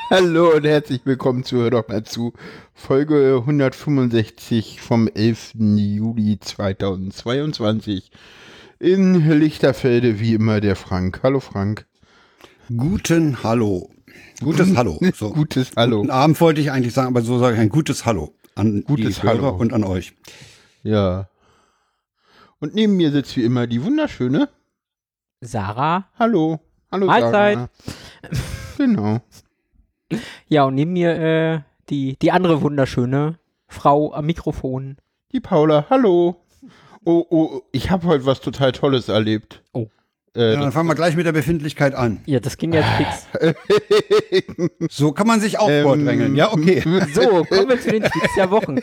Hallo und herzlich willkommen zu Hör doch mal zu. Folge 165 vom 11. Juli 2022. In Lichterfelde wie immer der Frank. Hallo Frank. Guten Hallo. Gutes Hallo. So. Gutes Hallo. Guten Abend wollte ich eigentlich sagen, aber so sage ich ein gutes Hallo an Gutes die Hörer Hallo. und an euch. Ja. Und neben mir sitzt wie immer die wunderschöne Sarah. Hallo. Hallo Mahlzeit. Sarah. Genau. Ja, und neben mir die andere wunderschöne Frau am Mikrofon. Die Paula. Hallo. Oh, ich habe heute was total Tolles erlebt. Oh. Ja, dann fangen wir gleich mit der Befindlichkeit an. Ja, das ging jetzt fix. So kann man sich auch vordrängeln. Ja, okay. So, kommen wir zu den Tweets der Wochen.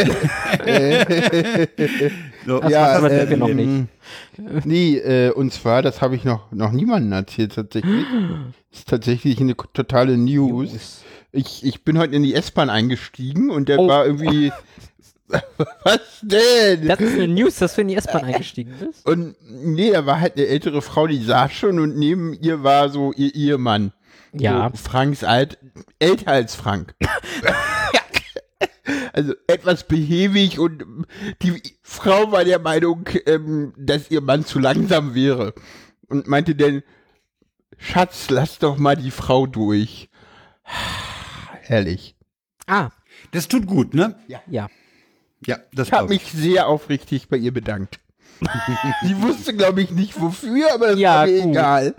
So, Ja, was wir noch nicht. Nee, und zwar, das habe ich noch niemandem erzählt tatsächlich. Das ist tatsächlich eine totale News. Ich bin heute in die S-Bahn eingestiegen und der war irgendwie... Was denn? Das ist eine News, dass du in die S-Bahn eingestiegen bist? Und nee, da war halt eine ältere Frau, die saß schon und neben ihr war so ihr Ehemann. Ja. So Franks älter als Frank. Also etwas behäbig und die Frau war der Meinung, dass ihr Mann zu langsam wäre. Und meinte dann, Schatz, lass doch mal die Frau durch. Herrlich. Ah, das tut gut, ne? ja. Ja, das Ich habe glaube ich. mich sehr aufrichtig bei ihr bedankt. Sie wusste, glaube ich, nicht wofür, aber das Ja, war mir gut. egal.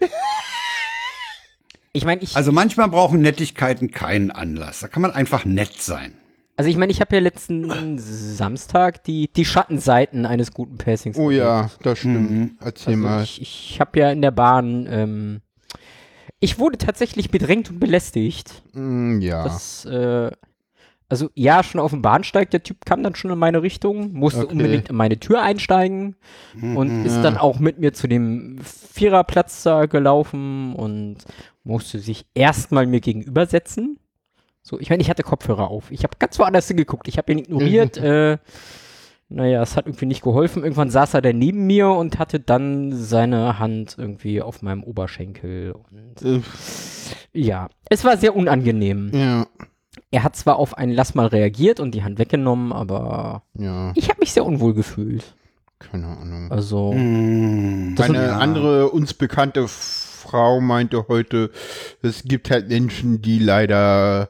Ich meine, Also manchmal brauchen Nettigkeiten keinen Anlass. Da kann man einfach nett sein. ich habe ja letzten Samstag die Schattenseiten eines guten Passings Oh erlebt. ja, das stimmt. Erzähl Also mal. ich habe ja in der Bahn, ich wurde tatsächlich bedrängt und belästigt. Ja. Das, also ja, schon auf dem Bahnsteig, der Typ kam dann schon in meine Richtung, musste Okay. unbedingt in meine Tür einsteigen und ist dann auch mit mir zu dem Viererplatz da gelaufen und musste sich erstmal mir gegenübersetzen. So, ich meine, ich hatte Kopfhörer auf. Ich habe ganz woanders hingeguckt. Ich habe ihn ignoriert. Naja, es hat irgendwie nicht geholfen. Irgendwann saß er dann neben mir und hatte dann seine Hand irgendwie auf meinem Oberschenkel. Und ja, es war sehr unangenehm. Ja. Er hat zwar auf ein Lass mal reagiert und die Hand weggenommen, aber Ja. ich habe mich sehr unwohl gefühlt. Keine Ahnung. Also, Das Eine andere uns bekannte Frau meinte heute, es gibt halt Menschen, die leider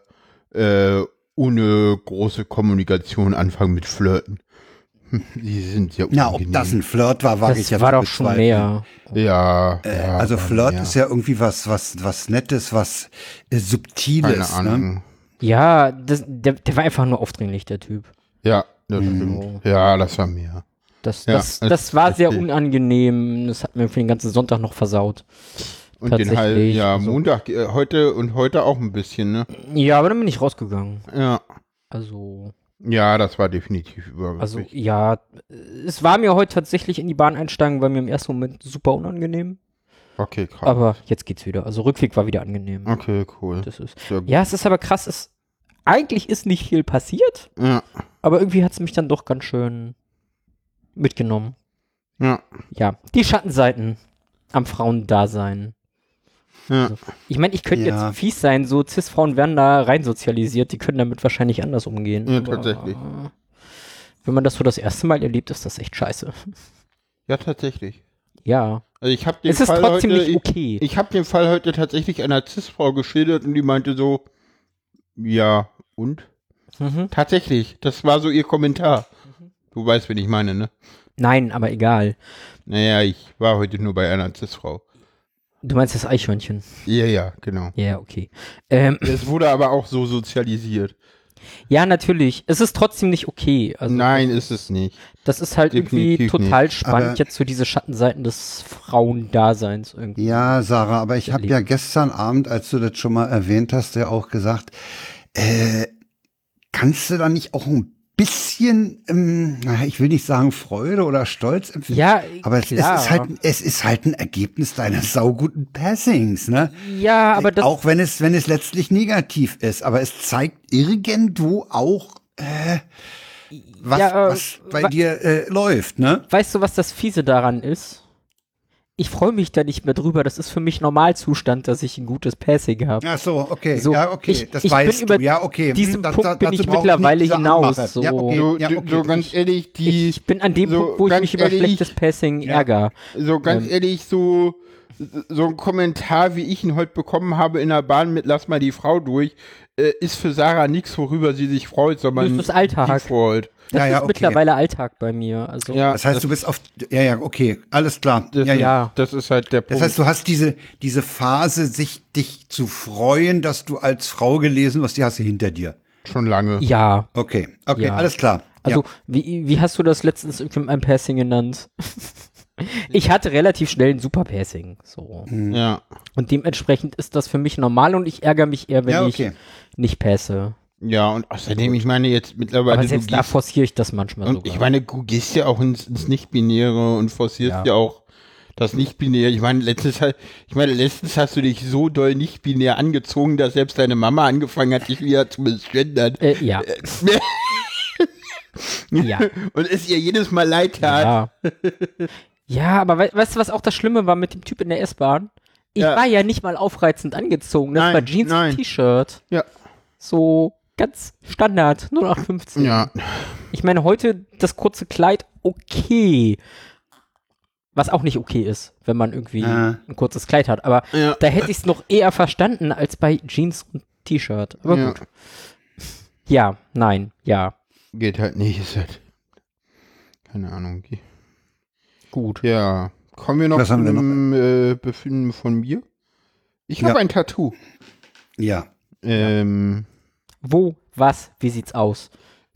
ohne große Kommunikation anfangen mit Flirten. Die sind ja Ja, unangenehm. ob das ein Flirt war, wage ich das ja war zu doch schon bezweifeln. mehr. Ja. Also war Flirt mehr. ist ja irgendwie was Nettes, was Subtiles. Keine Ahnung. Ne? Ja, der war einfach nur aufdringlich, der Typ. Ja, das stimmt. Ja, das war mehr. Das Ja, das war sehr richtig. unangenehm. Das hat mir für den ganzen Sonntag noch versaut. Und den halt, Tatsächlich, ja, also- Montag, heute auch ein bisschen, ne? Ja, aber dann bin ich rausgegangen. Ja. Also, Ja, das war definitiv übergriffig. ja, es war mir heute tatsächlich in die Bahn einsteigen, war mir im ersten Moment super unangenehm. Okay, krass. Aber jetzt geht's wieder. Also Rückweg war wieder angenehm. Okay, cool. Das ist. Sehr gut. Ja, es ist aber krass. Eigentlich ist nicht viel passiert, Ja. aber irgendwie hat es mich dann doch ganz schön mitgenommen. Ja. Ja, die Schattenseiten am Frauendasein. Ja. Also, ich meine, ich könnte Ja. jetzt fies sein, so Cis-Frauen werden da reinsozialisiert, die können damit wahrscheinlich anders umgehen. Ja, aber, tatsächlich. Wenn man das so das erste Mal erlebt, ist das echt scheiße. Ja, tatsächlich. Ja. Also ich habe den Es ist Fall trotzdem heute, nicht okay. Ich habe den Fall heute tatsächlich einer Cis-Frau geschildert und die meinte so, ja, und? Mhm. Tatsächlich, das war so ihr Kommentar. Du weißt, wen ich meine, ne? Nein, aber egal. Naja, ich war heute nur bei einer Cis-Frau. Du meinst das Eichhörnchen? Ja, genau. Ja, okay. Es wurde aber auch so sozialisiert. Ja, natürlich. Es ist trotzdem nicht okay. Also, Nein, ist es nicht. das ist halt irgendwie definitiv total spannend, Aber- jetzt so diese Schattenseiten des Frauendaseins irgendwie. Ja, Sarah, aber ich habe Erleben. ja gestern Abend, als du das schon mal erwähnt hast, ja auch gesagt, kannst du da nicht auch ein bisschen, ich will nicht sagen Freude oder Stolz empfinden, Ja, aber es klar. ist halt ein Ergebnis deines sauguten Passings, ne? Ja, aber das, Auch wenn es letztlich negativ ist, aber es zeigt irgendwo auch, was Ja, bei dir läuft, ne? weißt du, was das Fiese daran ist? ich freue mich da nicht mehr drüber. Das ist für mich Normalzustand, dass ich ein gutes Passing habe. Ach so, okay. So, ja, okay. ich bin über diesen Punkt bin ich mittlerweile hinaus. So. Ja, okay. So ganz ehrlich, Ich bin an dem so Punkt, wo ich ganz mich über ehrlich, schlechtes Passing ärgere. so ganz ehrlich, so ein Kommentar, wie ich ihn heute bekommen habe in der Bahn mit Lass mal die Frau durch, ist für Sarah nichts, worüber sie sich freut, sondern Das ist Alltag. Default. Das ist okay. mittlerweile Alltag bei mir. Also, Ja, Das heißt, du bist auf, okay, alles klar. Das ist halt der Punkt. Das heißt, du hast diese Phase, dich zu freuen, dass du als Frau gelesen hast, die hast du hinter dir. Schon lange. ja. Okay, Ja. alles klar. Also, wie hast du das letztens mit einem Passing genannt? Ich hatte relativ schnell ein super Passing. So. Ja. Und dementsprechend ist das für mich normal und ich ärgere mich eher, wenn okay. ich nicht passe. Ja, und außerdem, ich meine jetzt mittlerweile, Aber selbst da forciere ich das manchmal und sogar. ich meine, du gehst ja auch ins Nicht-Binäre und forcierst ja auch das Nicht-Binäre. Ich meine, letztens hast du dich so doll nicht-binär angezogen, dass selbst deine Mama angefangen hat, dich wieder zu misgendern. Ja. Ja. Und es ihr jedes Mal leid tat. Ja. Ja, aber weißt du, was auch das Schlimme war mit dem Typ in der S-Bahn? Ich Ja. war ja nicht mal aufreizend angezogen. Das war Jeans und T-Shirt. Ja. So ganz Standard, 0815. Ja. Ich meine, heute das kurze Kleid, okay. Was auch nicht okay ist, wenn man irgendwie ein kurzes Kleid hat. Aber Ja. da hätte ich es noch eher verstanden als bei Jeans und T-Shirt. Aber Ja. gut. Ja, nein, ja. Geht halt nicht, ist halt. Keine Ahnung. Gut. Ja. Kommen wir noch Was zu haben wir einem Befinden von mir? Ich habe ein Tattoo. Ja. Wo, was, wie sieht's aus?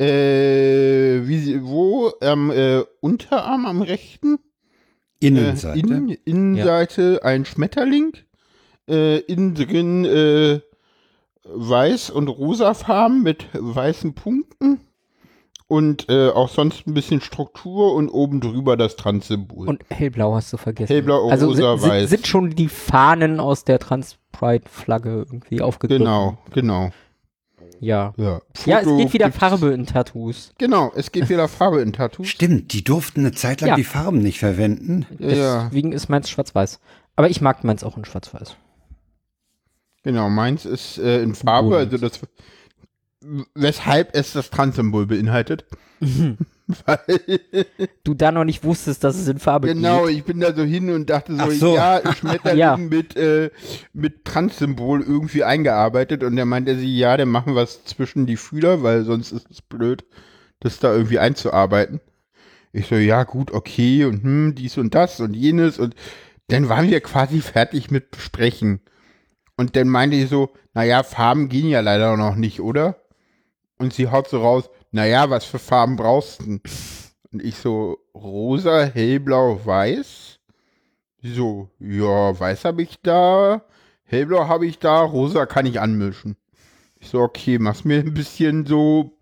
Wo? Am Unterarm am rechten? Innenseite. Innenseite ein Schmetterling. Innen drin weiß und rosafarben mit weißen Punkten. Und auch sonst ein bisschen Struktur und oben drüber das Trans-Symbol. Und hellblau hast du vergessen. Hellblau, also rosa, weiß. Sind schon die Fahnen aus der Trans-Pride-Flagge irgendwie aufgegriffen? Genau. Ja. Ja, Ja, es Foto geht wieder gibt's. Farbe in Tattoos. Genau, es geht wieder Farbe in Tattoos. Stimmt, die durften eine Zeit lang Ja. die Farben nicht verwenden. Ja, Deswegen ist meins schwarz-weiß. Aber ich mag meins auch in schwarz-weiß. genau, meins ist in Farbe, Bunt. also das, weshalb es das Trans-Symbol beinhaltet. Weil, Du da noch nicht wusstest, dass es in Farbe genau, geht. ich bin da so hin und dachte so, Ach so. ja, Schmetterling Ja. mit Trans-Symbol irgendwie eingearbeitet und der meinte sie, ja, dann machen wir es zwischen die Fühler, weil sonst ist es blöd, das da irgendwie einzuarbeiten. Ich so, ja, gut, okay, und dies und das und jenes und dann waren wir quasi fertig mit Besprechen. Und dann meinte ich so, naja, Farben gehen ja leider noch nicht, oder? Und sie haut so raus, naja, was für Farben brauchst du denn? Und ich so, rosa, hellblau, weiß. Sie so, ja, weiß habe ich da, hellblau habe ich da, rosa kann ich anmischen. Ich so, okay, mach's mir ein bisschen so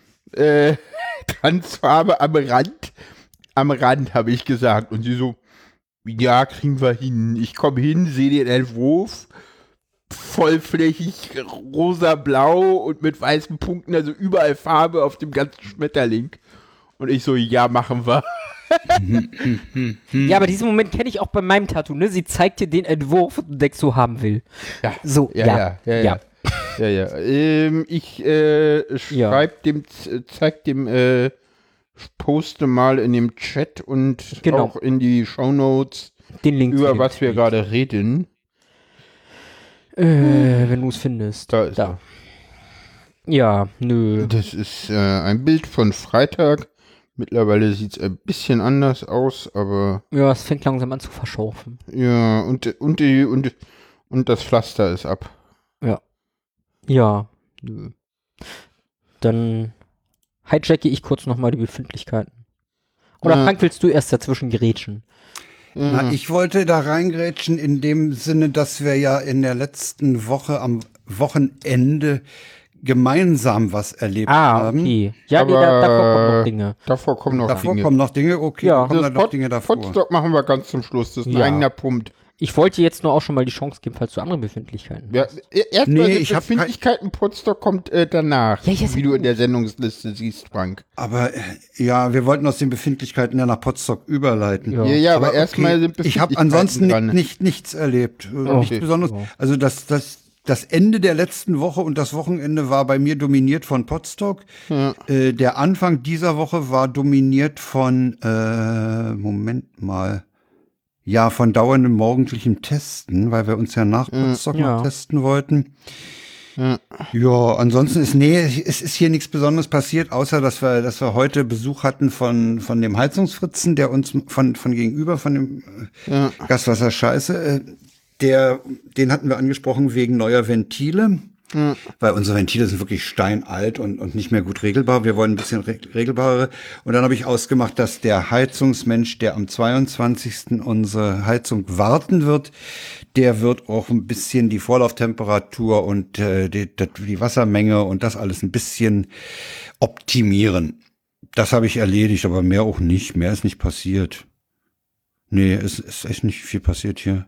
Transfarbe am Rand. Am Rand, habe ich gesagt. Und sie so, ja, kriegen wir hin. Ich komme hin, sehe den Entwurf. Vollflächig rosa-blau und mit weißen Punkten, also überall Farbe auf dem ganzen Schmetterling. Und ich so, ja, machen wir. Ja, aber diesen Moment kenne ich auch bei meinem Tattoo, ne? Sie zeigt dir den Entwurf und du denkst, so haben will. Ja, So, ja. Ich zeig dem, poste mal in dem Chat und Genau. auch in die Shownotes, Den Link zu über dem was wir Tweet. gerade reden. Wenn du es findest. Da ist er. Ja, nö. Das ist ein Bild von Freitag. Mittlerweile sieht es ein bisschen anders aus, aber Ja, es fängt langsam an zu verschaufen. ja, und das Pflaster ist ab. Ja, nö. Dann hijacke ich kurz nochmal die Befindlichkeiten. Oder Ja. Frank, willst du erst dazwischen gerätschen? Na, ich wollte da reingrätschen in dem Sinne, dass wir ja in der letzten Woche am Wochenende gemeinsam was erlebt haben. Okay. Ja, Aber davor kommen noch Dinge. Davor kommen noch Davor Dinge. kommen noch Dinge, okay, Ja. dann kommen Das da noch Dinge davor. Podstock machen wir ganz zum Schluss. Das ist ein Ja. eigener Punkt. Ich wollte jetzt nur auch schon mal die Chance geben, falls du andere Befindlichkeiten Ja, hast. erstmal Nee, die ich hab Befindlichkeiten Potsdok kommt danach, Ja, ja, wie du in der Sendungsliste siehst, Frank. Aber ja, wir wollten aus den Befindlichkeiten ja nach Potsdok überleiten. Ja. Ja, aber erstmal sind Ich habe Befindlichkeiten ansonsten dran. nichts erlebt. Nichts Besonderes. Ja. Also das Ende der letzten Woche und das Wochenende war bei mir dominiert von Potsdok. Ja. Der Anfang dieser Woche war dominiert von, Moment mal, ja, von dauerndem morgendlichem Testen, weil wir uns ja nach Potsdok Ja. noch testen wollten. Ja. Ja, ansonsten es ist hier nichts Besonderes passiert, außer dass wir heute Besuch hatten von dem Heizungsfritzen, der uns von gegenüber, von dem Gaswasser Scheiße, den hatten wir angesprochen wegen neuer Ventile. Weil unsere Ventile sind wirklich steinalt und nicht mehr gut regelbar. Wir wollen ein bisschen regelbare. Und dann habe ich ausgemacht, dass der Heizungsmensch, der am 22. unsere Heizung warten wird, der wird auch ein bisschen die Vorlauftemperatur und die Wassermenge und das alles ein bisschen optimieren. Das habe ich erledigt, aber mehr auch nicht. Mehr ist nicht passiert. Nee, es ist echt nicht viel passiert hier.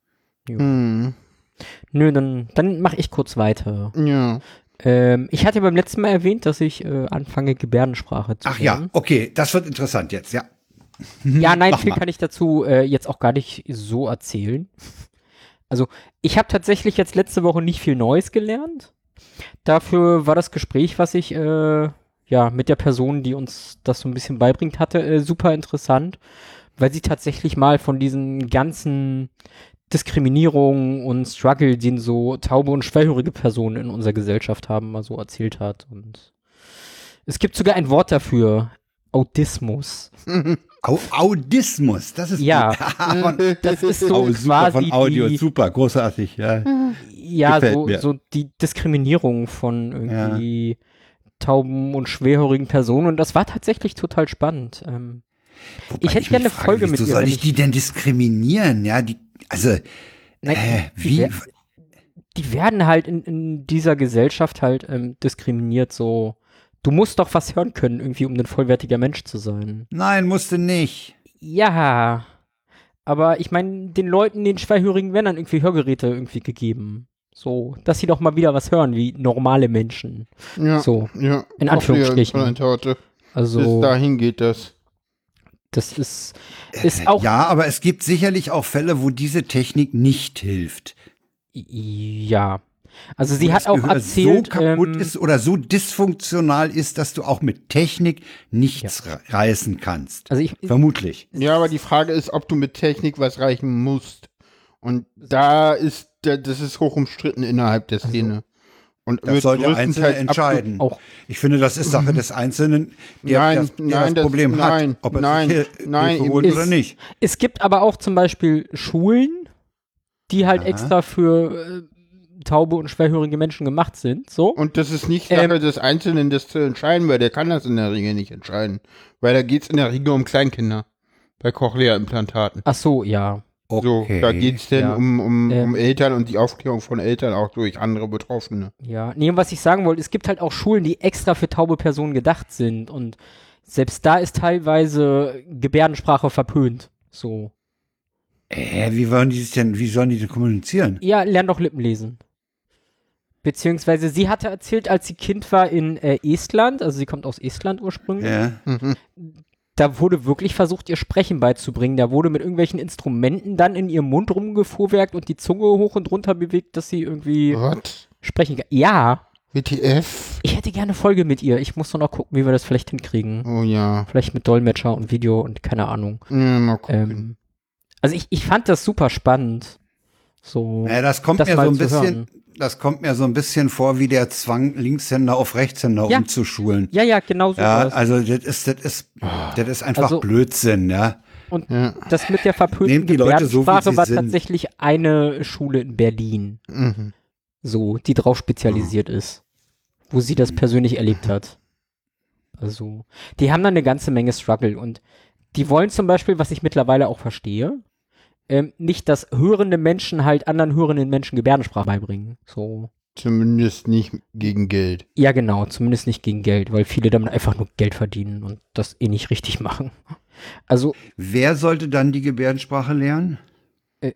Nö, dann mache ich kurz weiter. Ja. Ich hatte beim letzten Mal erwähnt, dass ich anfange, Gebärdensprache zu Ach ja, lernen. okay, das wird interessant jetzt, ja. Ja, nein, Mach viel mal. kann ich dazu jetzt auch gar nicht so erzählen. Also, ich habe tatsächlich jetzt letzte Woche nicht viel Neues gelernt. Dafür war das Gespräch, was ich mit der Person, die uns das so ein bisschen beibringt hatte, super interessant, weil sie tatsächlich mal von diesen ganzen Diskriminierung und Struggle, den so taube und schwerhörige Personen in unserer Gesellschaft haben, mal so erzählt hat. Und es gibt sogar ein Wort dafür, Autismus. Audismus, das ist Ja, gut. das ist so Super quasi von Audio, die, super, großartig, ja. ja, gefällt mir. so die Diskriminierung von irgendwie tauben und schwerhörigen Personen. Und das war tatsächlich total spannend. Wobei ich hätte gerne eine frage, Folge mit wieso dir. soll wenn ich die denn diskriminieren? Ja, Nein, wie? Die werden halt in dieser Gesellschaft halt diskriminiert, so. Du musst doch was hören können, irgendwie, um ein vollwertiger Mensch zu sein. Nein, musste nicht. Ja, aber ich meine, den Leuten, den schwerhörigen werden dann irgendwie Hörgeräte irgendwie gegeben. So, dass sie doch mal wieder was hören, wie normale Menschen. Ja. So, Ja. in Anführungsstrichen. Bis Also, dahin geht das. das ist auch, Ja, aber es gibt sicherlich auch Fälle, wo diese Technik nicht hilft. ja. Also Wo sie hat das auch Gehör erzählt, so kaputt ist oder so dysfunktional ist, dass du auch mit Technik nichts reißen kannst. also ich, Vermutlich. Ja, aber die Frage ist, ob du mit Technik was reichen musst. Und da ist, das ist hoch umstritten innerhalb der Szene. Und Das wird soll der Einzelne größtenteils entscheiden. auch- Ich finde, das ist Sache des Einzelnen, der das Problem hat, ob er sich Hilfe holt ist- oder nicht. Es gibt aber auch zum Beispiel Schulen, die halt extra für taube und schwerhörige Menschen gemacht sind, so. Und das ist nicht Sache des Einzelnen, das zu entscheiden, weil der kann das in der Regel nicht entscheiden. Weil da geht's in der Regel um Kleinkinder. Bei Cochlea-Implantaten. Ach so, ja. So, da geht's denn Ja. um Eltern und die Aufklärung von Eltern auch durch andere Betroffene. Ja, nee, was ich sagen wollte, es gibt halt auch Schulen, die extra für taube Personen gedacht sind und selbst da ist teilweise Gebärdensprache verpönt, so. Wie sollen die denn kommunizieren? Ja, lern doch Lippenlesen. Beziehungsweise sie hatte erzählt, als sie Kind war in Estland, also sie kommt aus Estland ursprünglich, Ja. da wurde wirklich versucht, ihr Sprechen beizubringen. Da wurde mit irgendwelchen Instrumenten dann in ihrem Mund rumgefuhrwerkt und die Zunge hoch und runter bewegt, dass sie irgendwie Was? sprechen kann. Ja, WTF? ich hätte gerne eine Folge mit ihr. Ich muss nur noch gucken, wie wir das vielleicht hinkriegen. Oh ja. Vielleicht mit Dolmetscher und Video und keine Ahnung. Ja, mal gucken. Also ich fand das super spannend. So, Ja, das kommt das mir mal so ein zu bisschen, hören. das kommt mir so ein bisschen vor wie der Zwang, Linkshänder auf Rechtshänder Ja. umzuschulen. Ja, genau so. Ja, war's. also das ist einfach Also- Blödsinn, ja. Und Ja. das mit der verpönten Nehmt die Leute so, wie Gebärdensprache sie war sind. tatsächlich eine Schule in Berlin, Mhm. so, die drauf spezialisiert ist, wo sie das persönlich erlebt hat. Also, die haben da eine ganze Menge Struggle und die wollen zum Beispiel, was ich mittlerweile auch verstehe, nicht, dass hörende Menschen halt anderen hörenden Menschen Gebärdensprache beibringen. So. Zumindest nicht gegen Geld. Ja, genau, zumindest nicht gegen Geld, weil viele damit einfach nur Geld verdienen und das eh nicht richtig machen. Also, Wer sollte dann die Gebärdensprache lernen?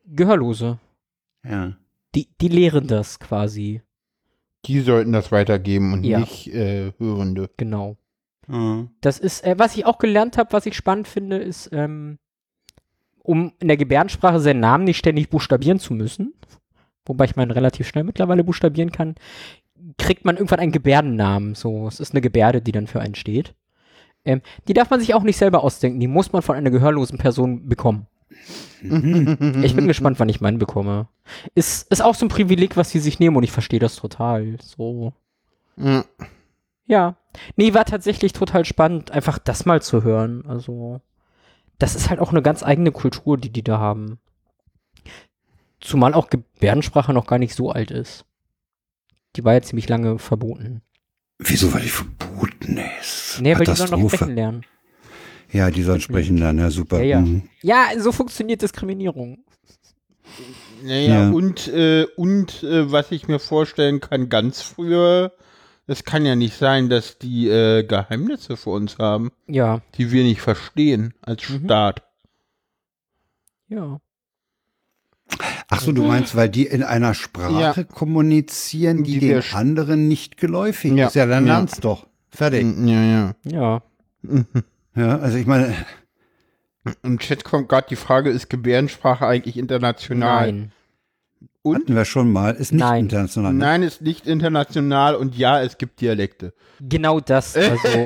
Gehörlose. Ja. Die lehren das quasi. Die sollten das weitergeben und Ja. nicht Hörende. Genau. Mhm. Das ist, was ich auch gelernt habe, was ich spannend finde, ist, um in der Gebärdensprache seinen Namen nicht ständig buchstabieren zu müssen, wobei ich meinen relativ schnell mittlerweile buchstabieren kann, kriegt man irgendwann einen Gebärdennamen. So, es ist eine Gebärde, die dann für einen steht. Die darf man sich auch nicht selber ausdenken, die muss man von einer gehörlosen Person bekommen. Ich bin gespannt, wann ich meinen bekomme. Ist auch so ein Privileg, was sie sich nehmen und ich verstehe das total. So. Ja. Ja. Nee, war tatsächlich total spannend, einfach das mal zu hören. Also, das ist halt auch eine ganz eigene Kultur, die da haben. Zumal auch Gebärdensprache noch gar nicht so alt ist. Die war ja ziemlich lange verboten. Wieso war die verboten? Nee, weil die sollen noch sprechen lernen. Ja, die sollen sprechen lernen, ja, super. Ja, ja. Mhm. Ja, so funktioniert Diskriminierung. Naja, Ja. und was ich mir vorstellen kann, ganz früher, es kann ja nicht sein, dass die Geheimnisse für uns haben, Ja, die wir nicht verstehen als Staat. ja. Ach so, du meinst, weil die in einer Sprache kommunizieren, die Die den wir anderen nicht geläufig Ja. ist. Ja, dann Ja. lern's doch. Fertig. Ja, ja. Ja. Ja, also ich meine, Im Chat kommt gerade die Frage, ist Gebärdensprache eigentlich international? Nein. hatten wir schon mal, ist nicht Nein. international. Ne? Nein, ist nicht international und ja, es gibt Dialekte. Genau das. Also.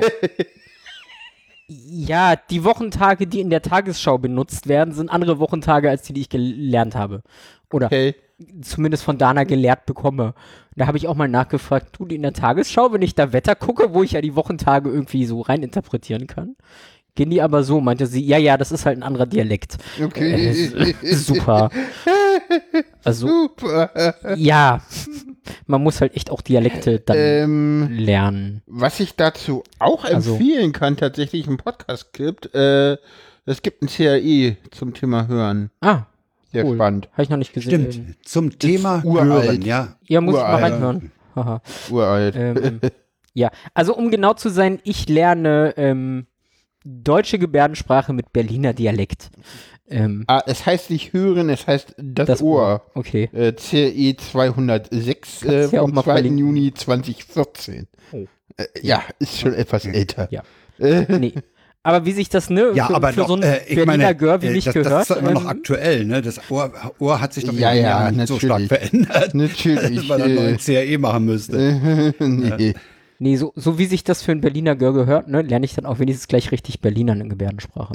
Ja, die Wochentage, die in der Tagesschau benutzt werden, sind andere Wochentage als die ich gelernt habe. Oder Okay. zumindest von Dana gelehrt bekomme. Da habe ich auch mal nachgefragt, die in der Tagesschau, wenn ich da Wetter gucke, wo ich ja die Wochentage irgendwie so rein interpretieren kann, gehen die aber so, meinte sie, ja, das ist halt ein anderer Dialekt. Okay. Super. Also, Super. ja, man muss halt echt auch Dialekte dann lernen. Was ich dazu auch Also- empfehlen kann, tatsächlich einen Podcast gibt, es gibt ein CRE zum Thema Hören. Ah, Sehr cool. spannend. Habe ich noch nicht gesehen. Stimmt, zum Thema uralt. Hören, ja. Ja, muss ich mal Uralt. reinhören. Haha. Uralt. Ja, also um genau zu sein, ich lerne deutsche Gebärdensprache mit Berliner Dialekt. Es heißt nicht hören, es heißt das Ohr. Okay. CRE 206 Kannst ja auch vom mal 2. verlinken. Juni 2014. Oh. Ja, ist schon etwas älter. Ja. Nee. Aber wie sich das, ne, Ja, aber für doch, so ein ich Berliner meine, Gör wie mich das gehört. ist doch immer noch aktuell, ne? Das Ohr hat sich doch in Ja, den ja, Jahren nicht so stark natürlich. verändert, Natürlich. dass man einen neuen CRE machen müsste. Nee. Nee, so wie sich das für ein Berliner Gör gehört, ne, lerne ich dann auch wenigstens gleich richtig Berliner in Gebärdensprache.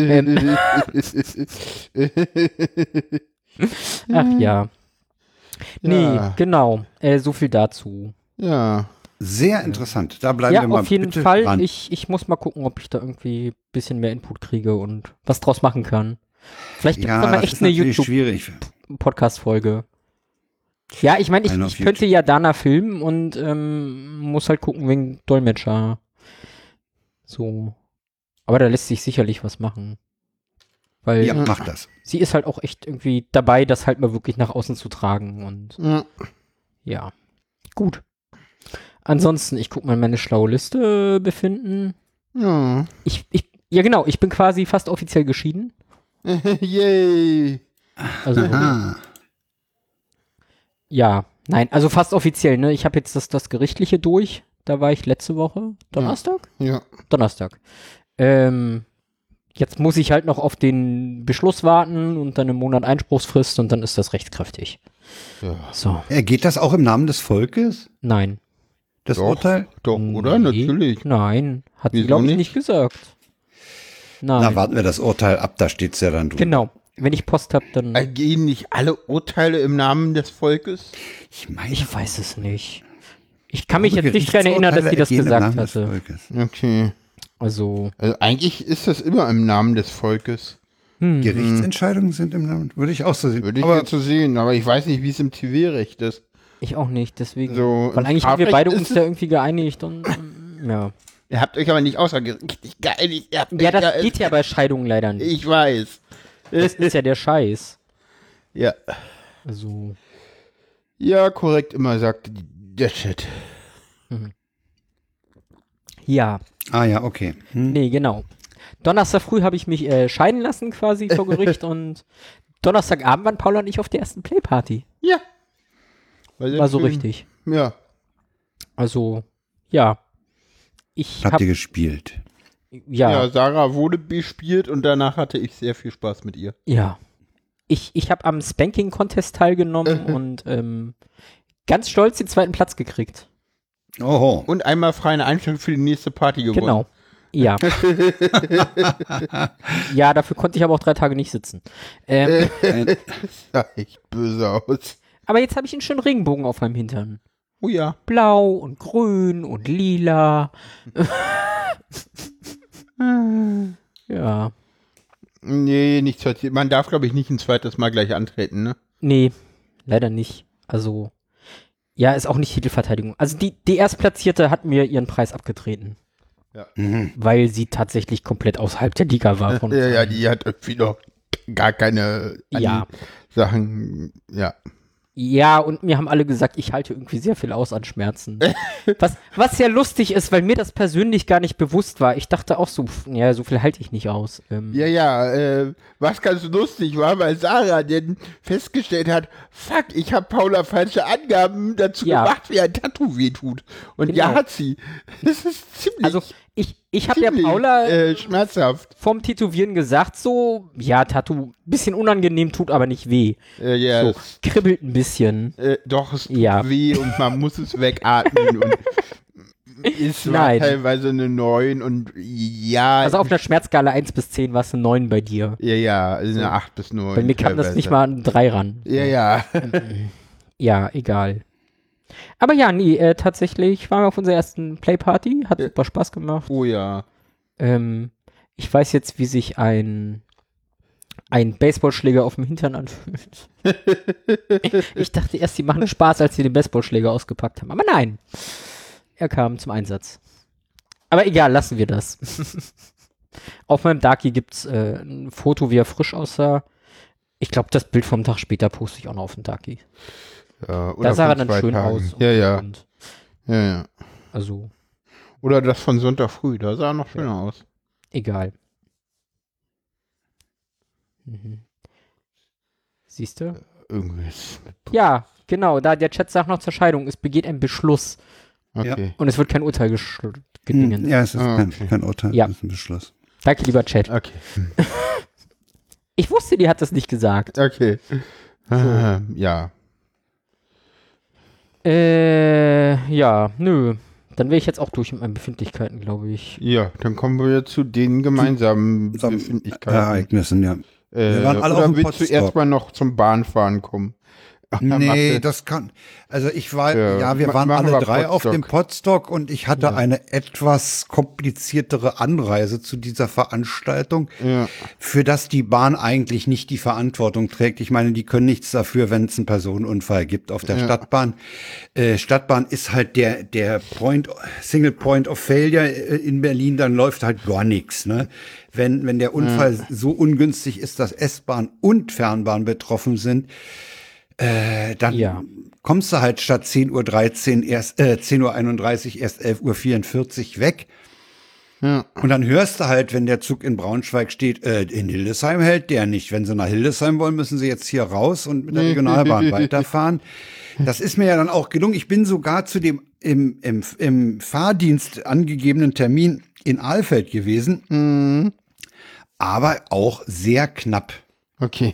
Ach ja. Nee, Ja. genau. So viel dazu. Ja. Sehr interessant. Da bleiben Ja, wir mal auf jeden bitte Fall. dran. Ich muss mal gucken, ob ich da irgendwie ein bisschen mehr Input kriege und was draus machen kann. Vielleicht gibt es Ja, mal das echt ist eine natürlich schwierig. YouTube-Podcast-Folge. Ja, ich meine, Eine ich auf könnte YouTube. ja Dana filmen und muss halt gucken wegen Dolmetscher. So. Aber da lässt sich sicherlich was machen. Weil Ja, mach das. sie ist halt auch echt irgendwie dabei, das halt mal wirklich nach außen zu tragen und Ja. ja. Gut. Ansonsten, ich gucke mal meine schlaue Liste befinden. Ja. Ja genau, ich bin quasi fast offiziell geschieden. Yay. Also, Aha. ja, nein, also fast offiziell, ne? Ich habe jetzt das Gerichtliche durch. Da war ich letzte Woche. Donnerstag? Ja. Donnerstag. Jetzt muss ich halt noch auf den Beschluss warten und dann im Monat Einspruchsfrist und dann ist das rechtskräftig. Ja. So, Geht das auch im Namen des Volkes, nein. das Doch. Urteil? Doch, oder? Nee, Natürlich. Nein, hat sie, Wieso glaube ich, nicht? nicht gesagt. Nein. Na, warten wir das Urteil ab, da steht's ja dann drüber. Genau. Wenn ich Post habe, dann. Gehen nicht alle Urteile im Namen des Volkes? Ich meine, Ich weiß es nicht. Ich kann mich jetzt nicht daran erinnern, dass sie das ergehen im gesagt Namen des hatte. Volkes. Okay. Also, Also eigentlich ist das immer im Namen des Volkes. Gerichtsentscheidungen sind im Namen, würde ich auch so sehen. Würde ich Aber jetzt so sehen, aber ich weiß nicht, wie es im TV-Recht ist. ich auch nicht, deswegen. So, weil im eigentlich haben wir Strafrecht beide ist uns es- da irgendwie geeinigt und ja. Ihr habt euch aber nicht außergerichtlich geeinigt. Ihr habt Ja, euch das geht ja bei Scheidungen leider nicht. Ich weiß. Das ist ja der Scheiß. Ja. Also, Ja, korrekt immer, sagte der Chat. ja. Ah ja, okay. Nee, genau. Donnerstag früh habe ich mich scheiden lassen quasi vor Gericht und Donnerstagabend waren Paula und ich auf der ersten Playparty. Ja. War so richtig. Ja. Also, ja. Habt ihr gespielt? Ja, Sarah wurde bespielt und danach hatte ich sehr viel Spaß mit ihr. Ja. Ich habe am Spanking-Contest teilgenommen und ganz stolz den 2. Platz gekriegt. Oho. Und einmal freie Einstellung für die nächste Party gewonnen. Genau. Ja. Ja, dafür konnte ich aber auch 3 Tage nicht sitzen. Das sah echt böse aus. Aber jetzt habe ich einen schönen Regenbogen auf meinem Hintern. Oh ja. Blau und grün und lila. Ja. Nee, nichts passiert. Man darf, glaube ich, nicht ein zweites Mal gleich antreten, ne? Nee, leider nicht. Also, ja, ist auch nicht Titelverteidigung. Also die Erstplatzierte hat mir ihren Preis abgetreten. Ja. Weil sie tatsächlich komplett außerhalb der Liga war. Ja, die hat irgendwie noch gar keine Sachen, ja. Ja, und mir haben alle gesagt, ich halte irgendwie sehr viel aus an Schmerzen. Was sehr lustig ist, weil mir das persönlich gar nicht bewusst war. Ich dachte auch so, ja, so viel halte ich nicht aus. Was ganz lustig war, weil Sarah denn festgestellt hat, fuck, ich habe Paula falsche Angaben dazu gemacht, wie ein Tattoo wehtut. Und genau. Ja, hat sie. Das ist ziemlich... Also, ich habe ja Paula schmerzhaft. vom Tätowieren gesagt, so, ja, Tattoo, bisschen unangenehm, tut aber nicht weh. Ja, so, kribbelt ein bisschen. Doch, es tut weh und man muss es wegatmen und es war teilweise eine 9 und ja. Also auf einer Schmerzskala 1 bis 10 war es eine 9 bei dir. Ja, also eine 8 bis 9. Bei mir kam das nicht mal an 3 ran. Ja. Ja, egal. Aber ja, nee, tatsächlich waren wir auf unserer ersten Playparty, hat super Spaß gemacht. Oh ja. Ich weiß jetzt, wie sich ein Baseballschläger auf dem Hintern anfühlt. Ich dachte erst, die machen Spaß, als sie den Baseballschläger ausgepackt haben. Aber nein, er kam zum Einsatz. Aber egal, lassen wir das. Auf meinem Darky gibt's ein Foto, wie er frisch aussah. Ich glaube, das Bild vom Tag später poste ich auch noch auf dem Darky. Ja, oder da sah er dann schön Tagen. aus. Ja. Und Ja. also. Oder das von Sonntag früh, da sah er noch schöner aus. Egal. Siehst du? Irgendwas. Ja, genau. Da der Chat sagt noch zur Scheidung, es begeht ein Beschluss. Okay. Und es wird kein Urteil gedingen. Ja, es ist kein Urteil, ja. Es ist ein Beschluss. Danke, lieber Chat. Okay. Ich wusste, die hat das nicht gesagt. Okay. So. Ja. Ja, nö. Dann wäre ich jetzt auch durch mit meinen Befindlichkeiten, glaube ich. Ja, dann kommen wir zu den gemeinsamen Befindlichkeiten. Ereignissen, ja. Wir waren alle oder auf dem willst du erstmal noch zum Bahnfahren kommen? Nee, das kann. Also ich war, wir waren alle drei auf dem Podstock und ich hatte eine etwas kompliziertere Anreise zu dieser Veranstaltung, für das die Bahn eigentlich nicht die Verantwortung trägt. Ich meine, die können nichts dafür, wenn es einen Personenunfall gibt auf der Stadtbahn. Stadtbahn ist halt der Single Point of Failure in Berlin, dann läuft halt gar nichts, ne? Wenn der Unfall so ungünstig ist, dass S-Bahn und Fernbahn betroffen sind, dann kommst du halt statt 10:13 Uhr erst 10:31 Uhr erst 11:44 Uhr weg. Ja. Und dann hörst du halt, wenn der Zug in Braunschweig steht, in Hildesheim hält der nicht. Wenn sie nach Hildesheim wollen, müssen sie jetzt hier raus und mit der Regionalbahn weiterfahren. Das ist mir ja dann auch gelungen. Ich bin sogar zu dem im Fahrdienst angegebenen Termin in Alfeld gewesen. Aber auch sehr knapp. Okay.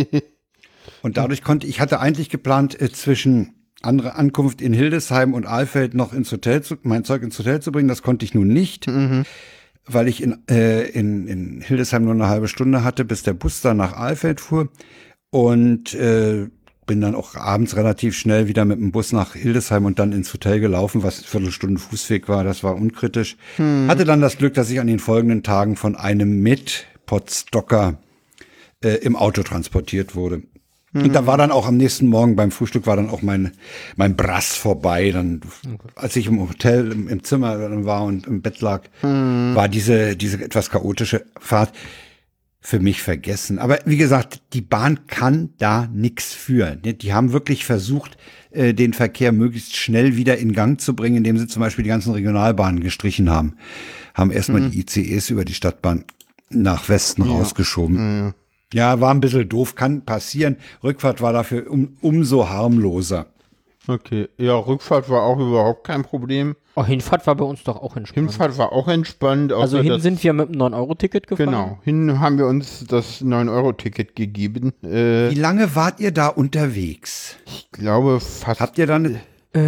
Und dadurch ich hatte eigentlich geplant, zwischen andere Ankunft in Hildesheim und Alfeld noch mein Zeug ins Hotel zu bringen. Das konnte ich nun nicht, weil ich in Hildesheim nur eine halbe Stunde hatte, bis der Bus dann nach Alfeld fuhr. Und bin dann auch abends relativ schnell wieder mit dem Bus nach Hildesheim und dann ins Hotel gelaufen, was 1 Viertelstunde Fußweg war. Das war unkritisch. Hatte dann das Glück, dass ich an den folgenden Tagen von einem Mit-Podstocker im Auto transportiert wurde. Und da war dann auch am nächsten Morgen beim Frühstück war dann auch mein Brass vorbei. Dann, als ich im Hotel, im Zimmer war und im Bett lag, war diese etwas chaotische Fahrt für mich vergessen. Aber wie gesagt, die Bahn kann da nichts für. Die haben wirklich versucht, den Verkehr möglichst schnell wieder in Gang zu bringen, indem sie zum Beispiel die ganzen Regionalbahnen gestrichen haben. Haben erstmal die ICEs über die Stadtbahn nach Westen rausgeschoben. Ja, war ein bisschen doof, kann passieren. Rückfahrt war dafür umso harmloser. Okay, ja, Rückfahrt war auch überhaupt kein Problem. Oh, Hinfahrt war bei uns doch auch entspannt. Hinfahrt war auch entspannt. Also hin sind wir mit einem 9-Euro-Ticket gefahren. Genau, hin haben wir uns das 9-Euro-Ticket gegeben. Wie lange wart ihr da unterwegs? Ich glaube fast Habt ihr dann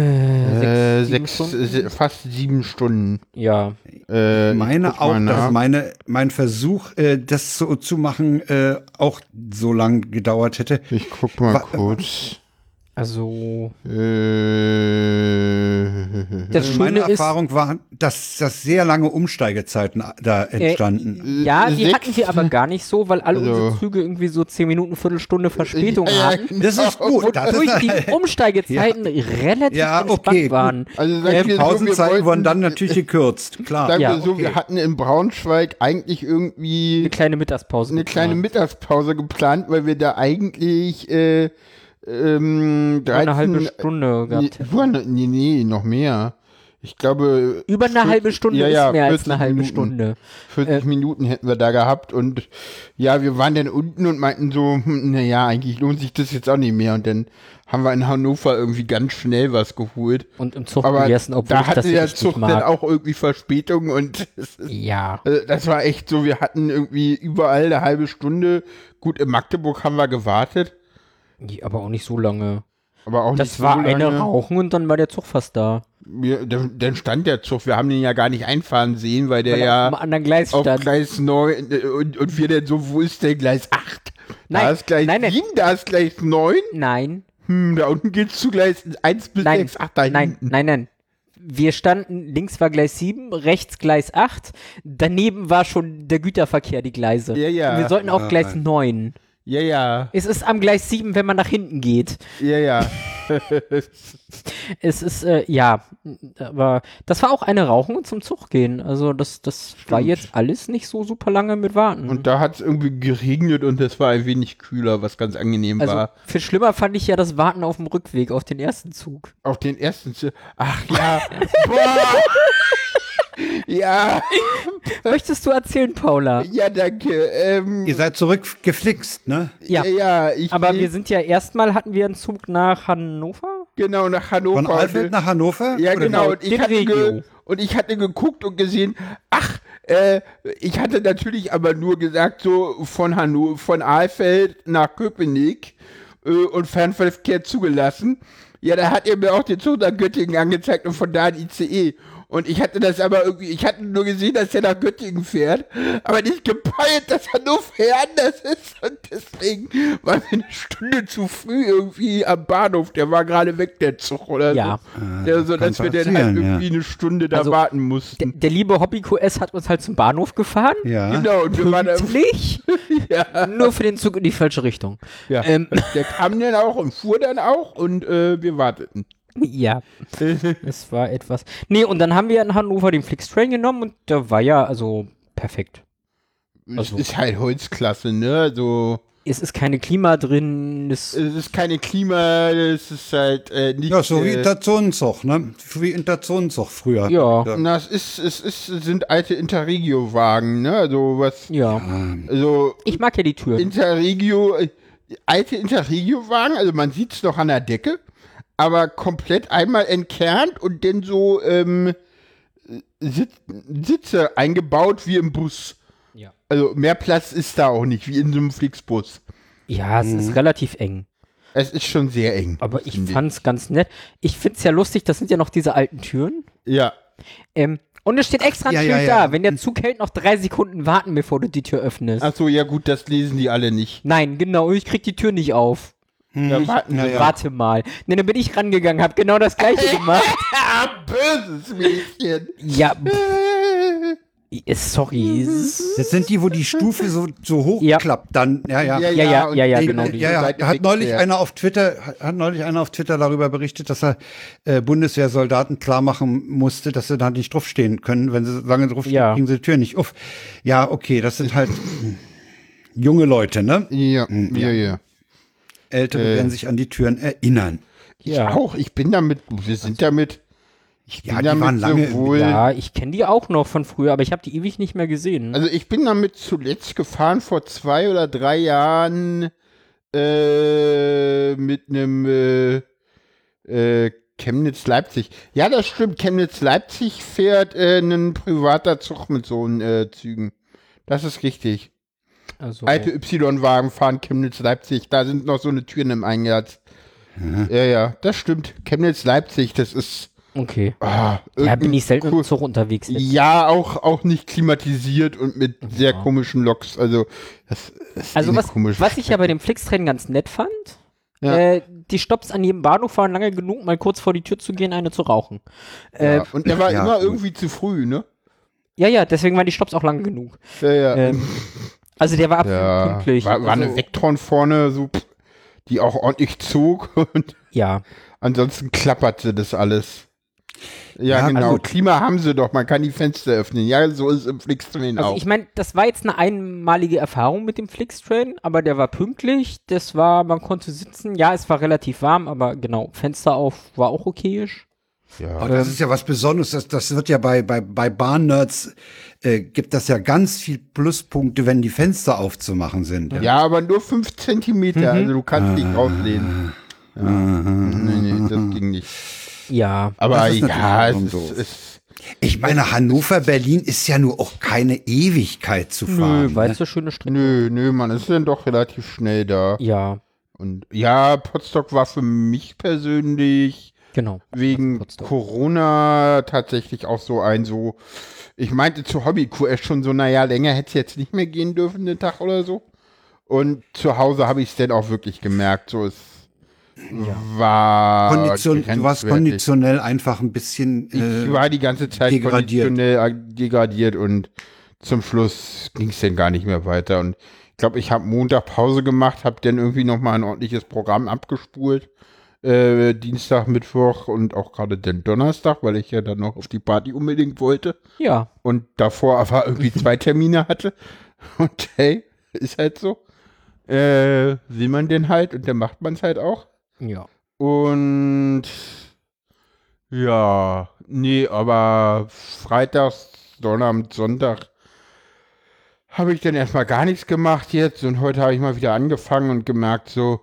fast 7 Stunden. Ja. meine auch, dass mein Versuch, das so zu machen, auch so lang gedauert hätte. Ich guck mal kurz. Also das Meine Schöne ist, Erfahrung war, dass sehr lange Umsteigezeiten da entstanden. ja, die 6 hatten wir aber gar nicht so, weil alle unsere Züge irgendwie so 10 Minuten, Viertelstunde Verspätung hatten. Das ist gut. Und Das durch ist die Umsteigezeiten relativ entspannt waren. Also sagen wir so, wir Pausenzeiten wollten- wurden dann natürlich gekürzt, klar. Sagen Ja, wir so, okay. wir hatten in Braunschweig eigentlich irgendwie Eine kleine Mittagspause. eine kleine geplant. Mittagspause geplant, weil wir da eigentlich 13, eine halbe Stunde gehabt hätten. nee, noch mehr. Ich glaube Über eine halbe Stunde ja, ist ja, mehr als 40 eine halbe Minuten. Stunde. 40 Minuten hätten wir da gehabt und ja, wir waren dann unten und meinten so, naja, eigentlich lohnt sich das jetzt auch nicht mehr und dann haben wir in Hannover irgendwie ganz schnell was geholt. Und im Zug Aber gegessen, obwohl da ich das hatte der echt Zug nicht dann mag. auch irgendwie Verspätung und Ja. das war echt so, wir hatten irgendwie überall eine halbe Stunde. Gut, in Magdeburg haben wir gewartet, Aber auch nicht so lange. aber auch nicht Das so war lange. eine Rauchen und dann war der Zug fast da. Dann stand der Zug, wir haben den ja gar nicht einfahren sehen, weil der Weil er ja auf einem anderen Gleis auf stand. Gleis 9 und wir dann so, wo ist denn Gleis 8? Nein, Da ist Gleis nein, nein. 7, da ist Gleis 9. Nein, Da unten geht's zu Gleis 1 bis nein, 6. Ach, da nein, hinten. nein. Wir standen, links war Gleis 7, rechts Gleis 8, daneben war schon der Güterverkehr, die Gleise. Ja, ja. Und wir sollten auf Gleis 9. Ja, ja, Es ist am Gleis 7, wenn man nach hinten geht. ja, ja. Es ist, ja, aber das war auch eine Rauchen zum Zug gehen. Also das war jetzt alles nicht so super lange mit Warten. Und da hat's irgendwie geregnet und es war ein wenig kühler, was ganz angenehm Also war. viel schlimmer fand ich ja das Warten auf dem Rückweg, auf den ersten Zug. Auf den ersten Ach ja. Boah. Ja, Möchtest du erzählen, Paula? ja, danke. Ihr seid zurückgeflixt, ne? Ja, ja, aber wir sind ja erstmal hatten wir einen Zug nach Hannover. genau nach Hannover. Von Alfeld nach Hannover? Ja, Oder genau. wie? Und Den Regio. ich hatte geguckt und gesehen, ich hatte natürlich aber nur gesagt, so von Alfeld nach Köpenick und Fernverkehr zugelassen. Ja, da hat er mir auch den Zug nach Göttingen angezeigt und von da ein ICE. Und ich hatte das aber irgendwie, ich hatte nur gesehen, dass er nach Göttingen fährt, aber nicht gepeilt, dass Hannover anders ist. Und deswegen war mir eine Stunde zu früh irgendwie am Bahnhof. Der war gerade weg, der Zug oder Ja. so. Ja, so dass wir dann halt passieren, irgendwie eine Stunde da Also, warten mussten. Der liebe Hobby QS hat uns halt zum Bahnhof gefahren. Ja. Genau, und wir waren da, Pünktlich. ja, Nur für den Zug in die falsche Richtung. ja. Der kam dann auch und fuhr dann auch und wir warteten. Ja, es war etwas. Nee, und dann haben wir in Hannover den Flixtrain genommen und der war ja also perfekt. Also- Es ist halt Holzklasse, ne? So, Es ist keine Klima drin, es ist keine Klima, es ist halt nicht. Ja, so wie Interzonenzug, ne? Wie Interzonenzug früher. Ja. Na, sind alte Interregio-Wagen, ne? Also was. ja. Also Ich mag ja die Tür. alte Interregio-Wagen, also man sieht es noch an der Decke, aber komplett einmal entkernt und dann so Sitze eingebaut wie im Bus. Ja. Also mehr Platz ist da auch nicht, wie in so einem Flixbus. Ja, es ist relativ eng. Es ist schon sehr eng. Aber ich finde fand's ganz nett. Ich find's ja lustig, das sind ja noch diese alten Türen. Ja. Und es steht extra ein Ja, Schild ja, ja. da. Wenn der Zug hält, noch 3 Sekunden warten, bevor du die Tür öffnest. Achso, ja gut, das lesen die alle nicht. Nein, genau, ich krieg die Tür nicht auf. Ja, warten Ja, Sie ja. Warte mal. Ne, dann bin ich rangegangen, hab genau das gleiche gemacht. Böses Mädchen. Ja, sorry. Das sind die, wo die Stufe so hoch Ja. klappt. Dann, ja. Ja, und ja, die- genau, die Ja, Seite hat neulich wegfährt. einer auf Twitter darüber berichtet, dass er Bundeswehrsoldaten klar machen musste, dass sie da nicht draufstehen können. Wenn sie lange draufstehen, Ja. kriegen sie die Tür nicht auf. Ja, okay, das sind halt junge Leute, ne? Ja, ja. Ältere werden sich an die Türen erinnern. Ja. Auch, ich bin damit, wir sind damit. Ich Ja, bin die damit waren lange- sowohl, Ja, ich kenne die auch noch von früher, aber ich habe die ewig nicht mehr gesehen. also ich bin damit zuletzt gefahren vor 2 oder 3 Jahren mit einem Chemnitz-Leipzig. Ja, das stimmt. Chemnitz-Leipzig fährt ein privater Zug mit so Zügen. Das ist richtig. Also, Alte Y-Wagen fahren Chemnitz-Leipzig. Da sind noch so eine Türen im Eingang. Ja, das stimmt. Chemnitz-Leipzig, das ist. okay. Ah, Ja, bin ich selten cool. im Zug unterwegs. Jetzt. Ja, auch nicht klimatisiert und mit sehr komischen Loks. Also, das ist Also irgendwie komisch. was ich ja bei dem Flixtrain ganz nett fand, Ja. die Stopps an jedem Bahnhof waren lange genug, mal kurz vor die Tür zu gehen, eine zu rauchen. Ja. Und der war Ja, immer gut. irgendwie zu früh, ne? Ja, deswegen waren die Stopps auch lange genug. Ja. Also der war absolut pünktlich. War eine Also, Vectron vorne, so, die auch ordentlich zog und ja, ansonsten klapperte das alles. Ja, Ja, genau. also- Klima haben sie doch, man kann die Fenster öffnen. Ja, so ist es im Flixtrain also auch. ich meine, das war jetzt eine einmalige Erfahrung mit dem Flixtrain, aber der war pünktlich, man konnte sitzen, ja, es war relativ warm, aber genau, Fenster auf war auch okayisch. Ja. Oh, das ist ja was Besonderes. Das wird ja bei Bahnnerds gibt das ja ganz viel Pluspunkte, wenn die Fenster aufzumachen sind. Ja, aber nur 5 Zentimeter, also du kannst dich rauslehnen. Ja. Nee, das ging nicht. Ja, Aber Das ist ja, es natürlich ist, doof. ist Ich meine, Hannover-Berlin ist ja nur auch keine Ewigkeit zu fahren. nö, weil Ne? es so schöne Strecke. nö, man ist dann doch relativ schnell da. Ja, Und ja, Potsdok war für mich persönlich genau. wegen Potsdok. Corona tatsächlich auch so, ich meinte zu Hobby-QS schon so, naja, länger hätte es jetzt nicht mehr gehen dürfen, den Tag oder so. Und zu Hause habe ich es dann auch wirklich gemerkt, so es war Du warst grenzwertig. konditionell einfach ein bisschen Ich war die ganze Zeit degradiert. konditionell degradiert und zum Schluss ging es dann gar nicht mehr weiter. Und ich glaube, ich habe Montag Pause gemacht, habe dann irgendwie nochmal ein ordentliches Programm abgespult. Dienstag, Mittwoch und auch gerade den Donnerstag, weil ich ja dann noch auf die Party unbedingt wollte. Ja, Und davor aber irgendwie 2 Termine hatte. Und hey, ist halt so. Will man den halt und dann macht man es halt auch. ja. Und ja, nee, aber Freitags, Sonnabend, Sonntag habe ich dann erstmal gar nichts gemacht jetzt und heute habe ich mal wieder angefangen und gemerkt so,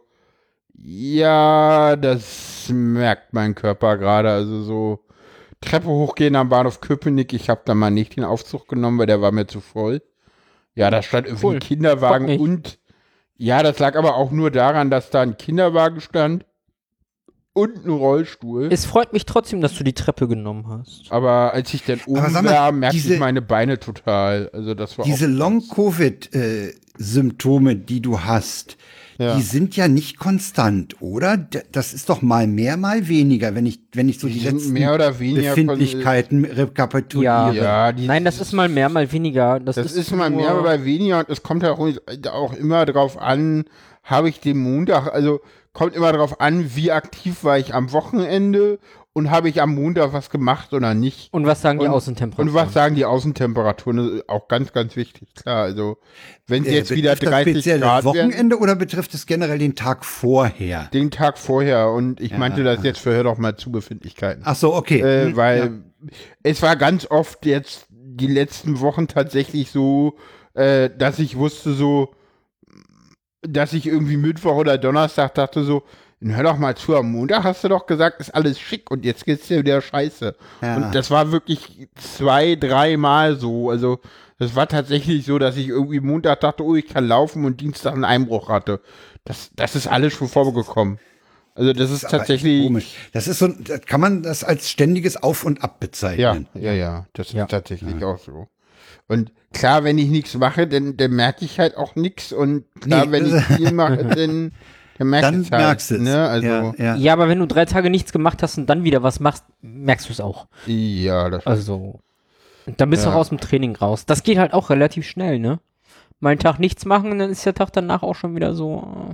ja, das merkt mein Körper gerade, also so Treppe hochgehen am Bahnhof Köpenick, ich habe da mal nicht den Aufzug genommen, weil der war mir zu voll. Ja, da stand irgendwie Cool. ein Kinderwagen Freut mich. und ja, das lag aber auch nur daran, dass da ein Kinderwagen stand und ein Rollstuhl. Es freut mich trotzdem, dass du die Treppe genommen hast. Aber als ich dann oben sag mal, war, merkte ich diese- meine Beine total. Also das war diese auch Long-Covid-Symptome, die du hast, Ja. die sind ja nicht konstant, oder? Das ist doch mal mehr, mal weniger, wenn ich so die sind letzten mehr oder weniger Befindlichkeiten rekapituliere. ja, Nein, das ist mal mehr, mal weniger. Das ist mal nur- mehr oder weniger und es kommt auch immer drauf an, habe ich den Montag, also kommt immer drauf an, wie aktiv war ich am Wochenende und habe ich am Montag was gemacht oder nicht. Und was sagen die Und- Außentemperaturen? Und was sagen die Außentemperaturen? Das ist auch ganz, ganz wichtig, klar. Also wenn es jetzt wieder Betrifft das 30 speziell Grad das werden, Wochenende oder betrifft es generell den Tag vorher? den Tag vorher und ich meinte das jetzt für Hör doch mal zu Befindlichkeiten. Ach so, okay. Weil es war ganz oft jetzt die letzten Wochen tatsächlich so, dass ich wusste so, dass ich irgendwie Mittwoch oder Donnerstag dachte so, hör doch mal zu, am Montag hast du doch gesagt, ist alles schick und jetzt geht's dir wieder scheiße. Ja. Und das war wirklich 2, 3 Mal so. Also das war tatsächlich so, dass ich irgendwie Montag dachte, oh, ich kann laufen und Dienstag einen Einbruch hatte. Das ist alles schon vorgekommen. Also das ist Aber tatsächlich. komisch. Das ist so, kann man das als ständiges Auf und Ab bezeichnen? Ja, das Ja. ist tatsächlich auch so. Und klar, wenn ich nichts mache, dann merke ich halt auch nichts. Und klar, Nee, wenn ich viel mache, dann merke Dann ich halt. merkst du es. Ne? Also, Ja, aber wenn du 3 Tage nichts gemacht hast und dann wieder was machst, merkst du es auch. ja, das Also, dann bist du Ja. auch aus dem Training raus. Das geht halt auch relativ schnell, ne? Mal einen Tag nichts machen und dann ist der Tag danach auch schon wieder so.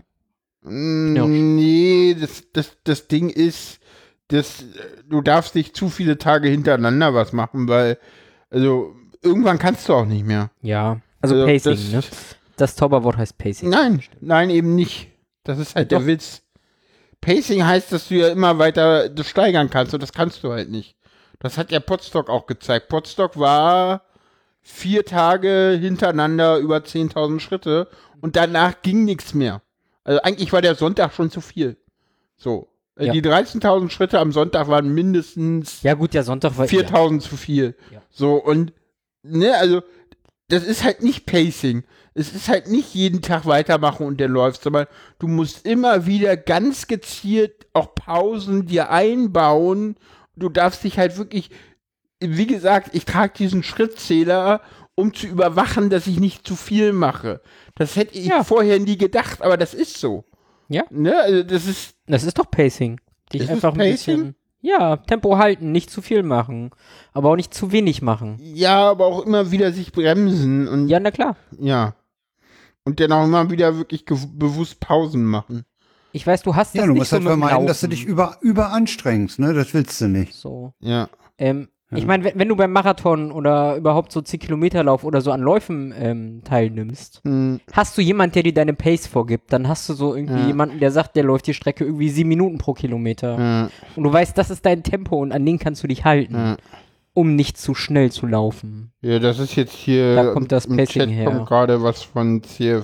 Nee, das Ding ist, du darfst nicht zu viele Tage hintereinander was machen, weil, also, irgendwann kannst du auch nicht mehr. Ja. Also Also, Pacing, das- ne? Das Zauberwort heißt Pacing. Nein, eben nicht. Das ist halt Doch. der Witz. Pacing heißt, dass du ja immer weiter das steigern kannst und das kannst du halt nicht. Das hat ja Potsdok auch gezeigt. Potsdok war 4 Tage hintereinander über 10.000 Schritte und danach ging nichts mehr. Also eigentlich war der Sonntag schon zu viel. So. Ja. Die 13.000 Schritte am Sonntag waren mindestens Ja gut, der Sonntag war 4.000 zu viel. Ja. So, und, ne, also, das ist halt nicht Pacing. Es ist halt nicht jeden Tag weitermachen und der läuft, sondern du musst immer wieder ganz gezielt auch Pausen dir einbauen. Du darfst dich halt wirklich, wie gesagt, ich trage diesen Schrittzähler, um zu überwachen, dass ich nicht zu viel mache. Das hätte ich vorher nie gedacht, aber das ist so. Ja. Ne, also das ist doch Pacing. Dich Ist einfach es ein Pacing? bisschen. Ja, Tempo halten, nicht zu viel machen. Aber auch nicht zu wenig machen. Ja, aber auch immer wieder sich bremsen und Ja, na klar. ja. Und dann auch immer wieder wirklich bewusst Pausen machen. Ich weiß, du hast das Ja, du nicht musst so halt mit dem vermeiden, dass du Laufen. dich überanstrengst, ne? Das willst du nicht. So. Ja. Ich meine, wenn du beim Marathon oder überhaupt so 10-Kilometer-Lauf oder so an Läufen teilnimmst, hast du jemanden, der dir deine Pace vorgibt, dann hast du so irgendwie jemanden, der sagt, der läuft die Strecke irgendwie 7 Minuten pro Kilometer. Und du weißt, das ist dein Tempo und an den kannst du dich halten, um nicht zu schnell zu laufen. Ja, das ist jetzt hier Da kommt das im Pacing Chat her. kommt gerade was von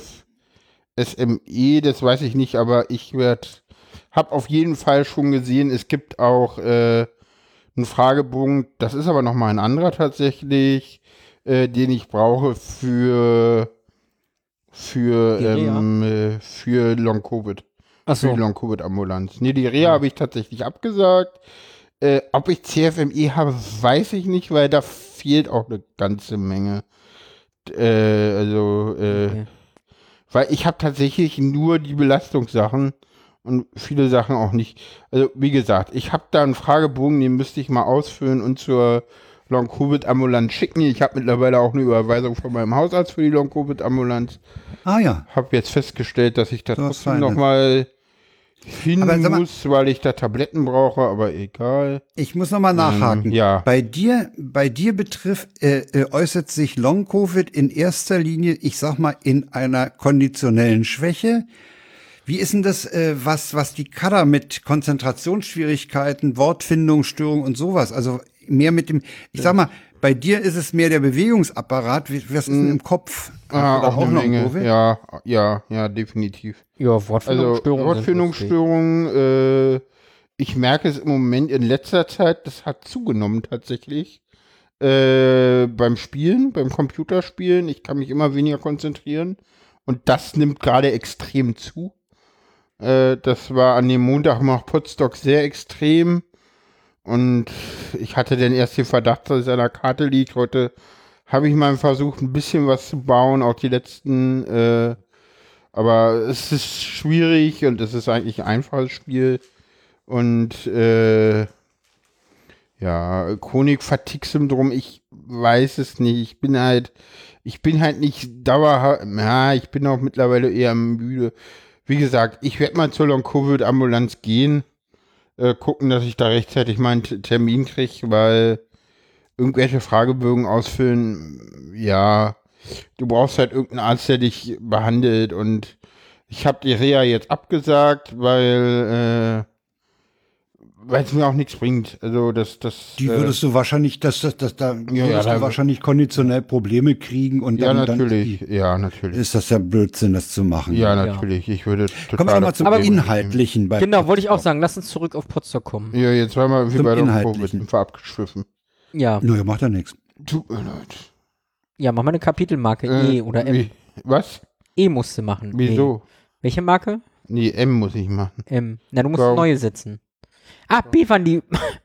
CFSME, das weiß ich nicht, aber ich habe auf jeden Fall schon gesehen, es gibt auch einen Fragebogen, das ist aber nochmal ein anderer tatsächlich, den ich brauche für Long Covid. Ach Für so. die Long Covid Ambulanz. Nee, die Reha habe ich tatsächlich abgesagt. Ob ich CFME habe, weiß ich nicht, weil da fehlt auch eine ganze Menge. Okay. Weil ich habe tatsächlich nur die Belastungssachen und viele Sachen auch nicht. Also wie gesagt, ich habe da einen Fragebogen, den müsste ich mal ausfüllen und zur Long-Covid-Ambulanz schicken. Ich habe mittlerweile auch eine Überweisung von meinem Hausarzt für die Long-Covid-Ambulanz. Ah ja. Habe jetzt festgestellt, dass ich da So was trotzdem Feines. nochmal hin Aber sag mal- muss, weil ich da Tabletten brauche, aber egal. Ich muss nochmal nachhaken. ja. Bei dir äußert sich Long-Covid in erster Linie, ich sag mal, in einer konditionellen Schwäche. Wie ist denn das, was die Kader mit Konzentrationsschwierigkeiten, Wortfindungsstörung und sowas? Also mehr mit dem, ich sag mal, bei dir ist es mehr der Bewegungsapparat. Was ist denn im Kopf? Hast du da Auch eine Menge. Long-Covid? Ja, definitiv. Ja, Also Wortfindungsstörungen. Wortfindungsstörungen, ich merke es im Moment in letzter Zeit, das hat zugenommen tatsächlich. Beim Spielen, beim Computerspielen, ich kann mich immer weniger konzentrieren und das nimmt gerade extrem zu. Das war an dem Montag nach Potsdok sehr extrem und ich hatte dann erst den Verdacht, dass es an der Karte liegt. Heute habe ich mal versucht, ein bisschen was zu bauen, auch die letzten, aber es ist schwierig und es ist eigentlich ein einfaches Spiel und Chronik-Fatigue-Syndrom, ich weiß es nicht. Ich bin halt nicht dauerhaft, ich bin auch mittlerweile eher müde. Wie gesagt, ich werde mal zur Long-Covid-Ambulanz gehen, gucken, dass ich da rechtzeitig meinen Termin kriege, weil irgendwelche Fragebögen ausfüllen, ja, du brauchst halt irgendeinen Arzt, der dich behandelt und ich habe die Reha jetzt abgesagt, weil es mir auch nichts bringt. Also Die würdest du wahrscheinlich, wahrscheinlich konditionell Probleme kriegen und ja, dann natürlich. Ja, natürlich. ist das ja Blödsinn, das zu machen. Ja, natürlich. Ich würde total. Kommen wir nochmal zum Inhaltlichen. Genau, wollte ich auch sagen. Lass uns zurück auf Potsdam kommen. Ja, jetzt waren wir wie Zum bei der Inhaltlichen. Covid abgeschwiffen. Ja. Nö, macht ja nichts. Tut mir leid. Ja, mach mal eine Kapitelmarke. E oder M. Was? E musst du machen. Wieso? E. Welche Marke? Nee, M muss ich machen. M. Na, du musst Warum? neue setzen. Ah, B waren die.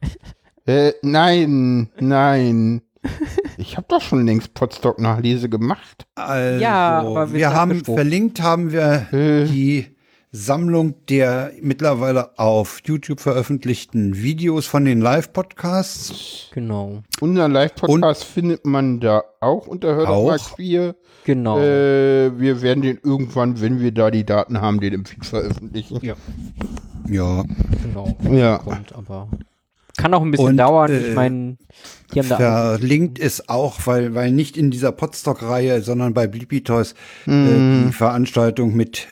Nein. Ich habe doch schon längst Potsdok-Nachlese gemacht. Also, Ja, aber wir wir sind haben abgesprungen. verlinkt haben wir die Sammlung der mittlerweile auf YouTube veröffentlichten Videos von den Live-Podcasts. Genau. Unseren Live-Podcast findet man da auch unter Hör doch mal Auch? queer. Genau. Wir werden den irgendwann, wenn wir da die Daten haben, den im Feed veröffentlichen. Ja. Ja, Genau. Ja. Kommt, aber kann auch ein bisschen Und, dauern. Ich meine, die haben da verlinkt ist auch, weil nicht in dieser Podstock-Reihe, sondern bei Blippi Toys die Veranstaltung mit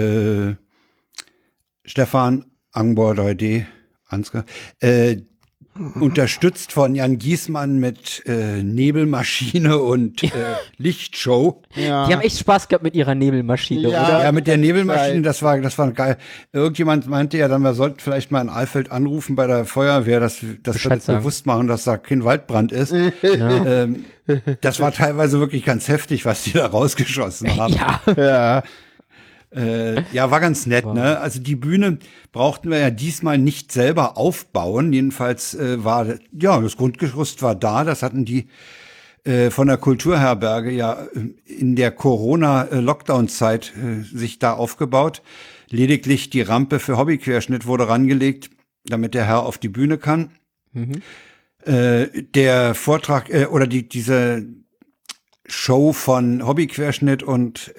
Stefan Angbor 3D, Ansgar, unterstützt von Jan Giesmann mit Nebelmaschine und Lichtshow. Ja. Die haben echt Spaß gehabt mit ihrer Nebelmaschine, Ja. oder? Ja, mit der Nebelmaschine, das war geil. Irgendjemand meinte ja dann, wir sollten vielleicht mal in Alfeld anrufen bei der Feuerwehr, dass wir Bescheid das sagen. bewusst machen, dass da kein Waldbrand ist. Das war teilweise wirklich ganz heftig, was die da rausgeschossen haben. Ja. Ja. Ja, war ganz nett, ne? Also die Bühne brauchten wir ja diesmal nicht selber aufbauen. Jedenfalls war, ja, das Grundgerüst war da. Das hatten die von der Kulturherberge ja in der Corona-Lockdown-Zeit sich da aufgebaut. Lediglich die Rampe für Hobbyquerschnitt wurde rangelegt, damit der Herr auf die Bühne kann. Der Vortrag oder diese Show von Hobbyquerschnitt und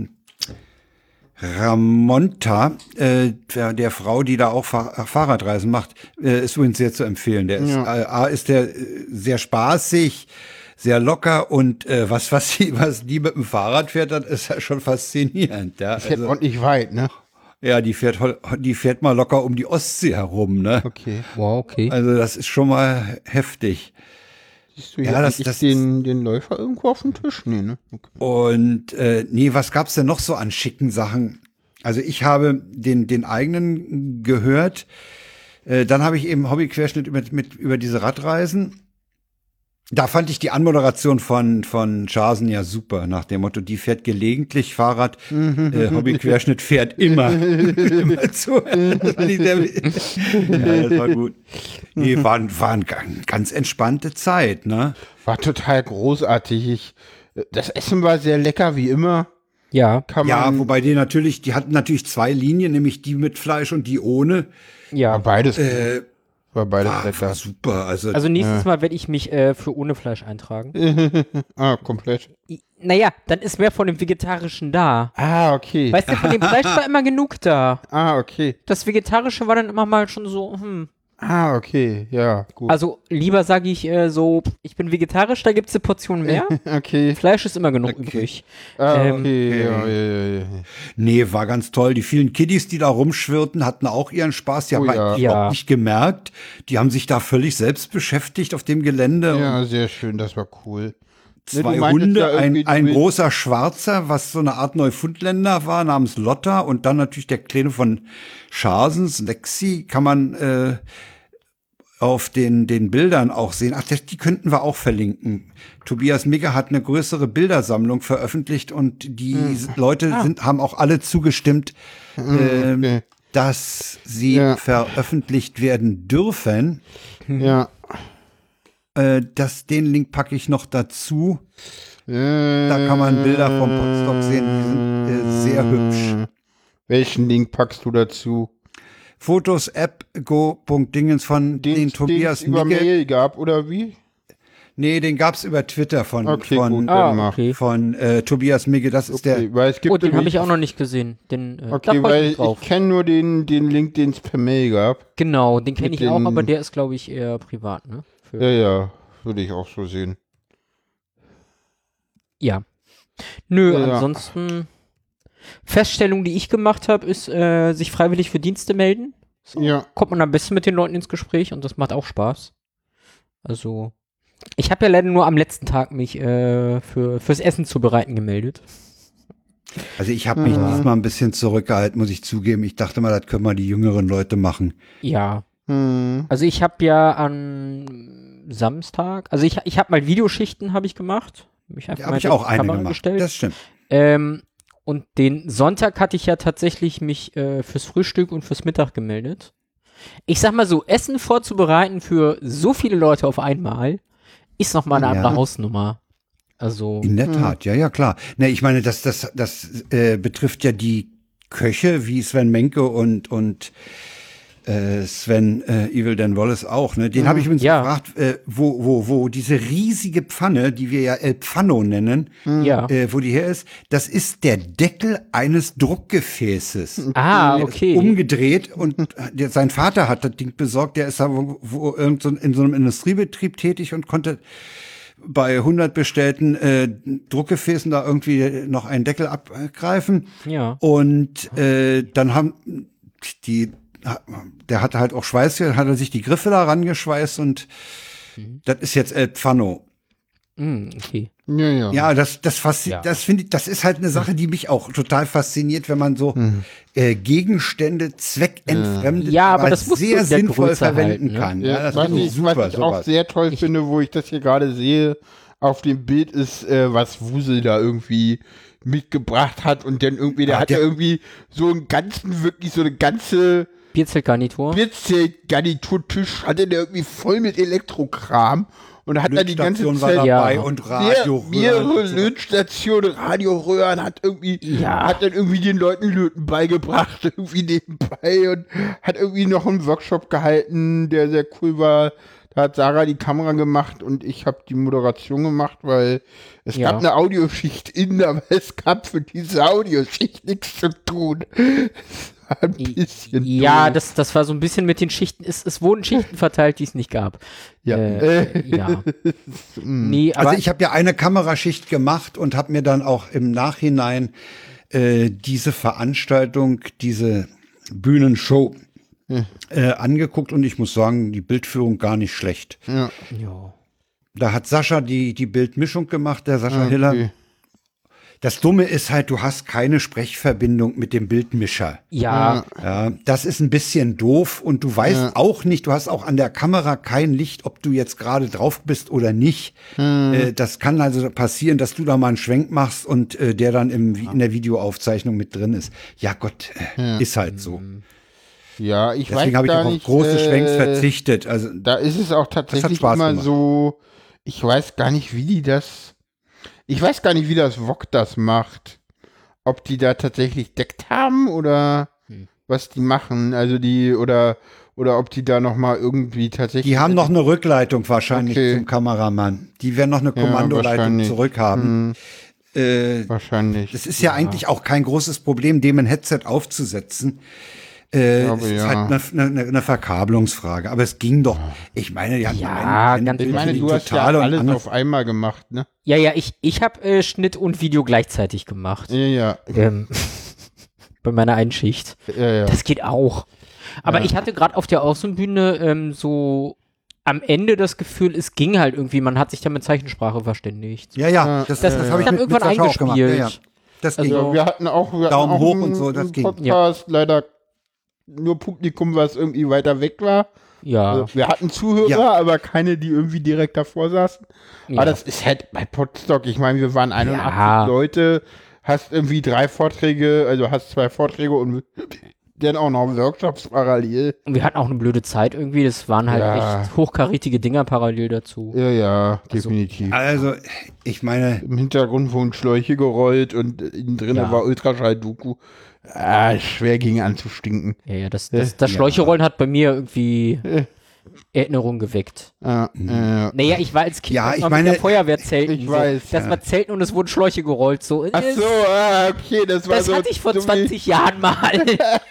Ramonta, der Frau, die da auch Fahrradreisen macht, ist übrigens sehr zu empfehlen. Der ist der sehr spaßig, sehr locker und was die mit dem Fahrrad fährt, das ist ja schon faszinierend. Ja, Fährt ordentlich weit, ne? ja, die fährt mal locker um die Ostsee herum, ne? Okay. Wow, okay. Also das ist schon mal heftig. Siehst du hier Ja, den Läufer irgendwo auf dem Tisch? Nee, ne? Okay. Und nee, was gab's denn noch so an schicken Sachen? Also ich habe den eigenen gehört. Dann habe ich eben Hobbyquerschnitt über diese Radreisen. Da fand ich die Anmoderation von Schasen ja super, nach dem Motto, die fährt gelegentlich Fahrrad, Hobbyquerschnitt fährt immer zu. Das fand ich ja, das war gut. Nee, war eine ganz entspannte Zeit, ne? War total großartig. Das Essen war sehr lecker, wie immer. Ja. Ja, wobei die hatten natürlich zwei Linien, nämlich die mit Fleisch und die ohne. Ja. War beides War lecker. super. Also nächstes Mal werde ich mich für ohne Fleisch eintragen. Komplett. Naja, dann ist mehr von dem Vegetarischen da. Okay. Weißt du, von dem Fleisch war immer genug da. Okay. Das Vegetarische war dann immer mal schon so, Okay. Ja, gut. Also lieber sage ich so, ich bin vegetarisch, da gibt's eine Portion mehr. Okay. Fleisch ist immer genug übrig. Okay. Ja. nee, war ganz toll. Die vielen Kiddies, die da rumschwirrten, hatten auch ihren Spaß. Die haben eigentlich Ja. auch nicht gemerkt. Die haben sich da völlig selbst beschäftigt auf dem Gelände. Ja, sehr schön. Das war cool. Zwei du meintest Hunde, ja irgendwie, ein du willst- großer Schwarzer, was so eine Art Neufundländer war, namens Lotta, und dann natürlich der Kleine von Scharsens, Lexi, kann man auf den Bildern auch sehen. Ach, die könnten wir auch verlinken. Tobias Migge hat eine größere Bildersammlung veröffentlicht und die Leute haben auch alle zugestimmt, Okay. dass sie veröffentlicht werden dürfen. Ja. Den Link packe ich noch dazu. Da kann man Bilder vom Podstock sehen, die sind sehr hübsch. Welchen Link packst du dazu? Fotos App go.dingens von den Tobias über Migge. Mail gab, oder wie? Nee, den gab's über Twitter von Okay. Tobias Migge. Das ist der. Weil es gibt Oh, den habe nämlich- ich auch noch nicht gesehen. Den, da Okay, freu weil mich drauf. ich kenne nur den Link, den es per Mail gab. Genau, den kenne mit ich auch, den- aber der ist, glaube ich, eher privat, ne? Ja, würde ich auch so sehen. Ja. Nö, Ja. ansonsten Feststellung, die ich gemacht habe, ist sich freiwillig für Dienste melden. So. Ja. Kommt man am besten mit den Leuten ins Gespräch und das macht auch Spaß. Also, ich habe ja leider nur am letzten Tag mich fürs Essen zubereiten gemeldet. Also ich habe mich diesmal ein bisschen zurückgehalten, muss ich zugeben. Ich dachte mal, das können mal die jüngeren Leute machen. Ja. Also ich habe ja an Samstag, also ich habe mal Videoschichten habe ich gemacht. Mich einfach Da habe mal ich in die auch eine Kamera gemacht. gestellt. Das stimmt. Und den Sonntag hatte ich ja tatsächlich mich fürs Frühstück und fürs Mittag gemeldet. Ich sag mal so, Essen vorzubereiten für so viele Leute auf einmal ist noch mal eine andere Hausnummer. Also In der Tat, ja, klar. Ne, ich meine, das betrifft ja die Köche wie Sven Menke und Sven Evil Dan Wallace auch, ne? Den habe ich übrigens gefragt, wo diese riesige Pfanne, die wir ja El Pfanno nennen, wo die her ist, das ist der Deckel eines Druckgefäßes. okay. Umgedreht und sein Vater hat das Ding besorgt, der ist da in so einem Industriebetrieb tätig und konnte bei 100 bestellten Druckgefäßen da irgendwie noch einen Deckel abgreifen. Ja. Und dann haben die der hatte halt auch Schweiß, hat er sich die Griffe da rangeschweißt und das ist jetzt El Pfano. Okay. Ja. Ja, das finde ich, das ist halt eine Sache, die mich auch total fasziniert, wenn man so Gegenstände zweckentfremdet, Ja, aber das musst du sehr in der sinnvoll Größe verwenden halten, ne? kann. Ja, das was finde ich, super, was ich auch sowas. sehr toll finde, wo ich das hier gerade sehe, auf dem Bild ist, was Wusel da irgendwie mitgebracht hat und dann irgendwie, der hatte irgendwie so einen ganzen, wirklich so eine ganze Bierzeltgarnitur. Bierzeltgarniturtisch, hatte der irgendwie voll mit Elektrokram und hat dann die ganze Lötstation war Zeit dabei Ja. und Radioröhren. mehrere und so. Lötstationen, Radioröhren, hat dann irgendwie den Leuten Löten beigebracht, irgendwie nebenbei und hat irgendwie noch einen Workshop gehalten, der sehr cool war. Da hat Sarah die Kamera gemacht und ich habe die Moderation gemacht, weil es gab eine Audioschicht aber es gab für diese Audioschicht nichts zu tun. Es war ein bisschen Ja, doof. das war so ein bisschen mit den Schichten. Es wurden Schichten verteilt, die es nicht gab. Ja. Ja. Nee, aber Also ich habe ja eine Kameraschicht gemacht und habe mir dann auch im Nachhinein diese Veranstaltung, diese Bühnenshow angeguckt und ich muss sagen, die Bildführung gar nicht schlecht. Ja. ja. Da hat Sascha die Bildmischung gemacht, der Sascha Hiller. Das Dumme ist halt, du hast keine Sprechverbindung mit dem Bildmischer. Ja, Ja, das ist ein bisschen doof und du weißt auch nicht, du hast auch an der Kamera kein Licht, ob du jetzt gerade drauf bist oder nicht. Das kann also passieren, dass du da mal einen Schwenk machst und der dann in der Videoaufzeichnung mit drin ist. Ja Gott, ist halt so. Ja, ich Deswegen weiß habe ich gar auch auf nicht, große Schwenks verzichtet. Also Da ist es auch tatsächlich Spaß immer gemacht. so, ich weiß gar nicht, wie das VOG das macht. Ob die da tatsächlich deckt haben oder was die machen. Also oder ob die da nochmal irgendwie tatsächlich. die haben noch eine Rückleitung wahrscheinlich Okay. zum Kameramann. Die werden noch eine Kommandoleitung wahrscheinlich. zurückhaben. Wahrscheinlich. Das ist ja eigentlich auch kein großes Problem, dem ein Headset aufzusetzen. Es ist halt eine Verkabelungsfrage. Aber es ging doch. Ich meine, die hatten ganz Ich meine, ehrlich, du hast ja Totale und alles andere- auf einmal gemacht, ne? ja, ich habe Schnitt und Video gleichzeitig gemacht. Ja. Bei meiner Einschicht. Ja. Das geht auch. Aber ich hatte gerade auf der Außenbühne so am Ende das Gefühl, es ging halt irgendwie, man hat sich da mit Zeichensprache verständigt. Ja, das habe ich dann mit irgendwann Sascha auch gemacht. eingespielt. Ja. Das ging. Also- Wir hatten auch Daumen hoch und einen, so, das einen ging. Podcast, leider nur Publikum, was irgendwie weiter weg war. Ja. Also wir hatten Zuhörer, Ja. aber keine, die irgendwie direkt davor saßen. Ja. Aber das ist halt bei Podstock, ich meine, wir waren 81 Ja. Leute, hast irgendwie 2 Vorträge und dann auch noch Workshops parallel. Und wir hatten auch eine blöde Zeit irgendwie. Das waren halt Ja. echt hochkarätige Dinger parallel dazu. Ja, definitiv. Also, ich meine, Im Hintergrund wurden Schläuche gerollt und innen drin Ja. war Ultraschall-Doku. Schwer ging anzustinken. Ja, das Schläucherollen hat bei mir irgendwie Erinnerungen geweckt. Naja, ich war als Kind Ja, noch ich mit meine, der Feuerwehrzelten. ich weiß, So, das war Zelten und es wurden Schläuche gerollt. So. Ach so, okay, das war Das so. hatte ich vor so wie- 20 Jahren mal.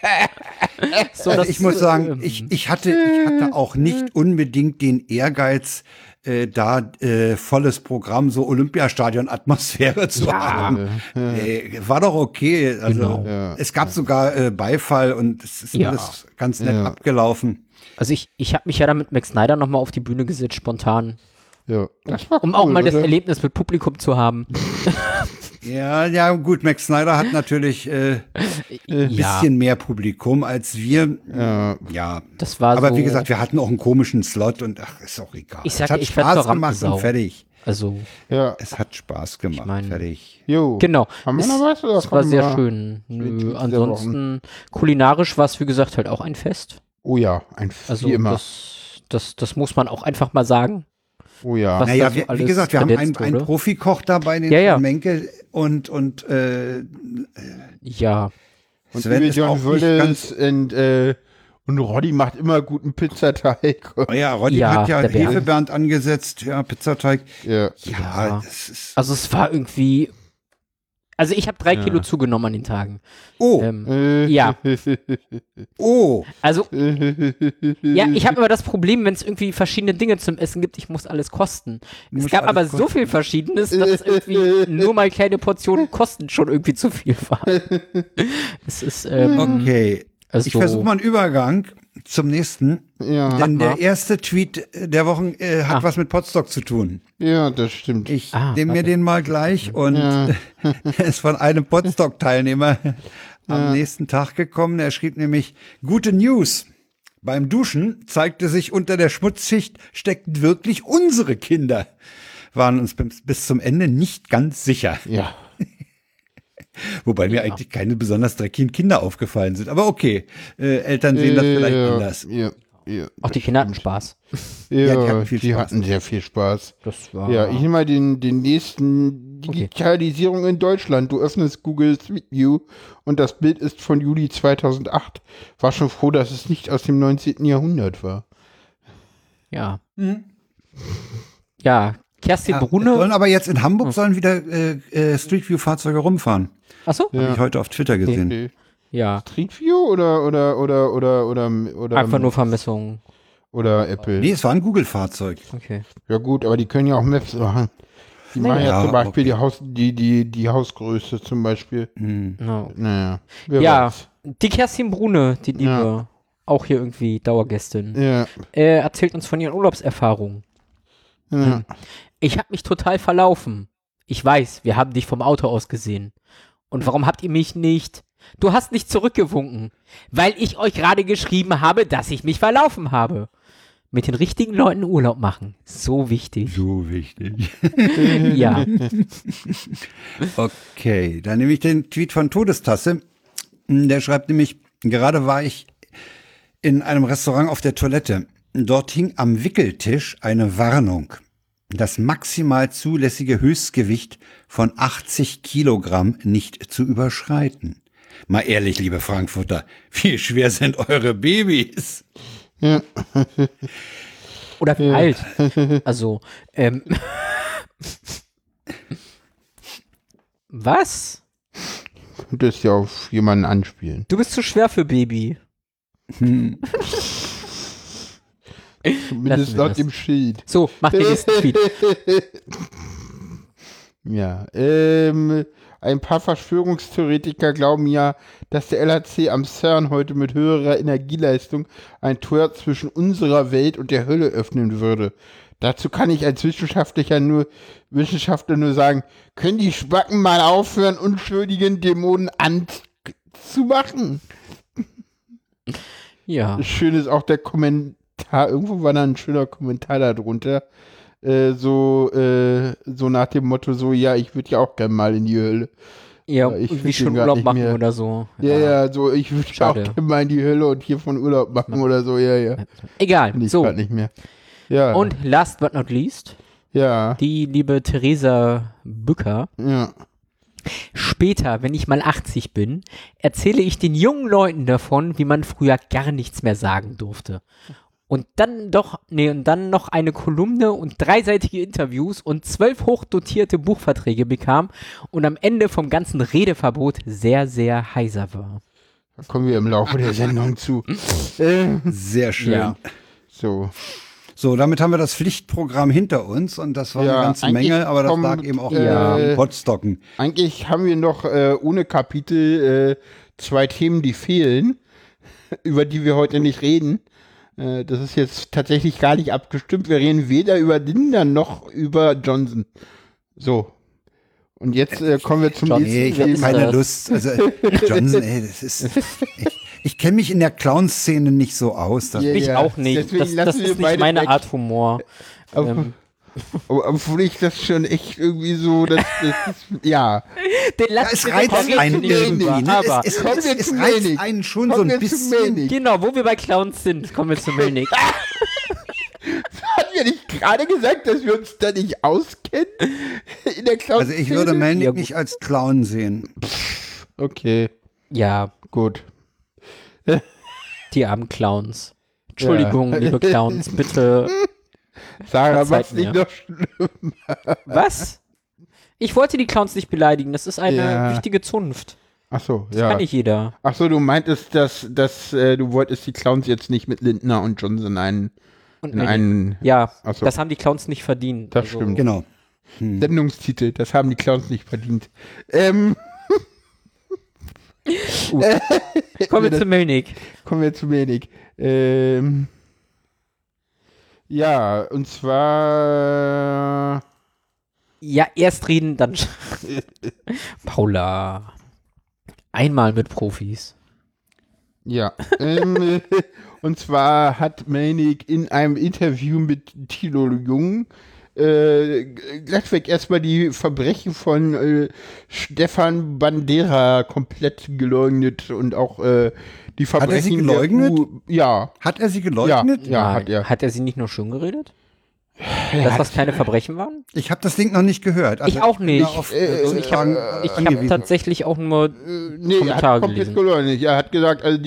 So, also das, ich muss sagen, ich hatte auch nicht unbedingt den Ehrgeiz, da volles Programm, so Olympiastadion-Atmosphäre zu haben. War doch okay. Also Genau. es gab sogar Beifall und es ist Ja. alles ganz nett abgelaufen. Also ich habe mich ja dann mit Max Snyder nochmal auf die Bühne gesetzt, spontan. Ja, das war Um auch mal das oder? Erlebnis mit Publikum zu haben. Ja, gut, Max Snyder hat natürlich ein bisschen mehr Publikum als wir. Ja. Das war Aber so, wie gesagt, wir hatten auch einen komischen Slot und ach, ist auch egal. Ich Es sag hat dir, ich werd Spaß zur gemacht Rampensau. und fertig. also Ja. Es hat Spaß gemacht, mein- fertig. Jo. genau. Haben wir noch was? Oder Es war kommen sehr wir- schön. Tweets Nö, der ansonsten kulinarisch war es, wie gesagt, halt auch ein Fest. Oh ja, Also wie immer. das muss man auch einfach mal sagen. Oh ja. Was Naja, da so wie alles gesagt, wir haben kredenzt einen wurde. Profikoch dabei, den Ja. Menke und Ja. Und Sven ist auch John nicht Willis und Roddy macht immer guten Pizzateig. oh ja, Roddy Ja, hat ja der Bernd. Hefebernd angesetzt, ja, Pizzateig. Ja. Ja, das ist. Also es war irgendwie. Also ich habe 3 Kilo zugenommen an den Tagen. Oh, Ja. oh. Also, ja, ich habe aber das Problem, wenn es irgendwie verschiedene Dinge zum Essen gibt, ich muss alles kosten. Es musst gab aber alles so viel Verschiedenes, dass irgendwie nur mal kleine Portionen kosten schon irgendwie zu viel war. Es ist, Okay. Also, Ich versuche mal einen Übergang zum nächsten. Ja, Denn der erste Tweet der Wochen hat was mit Potsdok zu tun. ja, das stimmt. Ich nehme mir warte. den mal gleich und der ist von einem Potsdok-Teilnehmer am nächsten Tag gekommen. Er schrieb nämlich, gute News. Beim Duschen zeigte sich, unter der Schmutzschicht steckten wirklich unsere Kinder. Waren uns bis zum Ende nicht ganz sicher. Ja. Wobei mir eigentlich keine besonders dreckigen Kinder aufgefallen sind. Aber okay, Eltern sehen das vielleicht anders. Ja. Auch die Kinder hatten Spaß. Ja, die hatten viel die Spaß. hatten sehr viel Spaß. Das war. Ja, ich nehme mal den nächsten. Digitalisierung in Deutschland. Du öffnest Google Street View und das Bild ist von Juli 2008. War schon froh, dass es nicht aus dem 19. Jahrhundert war. Ja. Ja, Kerstin Sollen Brune. aber jetzt in Hamburg sollen wieder Street View Fahrzeuge rumfahren. Achso? Habe ich heute auf Twitter gesehen. Okay. Ja. Street View oder Einfach nur Vermessung. oder Apple. Nee, es war ein Google-Fahrzeug. Okay. Ja gut, aber die können ja auch Maps machen. Die machen ja zum Beispiel die Hausgröße zum Beispiel. No. Naja. wer Ja, weiß. die Kerstin Brune, die Liebe, Ja. auch hier irgendwie Dauergästin, Ja. erzählt uns von ihren Urlaubserfahrungen. Ja. Ich habe mich total verlaufen. Ich weiß, wir haben dich vom Auto aus gesehen. Und warum habt ihr mich nicht? Du hast nicht zurückgewunken, weil ich euch gerade geschrieben habe, dass ich mich verlaufen habe. Mit den richtigen Leuten Urlaub machen. So wichtig. So wichtig. Ja. Okay, dann nehme ich den Tweet von Todestasse. Der schreibt nämlich, gerade war ich in einem Restaurant auf der Toilette. Dort hing am Wickeltisch eine Warnung. Das maximal zulässige Höchstgewicht von 80 Kilogramm nicht zu überschreiten. Mal ehrlich, liebe Frankfurter, wie schwer sind eure Babys? Oder wie alt. Also, was? Das ja auf jemanden anspielen. Du bist zu schwer für Baby. Zumindest wir laut das. dem Schild. So, mach den nächsten Tweet. Ja, ein paar Verschwörungstheoretiker glauben ja, dass der LHC am CERN heute mit höherer Energieleistung ein Tor zwischen unserer Welt und der Hölle öffnen würde. Dazu kann ich als Wissenschaftler nur sagen, können die Spacken mal aufhören, unschuldigen Dämonen anzumachen? Ja. Schön ist auch der Kommentar, irgendwo war da ein schöner Kommentar darunter, so nach dem Motto so, ja, ich würde ja auch gerne mal in die Hölle. Ja, ich irgendwie find schon den grad Urlaub nicht machen mehr. oder so. Ja, so, ich würde auch Schade. gerne mal in die Hölle und hiervon Urlaub machen oder so, ja. Egal. Finde ich So. gerade nicht mehr. Ja. Und last but not least, ja. die liebe Theresa Bücker. Ja. Später, wenn ich mal 80 bin, erzähle ich den jungen Leuten davon, wie man früher gar nichts mehr sagen durfte. Und dann noch eine Kolumne und 3-seitige Interviews und 12 hochdotierte Buchverträge bekam und am Ende vom ganzen Redeverbot sehr, sehr heiser war. Da kommen wir im Laufe der Sendung zu. Sehr schön. Ja. So. So, damit haben wir das Pflichtprogramm hinter uns und das war Ja, eine ganze eigentlich Menge, aber das kommt, lag eben auch äh, im Potstocken. Eigentlich haben wir noch ohne Kapitel 2 Themen, die fehlen, über die wir heute nicht reden. Das ist jetzt tatsächlich gar nicht abgestimmt. Wir reden weder über Linda noch über Johnson. So. Und jetzt kommen wir zum Nee, ich habe ist keine das? Lust. Also Johnson, ey, das ist. Ich kenne mich in der Clown-Szene nicht so aus. Das Ja, Ich ja. auch nicht. Deswegen Das lassen wir ist nicht beide meine weg. Art Humor. Obwohl ich das schon echt irgendwie so, das ist, ja. Den Ja, lassen es wir reizt weg, einen den irgendwie. Humor, Ne? aber Es Kommen wir zu reizt Melnik. einen schon Kommen so ein wir zu bisschen. Melnik. genau, wo wir bei Clowns sind, kommen wir zu Melnik. Hatten wir nicht gerade gesagt, dass wir uns da nicht auskennen? In der Clown. Also ich würde Ja, Melnik gut. nicht als Clown sehen. Okay, Ja, gut. die armen Clowns. Entschuldigung, Ja. liebe Clowns, bitte. Sarah, Verzeiht mach's nicht mir. noch schlimm. Was? Ich wollte die Clowns nicht beleidigen, das ist eine Ja. wichtige Zunft. Achso, Das ja. kann nicht jeder. Achso, du meintest, dass du wolltest die Clowns jetzt nicht mit Lindner und Johnson Und in Melnik. einen Ja, Ach so. das haben die Clowns nicht verdient. Das stimmt. Genau. Sendungstitel, das haben die Clowns nicht verdient. Kommen wir zu Melnik. Kommen wir zu Melnik. Ja, und zwar... Ja, erst reden, dann... Paula. Einmal mit Profis. Ja, und zwar hat Melnik in einem Interview mit Thilo Jung glattweg erstmal die Verbrechen von Stefan Bandera komplett geleugnet und auch die Verbrechen. Hat er sie geleugnet? Ja. Hat er sie geleugnet? Ja, hat er. Hat er sie nicht nur schön geredet? Dass das keine Verbrechen waren? Ich habe das Ding noch nicht gehört. Also ich auch nicht. ich habe tatsächlich auch nur er hat komplett geleugnet. Er hat gesagt, also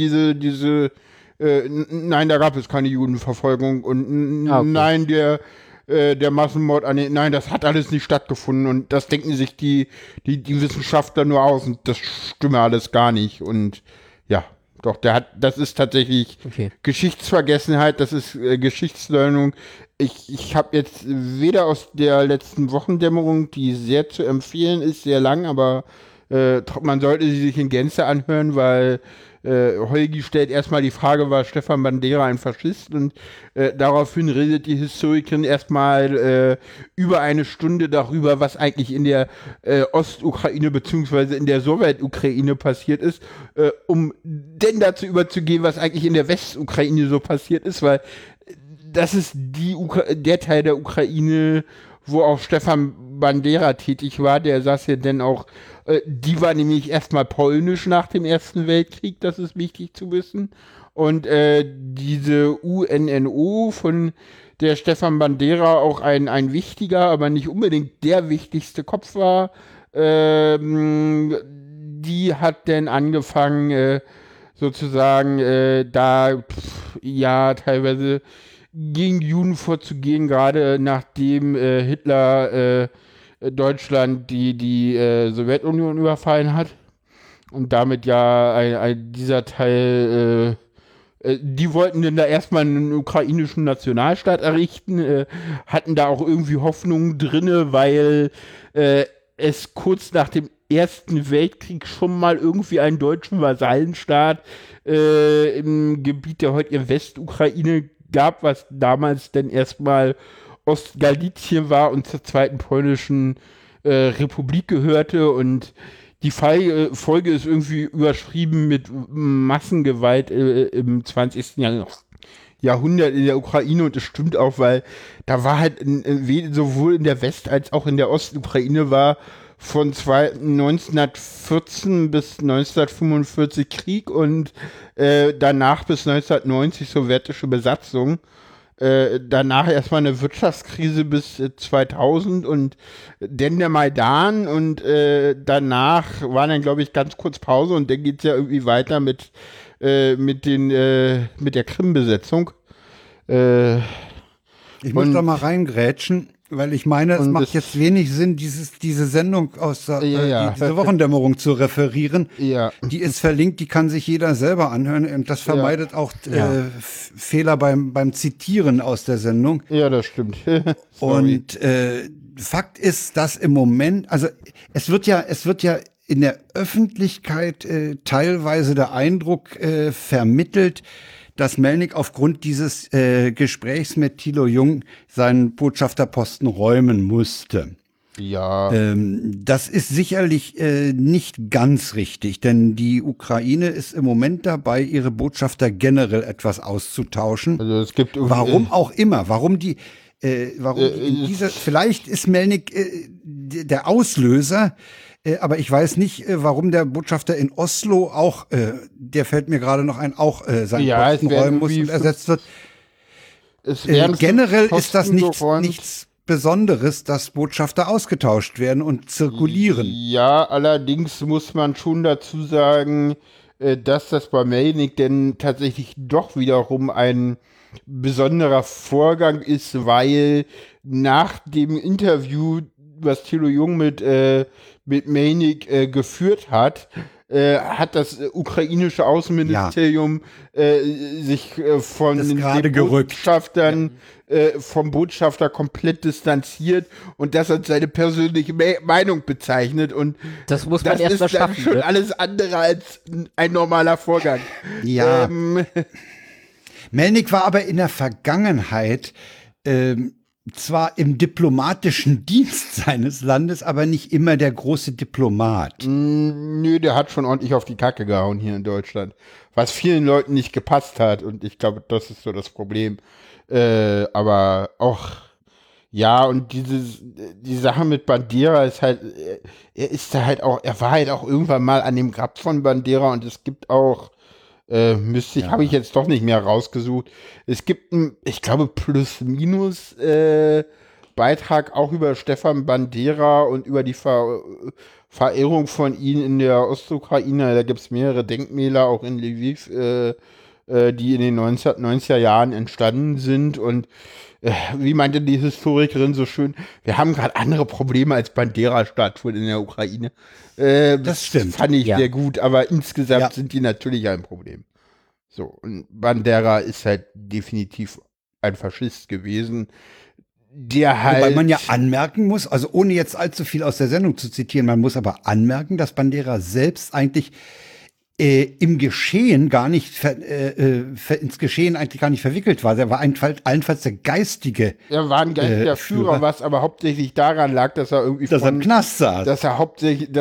nein, da gab es keine Judenverfolgung und okay. Nein, der Massenmord, nein, das hat alles nicht stattgefunden und das denken sich die Wissenschaftler nur aus und das stimme alles gar nicht und ja, doch, das ist tatsächlich Geschichtsvergessenheit, das ist Geschichtsleugnung. Ich habe jetzt weder aus der letzten Wochendämmerung, die sehr zu empfehlen ist, sehr lang, aber man sollte sie sich in Gänze anhören, weil Holgi stellt erstmal die Frage, war Stefan Bandera ein Faschist? Und daraufhin redet die Historikerin erstmal über eine Stunde darüber, was eigentlich in der Ostukraine bzw. in der Sowjetukraine passiert ist, um denn dazu überzugehen, was eigentlich in der Westukraine so passiert ist, weil das ist der Teil der Ukraine, wo auch Stefan Bandera tätig war, der saß ja dann auch, die war nämlich erstmal polnisch nach dem Ersten Weltkrieg, das ist wichtig zu wissen. Und diese UNNO, von der Stefan Bandera auch ein wichtiger, aber nicht unbedingt der wichtigste Kopf war, die hat dann angefangen, sozusagen teilweise gegen Juden vorzugehen, gerade nachdem Hitler Deutschland die Sowjetunion überfallen hat und damit dieser Teil die wollten dann da erstmal einen ukrainischen Nationalstaat errichten, hatten da auch irgendwie Hoffnungen drinne, weil es kurz nach dem Ersten Weltkrieg schon mal irgendwie einen deutschen Vasallenstaat im Gebiet der heutigen Westukraine gab, was damals dann erstmal Ostgalizien war und zur Zweiten Polnischen Republik gehörte und die Folge ist irgendwie überschrieben mit Massengewalt im 20. Jahrhundert in der Ukraine und das stimmt auch, weil da war halt sowohl in der West- als auch in der Ostukraine war von 1914 bis 1945 Krieg und danach bis 1990 sowjetische Besatzung. Danach erstmal eine Wirtschaftskrise bis 2000 und dann der Maidan und danach war dann, glaube ich, ganz kurz Pause und dann geht es ja irgendwie weiter mit der Krim-Besetzung. Ich muss da mal reingrätschen, weil ich meine, es macht jetzt wenig Sinn, diese Sendung aus diese Wochendämmerung zu referieren. Ja. Die ist verlinkt, die kann sich jeder selber anhören und das vermeidet auch Fehler beim Zitieren aus der Sendung. Ja, das stimmt. Und Fakt ist, dass im Moment, also es wird ja in der Öffentlichkeit teilweise der Eindruck vermittelt, dass Melnik aufgrund dieses Gesprächs mit Thilo Jung seinen Botschafterposten räumen musste. Ja. Das ist sicherlich nicht ganz richtig, denn die Ukraine ist im Moment dabei, ihre Botschafter generell etwas auszutauschen. Also es gibt warum auch immer, vielleicht ist Melnik der Auslöser, aber ich weiß nicht, warum der Botschafter in Oslo auch, der fällt mir gerade noch ein, auch seinen Posten räumen muss und ersetzt wird. Generell ist das nichts Besonderes, dass Botschafter ausgetauscht werden und zirkulieren. Ja, allerdings muss man schon dazu sagen, dass das bei Melnik denn tatsächlich doch wiederum ein besonderer Vorgang ist, weil nach dem Interview, was Thilo Jung mit Melnik geführt hat, hat das ukrainische Außenministerium sich von Das den gerade gerückt. Botschaftern, vom Botschafter komplett distanziert und das als seine persönliche Meinung bezeichnet. Und Das muss man erst mal ist dann schaffen. schon Ne? alles andere als ein normaler Vorgang. Ja. Melnik war aber in der Vergangenheit zwar im diplomatischen Dienst seines Landes, aber nicht immer der große Diplomat. Nö, der hat schon ordentlich auf die Kacke gehauen hier in Deutschland. Was vielen Leuten nicht gepasst hat. Und ich glaube, das ist so das Problem. Aber auch, ja, und die Sache mit Bandera ist halt, er war halt auch irgendwann mal an dem Grab von Bandera und es gibt auch, habe ich jetzt doch nicht mehr rausgesucht. Es gibt ich glaube, plus-minus Beitrag auch über Stefan Bandera und über die Verehrung von ihm in der Ostukraine. Da gibt es mehrere Denkmäler, auch in Lviv, die in den 90er Jahren entstanden sind. Und wie meinte die Historikerin so schön, wir haben gerade andere Probleme als Bandera-Statuen in der Ukraine. Das stimmt. Fand ich sehr gut, aber insgesamt sind die natürlich ein Problem. So, und Bandera ist halt definitiv ein Faschist gewesen, der halt. Wobei man ja anmerken muss, also ohne jetzt allzu viel aus der Sendung zu zitieren, man muss aber anmerken, dass Bandera selbst eigentlich im Geschehen gar nicht ins Geschehen eigentlich gar nicht verwickelt war. Er war allenfalls der geistige. Er war ein geistiger Führer, was aber hauptsächlich daran lag, dass er irgendwie er im Knast saß. Dass er hauptsächlich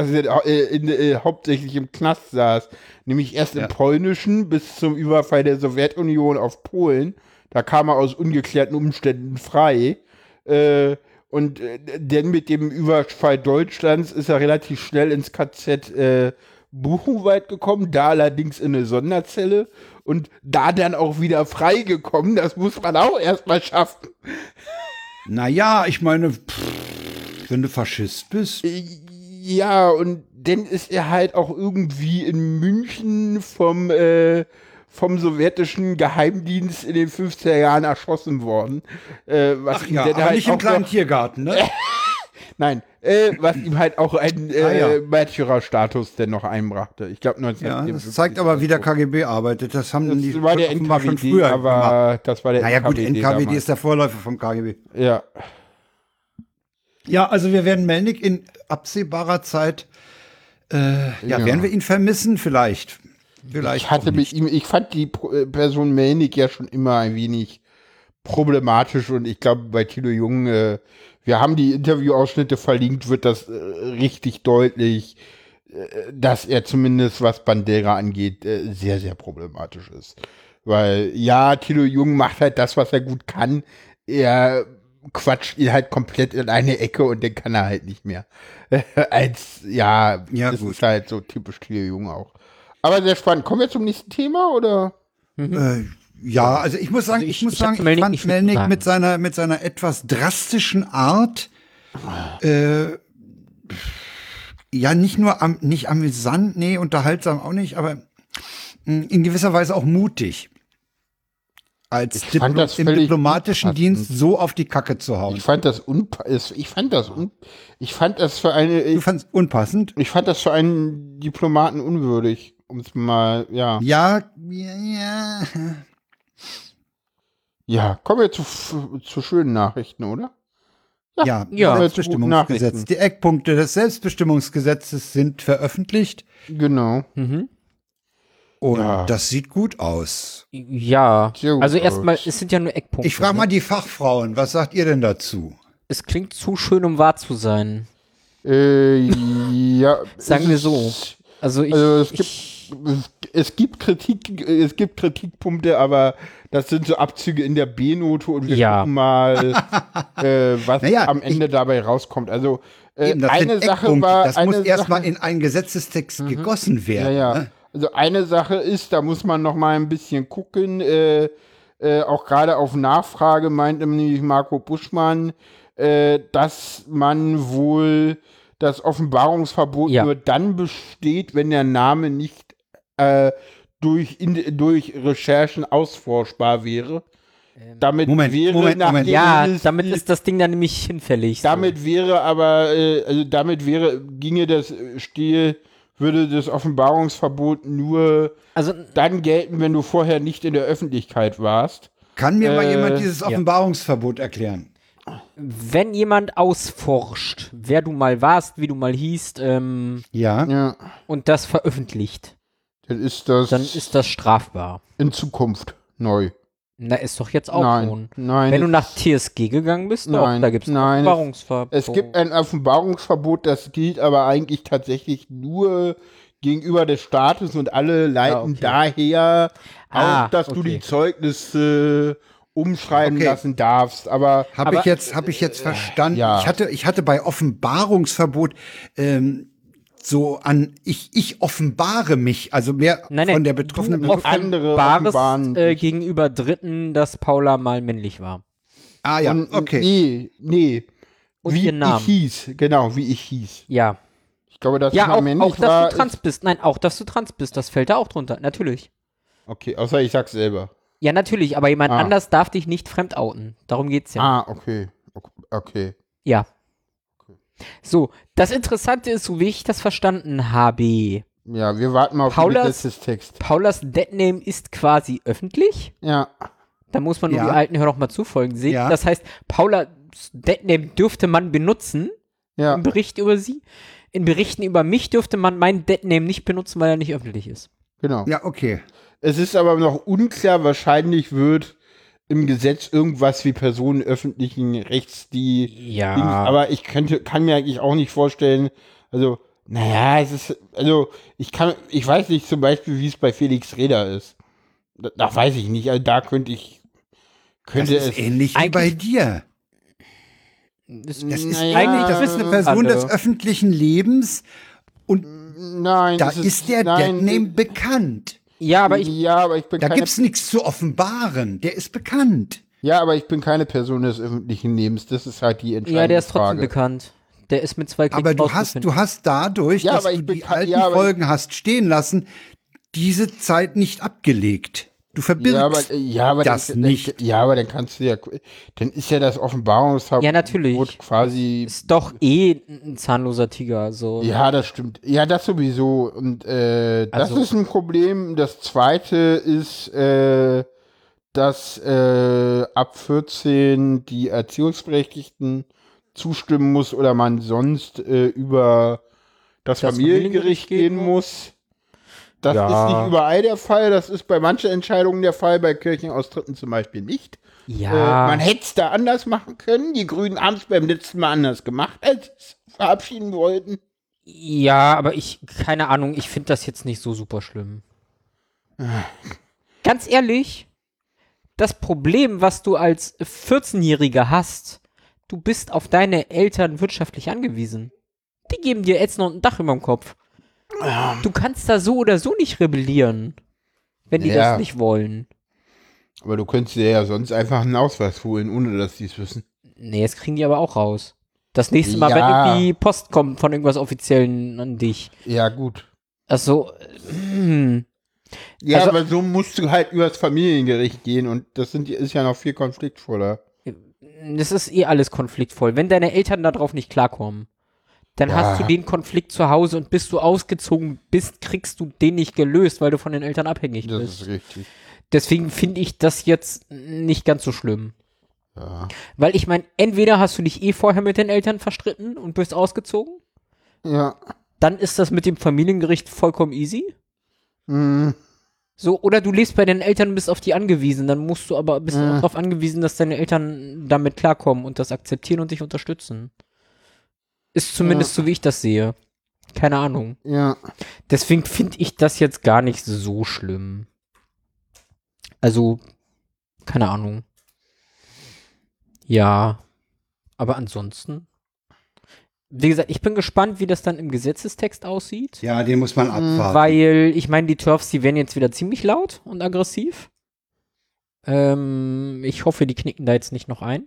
im Knast saß. Nämlich erst im Polnischen bis zum Überfall der Sowjetunion auf Polen. Da kam er aus ungeklärten Umständen frei. Und dann mit dem Überfall Deutschlands ist er relativ schnell ins KZ Buchenwald gekommen, da allerdings in eine Sonderzelle und da dann auch wieder freigekommen. Das muss man auch erstmal schaffen. Naja, ich meine, wenn du Faschist bist. Ja, und dann ist er halt auch irgendwie in München vom sowjetischen Geheimdienst in den 50er Jahren erschossen worden. Ach ja, aber halt nicht im kleinen Tiergarten, ne? Nein, was ihm halt auch einen Märtyrerstatus denn noch einbrachte. Ich glaube 1954. Ja, das zeigt aber, wie der KGB arbeitet. Das haben die war der NKWD, schon früher aber das war der naja, NKWD. Gut, NKWD damals. Ist der Vorläufer vom KGB. Ja. Ja, also wir werden Melnik in absehbarer Zeit, werden wir ihn vermissen? Vielleicht ich fand die Person Melnik ja schon immer ein wenig problematisch und ich glaube bei Thilo Jung, wir haben die Interviewausschnitte verlinkt, wird das richtig deutlich, dass er zumindest was Bandera angeht, sehr, sehr problematisch ist. Weil ja, Thilo Jung macht halt das, was er gut kann. Er quatscht ihn halt komplett in eine Ecke und den kann er halt nicht mehr. Das gut. Ist halt so typisch Thilo Jung auch. Aber sehr spannend. Kommen wir zum nächsten Thema, oder? Ja, also ich muss sagen, ich fand Melnik mit seiner etwas drastischen Art, nicht amüsant, unterhaltsam auch nicht, aber in gewisser Weise auch mutig. Als im diplomatischen Dienst so auf die Kacke zu hauen. Ich fand das für eine. Du fandst unpassend? Ich fand das für einen Diplomaten unwürdig, um es mal, ja. Ja. Ja, kommen wir zu schönen Nachrichten, oder? Ja. Selbstbestimmungsgesetz. Die Eckpunkte des Selbstbestimmungsgesetzes sind veröffentlicht. Genau. Und das sieht gut aus. Ja, also erstmal, es sind ja nur Eckpunkte. Ich frage mal die Fachfrauen, was sagt ihr denn dazu? Es klingt zu schön, um wahr zu sein. Ja. Sagen wir so. Es gibt Kritikpunkte, aber das sind so Abzüge in der B-Note und wir gucken mal, was am Ende dabei rauskommt. Also eine Sache war, das muss erstmal in einen Gesetzestext gegossen werden. Ja. Ne? Also eine Sache ist, da muss man noch mal ein bisschen gucken, auch gerade auf Nachfrage meinte nämlich Marco Buschmann, dass man wohl das Offenbarungsverbot nur dann besteht, wenn der Name nicht durch Recherchen ausforschbar wäre. Damit Moment. Ja, damit ist das Ding dann nämlich hinfällig. Ginge das würde das Offenbarungsverbot nur dann gelten, wenn du vorher nicht in der Öffentlichkeit warst. Kann mir mal jemand dieses Offenbarungsverbot erklären? Wenn jemand ausforscht, wer du mal warst, wie du mal hießt, Ja. und das veröffentlicht, Dann ist das strafbar. in Zukunft neu. Na, ist doch jetzt auch schon. Nein. Wenn du nach TSG gegangen bist, Nein, da gibt es ein nein, Offenbarungsverbot. Es gibt ein Offenbarungsverbot, das gilt aber eigentlich tatsächlich nur gegenüber des Staates und alle leiten daher auch, dass du die Zeugnisse umschreiben lassen darfst. Aber habe ich jetzt verstanden. ja. Ich hatte bei Offenbarungsverbot ich offenbare mich, also mehr von der betroffenen du offenbarst gegenüber Dritten, dass Paula mal männlich war. Ah ja, okay. Nee. Und wie ihren Namen. Ich hieß, genau, wie ich hieß. Ja. Ich glaube, dass ja, ich mal männlich auch, dass war. du trans bist. Nein, auch, dass du trans bist. Das fällt da auch drunter. Natürlich. Okay, außer ich sag's selber. Ja, natürlich, aber jemand anders darf dich nicht fremdouten. Darum geht's ja. Okay. Ja. So, das Interessante ist, so wie ich das verstanden habe. Ja, wir warten mal auf den Gesetzestext. Paulas Deadname ist quasi öffentlich. Ja. Da muss man nur die alten Hör doch mal zufolgen sehen. Ja. Das heißt, Paulas Deadname dürfte man benutzen im Bericht über sie. In Berichten über mich dürfte man meinen Deadname nicht benutzen, weil er nicht öffentlich ist. Genau. Ja, okay. Es ist aber noch unklar, wahrscheinlich wird im Gesetz irgendwas wie Personen öffentlichen Rechts, aber ich kann mir eigentlich auch nicht vorstellen, ich weiß nicht zum Beispiel, wie es bei Felix Reder ist. Das weiß ich nicht, also da könnte das ist ähnlich wie bei dir. Das ist eine Person des öffentlichen Lebens und ist der Deadname bekannt. Ja, aber ich bin da gibt's nichts zu offenbaren. Der ist bekannt. Ja, aber ich bin keine Person des öffentlichen Lebens. Das ist halt die entscheidende Frage. Ja, der ist trotzdem bekannt. Der ist mit 2 Klicks aber du hast dadurch, dass du die alten Folgen hast stehen lassen, diese Zeit nicht abgelegt. Du verbirgst das nicht. Ja, aber dann kannst du dann ist ja das Offenbarungsverbot quasi. Ist doch ein zahnloser Tiger, so. Ja, das stimmt. Ja, das sowieso. Und das ist ein Problem. Das zweite ist, dass ab 14 die Erziehungsberechtigten zustimmen muss oder man sonst über das Familiengericht gehen muss. Das ist nicht überall der Fall. Das ist bei manchen Entscheidungen der Fall, bei Kirchenaustritten zum Beispiel nicht. Ja. Man hätte es da anders machen können. Die Grünen haben es beim letzten Mal anders gemacht, als sie es verabschieden wollten. Ja, aber keine Ahnung, ich finde das jetzt nicht so super schlimm. Ganz ehrlich, das Problem, was du als 14-Jähriger hast, du bist auf deine Eltern wirtschaftlich angewiesen. Die geben dir jetzt noch ein Dach über dem Kopf. Du kannst da so oder so nicht rebellieren, wenn die das nicht wollen. Aber du könntest dir ja sonst einfach einen Ausweis holen, ohne dass die es wissen. Nee, das kriegen die aber auch raus. Das nächste Mal, wenn irgendwie Post kommt von irgendwas Offiziellen an dich. Ja, gut. Also, Ja, aber so musst du halt übers Familiengericht gehen und das ist ja noch viel konfliktvoller. Das ist alles konfliktvoll. Wenn deine Eltern darauf nicht klarkommen, dann hast du den Konflikt zu Hause und bis du ausgezogen bist, kriegst du den nicht gelöst, weil du von den Eltern abhängig bist. Das ist richtig. Deswegen finde ich das jetzt nicht ganz so schlimm. Ja. Weil ich meine, entweder hast du dich vorher mit den Eltern verstritten und bist ausgezogen. Ja. Dann ist das mit dem Familiengericht vollkommen easy. Mhm. So, oder du lebst bei deinen Eltern und bist auf die angewiesen. Dann bist du auch darauf angewiesen, dass deine Eltern damit klarkommen und das akzeptieren und dich unterstützen. Ist zumindest so, wie ich das sehe. Keine Ahnung. Ja. Deswegen finde ich das jetzt gar nicht so schlimm. Also, keine Ahnung. Ja. Aber ansonsten. Wie gesagt, ich bin gespannt, wie das dann im Gesetzestext aussieht. Ja, den muss man abwarten. Weil, ich meine, die TERFs, die werden jetzt wieder ziemlich laut und aggressiv. Ich hoffe, die knicken da jetzt nicht noch ein.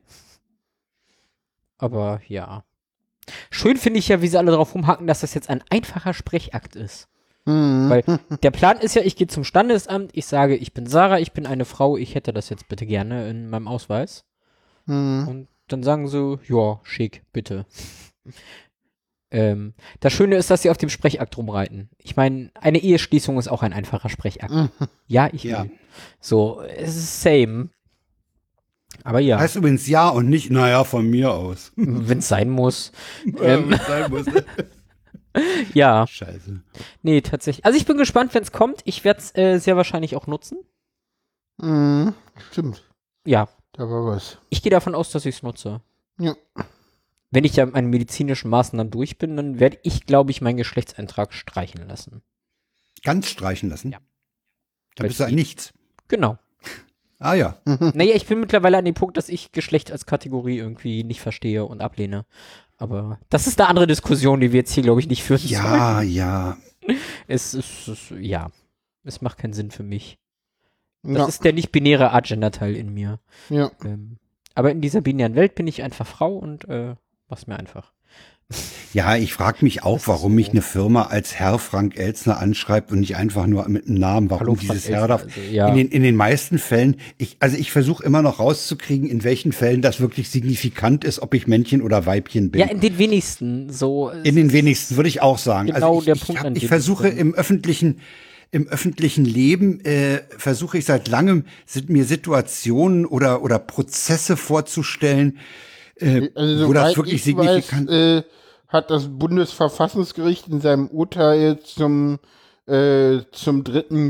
Aber ja. Schön finde ich ja, wie sie alle drauf rumhacken, dass das jetzt ein einfacher Sprechakt ist. Weil der Plan ist ja, ich gehe zum Standesamt, ich sage, ich bin Sarah, ich bin eine Frau, ich hätte das jetzt bitte gerne in meinem Ausweis. Und dann sagen sie, ja, schick, bitte. Das Schöne ist, dass sie auf dem Sprechakt rumreiten. Ich meine, eine Eheschließung ist auch ein einfacher Sprechakt. Ja, ich will. So, es ist same. Aber ja. Heißt übrigens ja und nicht, naja, von mir aus. Wenn es sein muss. Wenn's sein muss. Ja. Scheiße. Nee, tatsächlich. Also ich bin gespannt, wenn es kommt. Ich werde es sehr wahrscheinlich auch nutzen. Stimmt. Ja. Da war was. Ich gehe davon aus, dass ich es nutze. Ja. Wenn ich ja mit meinen medizinischen Maßnahmen durch bin, dann werde ich, glaube ich, meinen Geschlechtseintrag streichen lassen. Ganz streichen lassen? Ja. Da bist du ein Nichts. Genau. Ah ja. Naja, ich bin mittlerweile an dem Punkt, dass ich Geschlecht als Kategorie irgendwie nicht verstehe und ablehne. Aber das ist eine andere Diskussion, die wir jetzt hier, glaube ich, nicht führen sollen. Ja. Es macht keinen Sinn für mich. Das ist der nicht-binäre Agender-Teil in mir. Ja. Aber in dieser binären Welt bin ich einfach Frau und mach's mir einfach. Ja, ich frage mich auch, warum mich eine Firma als Herr Frank Elstner anschreibt und nicht einfach nur mit einem Namen. Warum Hallo, dieses Frank Herr darf. Elstner, also, ja. In den meisten Fällen, ich versuche immer noch rauszukriegen, in welchen Fällen das wirklich signifikant ist, ob ich Männchen oder Weibchen bin. Ja, in den wenigsten. So. In den wenigsten, würde ich auch sagen. Genau also der Punkt, an dem ich versuche ich im öffentlichen Leben versuche ich seit langem mir Situationen oder Prozesse vorzustellen, wo das wirklich signifikant ist. Hat das Bundesverfassungsgericht in seinem Urteil zum dritten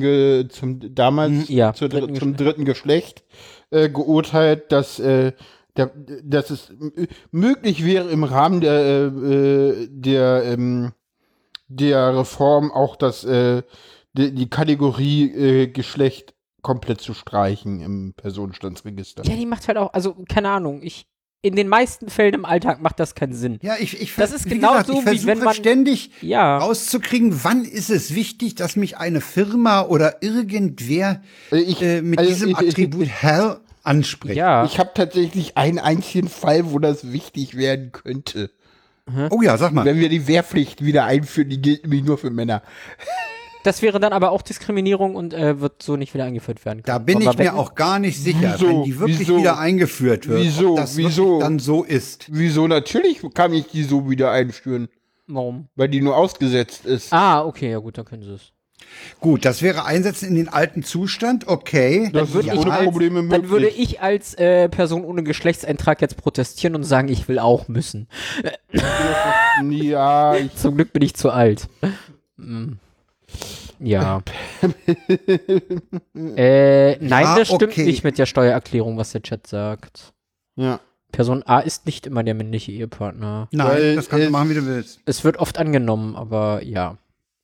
Geschlecht geurteilt, dass es möglich wäre, im Rahmen der Reform auch die Kategorie Geschlecht komplett zu streichen im Personenstandsregister. Ja, die macht halt auch, also keine Ahnung, in den meisten Fällen im Alltag macht das keinen Sinn. Ja, das ist genau so, wie wenn man ständig rauszukriegen, wann ist es wichtig, dass mich eine Firma oder irgendwer mit diesem Attribut Herr anspricht. Ja. Ich habe tatsächlich einen einzigen Fall, wo das wichtig werden könnte. Oh ja, sag mal. Wenn wir die Wehrpflicht wieder einführen, die gilt nämlich nur für Männer. Das wäre dann aber auch Diskriminierung und wird so nicht wieder eingeführt werden können. Da bin ich mir auch gar nicht sicher, wenn die wirklich wieder eingeführt wird, ob das wirklich dann so ist. Wieso? Natürlich kann ich die so wieder einführen. Warum? Weil die nur ausgesetzt ist. Ah, okay, ja gut, dann können sie es. Gut, das wäre Einsetzen in den alten Zustand, okay. Das wird ohne Probleme möglich. Dann würde ich als Person ohne Geschlechtseintrag jetzt protestieren und sagen, ich will auch müssen. Ja. Zum Glück bin ich zu alt. Ja. Nein, das stimmt nicht mit der Steuererklärung, was der Chat sagt. Ja. Person A ist nicht immer der männliche Ehepartner. Nein, das kannst du machen, wie du willst. Es wird oft angenommen, aber ja.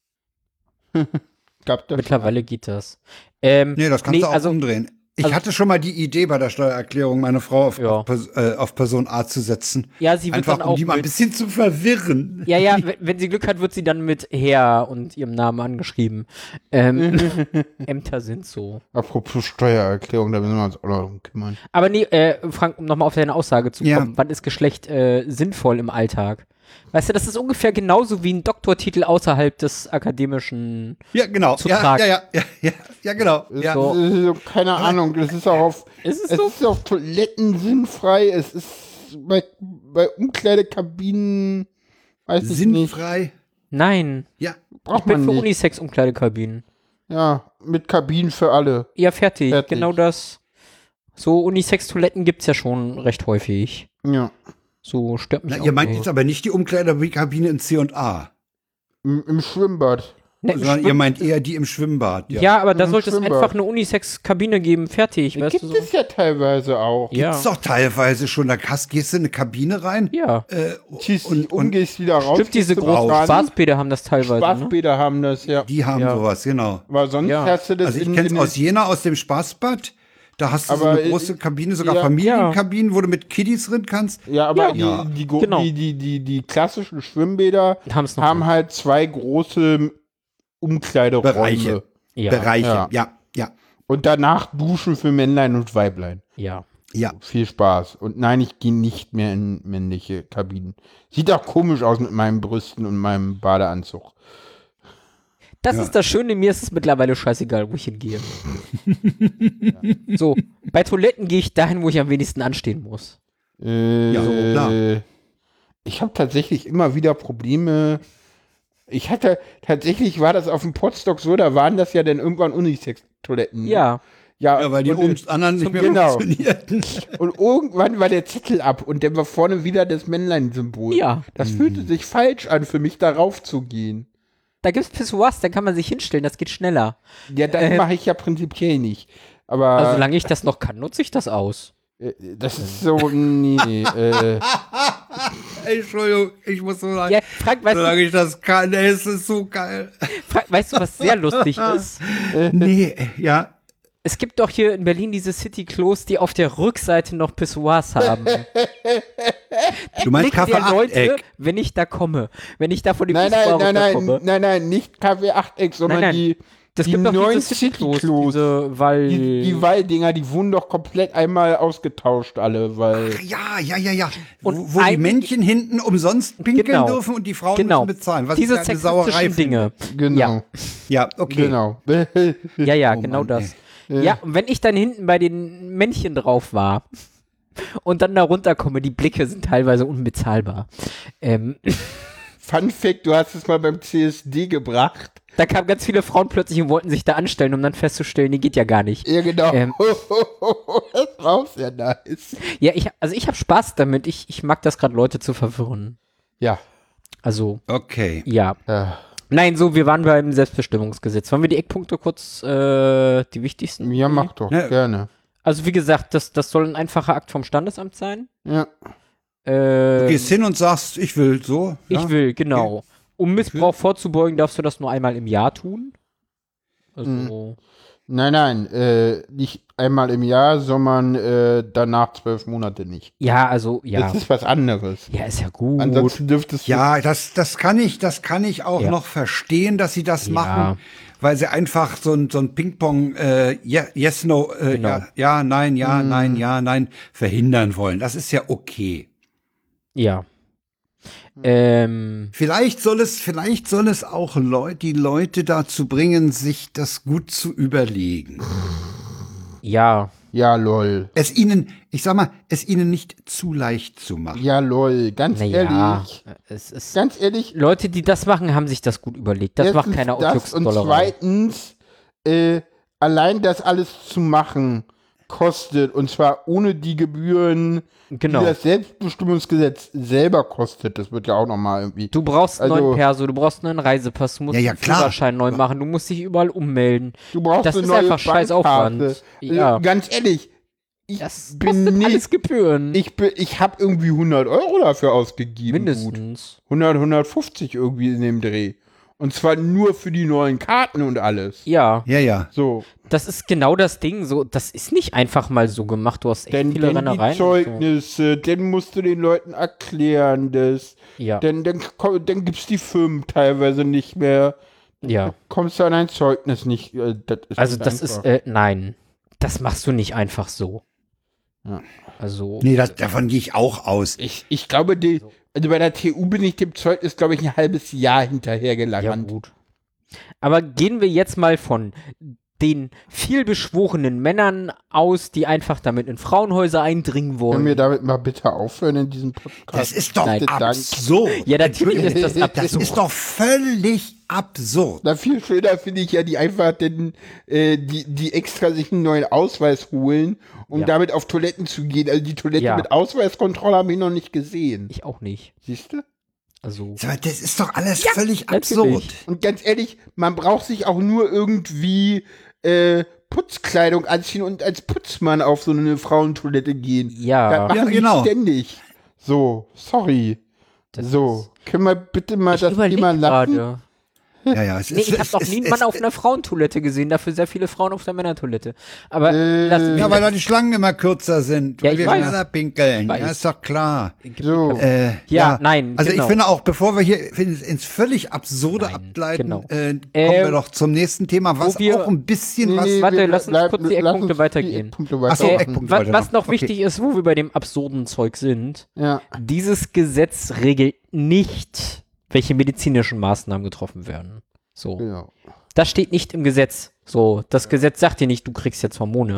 Mittlerweile geht das. Nee, das kannst du auch umdrehen. Ich hatte schon mal die Idee bei der Steuererklärung, meine Frau auf Person A zu setzen. Ja, sie wird einfach, dann auch um die mal ein bisschen zu verwirren. Ja, wenn sie Glück hat, wird sie dann mit Herr und ihrem Namen angeschrieben. Ämter sind so. Apropos Steuererklärung, da müssen wir uns auch noch drum kümmern. Aber nee, Frank, um nochmal auf deine Aussage zu kommen, wann ist Geschlecht sinnvoll im Alltag? Weißt du, das ist ungefähr genauso wie ein Doktortitel außerhalb des akademischen zu tragen. Ja, genau. Ja. So, keine Ahnung, das ist auch ist auf Toiletten sinnfrei, es ist bei Umkleidekabinen, weiß ich nicht. Sinnfrei? Nein. Ja. Ich bin für Unisex-Umkleidekabinen. Ja, mit Kabinen für alle. Ja, fertig. Genau das. So Unisex-Toiletten gibt's ja schon recht häufig. Ja. So stört mich auch. Ihr meint jetzt aber nicht die Umkleidekabine in C&A. Im Schwimmbad. Sondern ihr meint eher die im Schwimmbad. Ja, aber da sollte es einfach eine Unisex-Kabine geben, fertig. Gibt es ja teilweise auch. Ja. Gibt's doch teilweise schon. Da gehst du in eine Kabine rein. Ja. Und gehst wieder raus. Stimmt, diese großen Spaßbäder haben das teilweise. Spaßbäder haben das, ja. Die haben sowas, genau. Weil sonst hast du das ich kenne es aus Jena, aus dem Spaßbad. Da hast du so eine große Kabine, sogar Familienkabinen, wo du mit Kiddies drin kannst. Ja, aber die klassischen Schwimmbäder haben halt zwei große Umkleideräume. Bereiche, ja. Und danach duschen für Männlein und Weiblein. Ja. Viel Spaß. Und nein, ich gehe nicht mehr in männliche Kabinen. Sieht auch komisch aus mit meinen Brüsten und meinem Badeanzug. Das ist das Schöne, mir ist es mittlerweile scheißegal, wo ich hingehe. So, bei Toiletten gehe ich dahin, wo ich am wenigsten anstehen muss. Klar. Ich habe tatsächlich immer wieder Probleme. Tatsächlich war das auf dem Potsdok so, da waren das ja dann irgendwann Unisex-Toiletten. Ja. Ja, weil die anderen nicht mehr funktionierten. Und irgendwann war der Zettel ab und dann war vorne wieder das Männlein-Symbol. Ja. Das fühlte sich falsch an, für mich darauf zu gehen. Da gibt's Pissoirs, da kann man sich hinstellen, das geht schneller. Ja, das mache ich ja prinzipiell nicht. Aber Also solange ich das noch kann, nutze ich das aus. das ist so, nee. Entschuldigung, ich muss so sagen, Ja, Frank, solange ich das kann, es ist so geil. weißt du, was sehr lustig ist? Nee, ja. Es gibt doch hier in Berlin diese City-Klos, die auf der Rückseite noch Pissoirs haben. Du meinst Blick der Leute, Kaffee-Achteck? wenn ich da komme. Wenn ich da von dem Nein, Pissoir runterkomme. nein, nicht Kaffee 8X, sondern Nein, die Das die gibt doch neuen diese City-Klos, City-Klos. diese, weil... Die Walldinger, die wurden doch komplett einmal ausgetauscht alle, weil... Ja. Und Wo die Männchen hinten umsonst pinkeln Genau. dürfen und die Frauen Genau. müssen bezahlen. Was diese ich eine Sauerei sexistischen Dinge. Genau, Ja, okay. genau. Ja, Oh genau Mann, das. Ja, und wenn ich dann hinten bei den Männchen drauf war und dann da runterkomme, die Blicke sind teilweise unbezahlbar. Fun Fact, du hast es mal beim CSD gebracht. Da kamen ganz viele Frauen plötzlich und wollten sich da anstellen, um dann festzustellen, die geht ja gar nicht. Ja, genau. Ähm. Das ist auch sehr nice. Ja, ich habe Spaß damit. Ich mag das gerade, Leute zu verwirren. Ja. Also, Okay. ja. Ja, Nein, so, wir waren beim Selbstbestimmungsgesetz. Wollen wir die Eckpunkte kurz, die wichtigsten? ja mach doch, Ja. gerne. Also, wie gesagt, das soll ein einfacher Akt vom Standesamt sein. Ja. Du gehst hin und sagst, ich will so. Ja? Ich will, genau. Um Missbrauch vorzubeugen, darfst du das nur einmal im Jahr tun. Also, Nein, nicht einmal im Jahr, sondern danach 12 Monate nicht. ja, also, ja. Das ist was anderes. Ja, ist ja gut. Ansonsten dürftest du... Ja, das kann ich auch Ja. noch verstehen, dass sie das Ja. machen, weil sie einfach so ein Ping-Pong, yes, no, Genau. ja, nein, verhindern wollen. Das ist ja okay. Ja. Vielleicht soll es auch die Leute dazu bringen, sich das gut zu überlegen. Ja. Ja, lol. Es ihnen nicht zu leicht zu machen. Ja, lol. Ganz Naja. ehrlich. Es ist. Ganz ehrlich. Leute, die das machen, haben sich das gut überlegt. Das macht erstens keine das und Ausdrucksdollerei. zweitens, allein das alles zu machen, kostet. Und zwar ohne die Gebühren, Genau. die das Selbstbestimmungsgesetz selber kostet. Das wird ja auch nochmal irgendwie... Du brauchst einen Also- neuen Perso, du brauchst einen neuen Reisepass, du musst Ja, den klar. Führerschein neu machen, du musst dich überall ummelden. Du brauchst Das eine ist neue einfach scheiß Bankkarte. Aufwand. Ja. Ganz ehrlich, ich Das bin kostet nicht... alles Gebühren. Ich habe irgendwie 100 € dafür ausgegeben. Gut. Mindestens. 150 irgendwie in dem Dreh. Und zwar nur für die neuen Karten und alles. Ja, Ja. So, das ist genau das Ding. So, das ist nicht einfach mal so gemacht. Du hast echt denn viele die Rennereien. und Zeugnisse, dann musst du den Leuten erklären, das. So. Ja, Dann gibt's die Firmen teilweise nicht mehr. ja. Kommst du an ein Zeugnis nicht. Das ist Also nicht das einfach. ist, nein. Das machst du nicht einfach so. Ja. Also, Nee, davon gehe ich auch aus. Ich glaube, also bei der TU bin ich dem Zeugnis, glaube ich, ein halbes Jahr hinterher ja gelangt. gut. Aber gehen wir jetzt mal von den vielbeschworenen Männern aus, die einfach damit in Frauenhäuser eindringen Können wollen. wir damit mal bitte aufhören in diesem Podcast? Das ist doch Nein. absurd. Ja, natürlich ist das Das absurd. ist doch völlig absurd. Na, viel schöner finde ich ja, die einfach die extra sich einen neuen Ausweis holen, um Ja. damit auf Toiletten zu gehen. Also die Toilette Ja. mit Ausweiskontrolle habe ich noch nicht gesehen. Ich auch nicht. Siehst du? Also, Das ist doch alles völlig natürlich. absurd. Und ganz ehrlich, man braucht sich auch nur irgendwie Putzkleidung anziehen und als Putzmann auf so eine Frauentoilette gehen. ja. Das machen Ja, die genau. ständig. So, sorry. So, können wir bitte mal Ich das überleg Thema lassen? gerade. Ja, es Nee, ich habe noch nie einen Mann auf einer Frauentoilette gesehen, dafür sehr viele Frauen auf der Männertoilette. Aber lassen wir Ja, weil da die Schlangen immer kürzer sind. Ja, weil ich wir weiß. schneller pinkeln. Ich weiß. Ja, ist doch klar. So. Ja, nein, Also genau. ich finde auch, bevor wir hier ins völlig Absurde Nein, abgleiten, genau. kommen wir doch zum nächsten Thema, was wir- auch ein bisschen was... Nee, warte, wir lass uns bleiben- kurz die lass Eckpunkte uns weitergehen. die Eckpunkte Ach so, weitermachen. Eckpunkte. was, weiter was noch Okay. wichtig ist, wo wir bei dem absurden Zeug sind, Ja. dieses Gesetz regelt nicht, welche medizinischen Maßnahmen getroffen werden. So. Genau. Das steht nicht im Gesetz. So, das Gesetz sagt dir nicht, du kriegst jetzt Hormone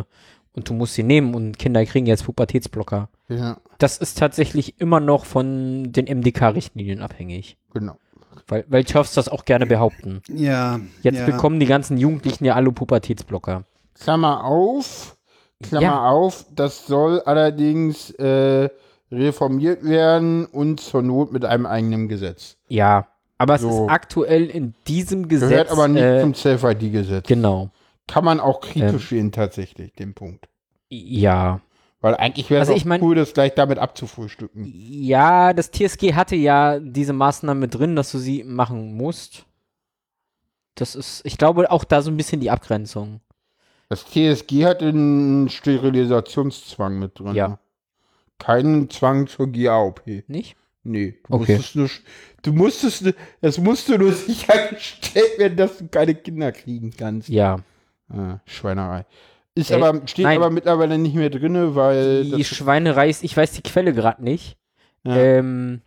und du musst sie nehmen und Kinder kriegen jetzt Pubertätsblocker. Ja, Das ist tatsächlich immer noch von den MDK-Richtlinien abhängig. genau. Weil TERFs das auch gerne behaupten. Ja. Jetzt bekommen die ganzen Jugendlichen ja alle Pubertätsblocker. Klammer auf, das soll allerdings reformiert werden und zur Not mit einem eigenen Gesetz. Ja, aber es So. ist aktuell in diesem Gesetz. Gehört aber nicht zum Self-ID-Gesetz. Genau. Kann man auch kritisch sehen, tatsächlich, den Punkt. Ja. Weil eigentlich wäre es Also auch ich mein- cool, das gleich damit abzufrühstücken. Ja, das TSG hatte ja diese Maßnahme mit drin, dass du sie machen musst. Das ist, ich glaube, auch da so ein bisschen die Abgrenzung. Das TSG hat einen Sterilisationszwang mit drin. Ja. Keinen Zwang zur GAOP. Nicht? Nee, Okay. es musste nur sichergestellt werden, dass du keine Kinder kriegen kannst. Ja. Schweinerei. Steht nein. aber mittlerweile nicht mehr drin, weil Die Schweinerei ist, ich weiß die Quelle gerade nicht. Ja.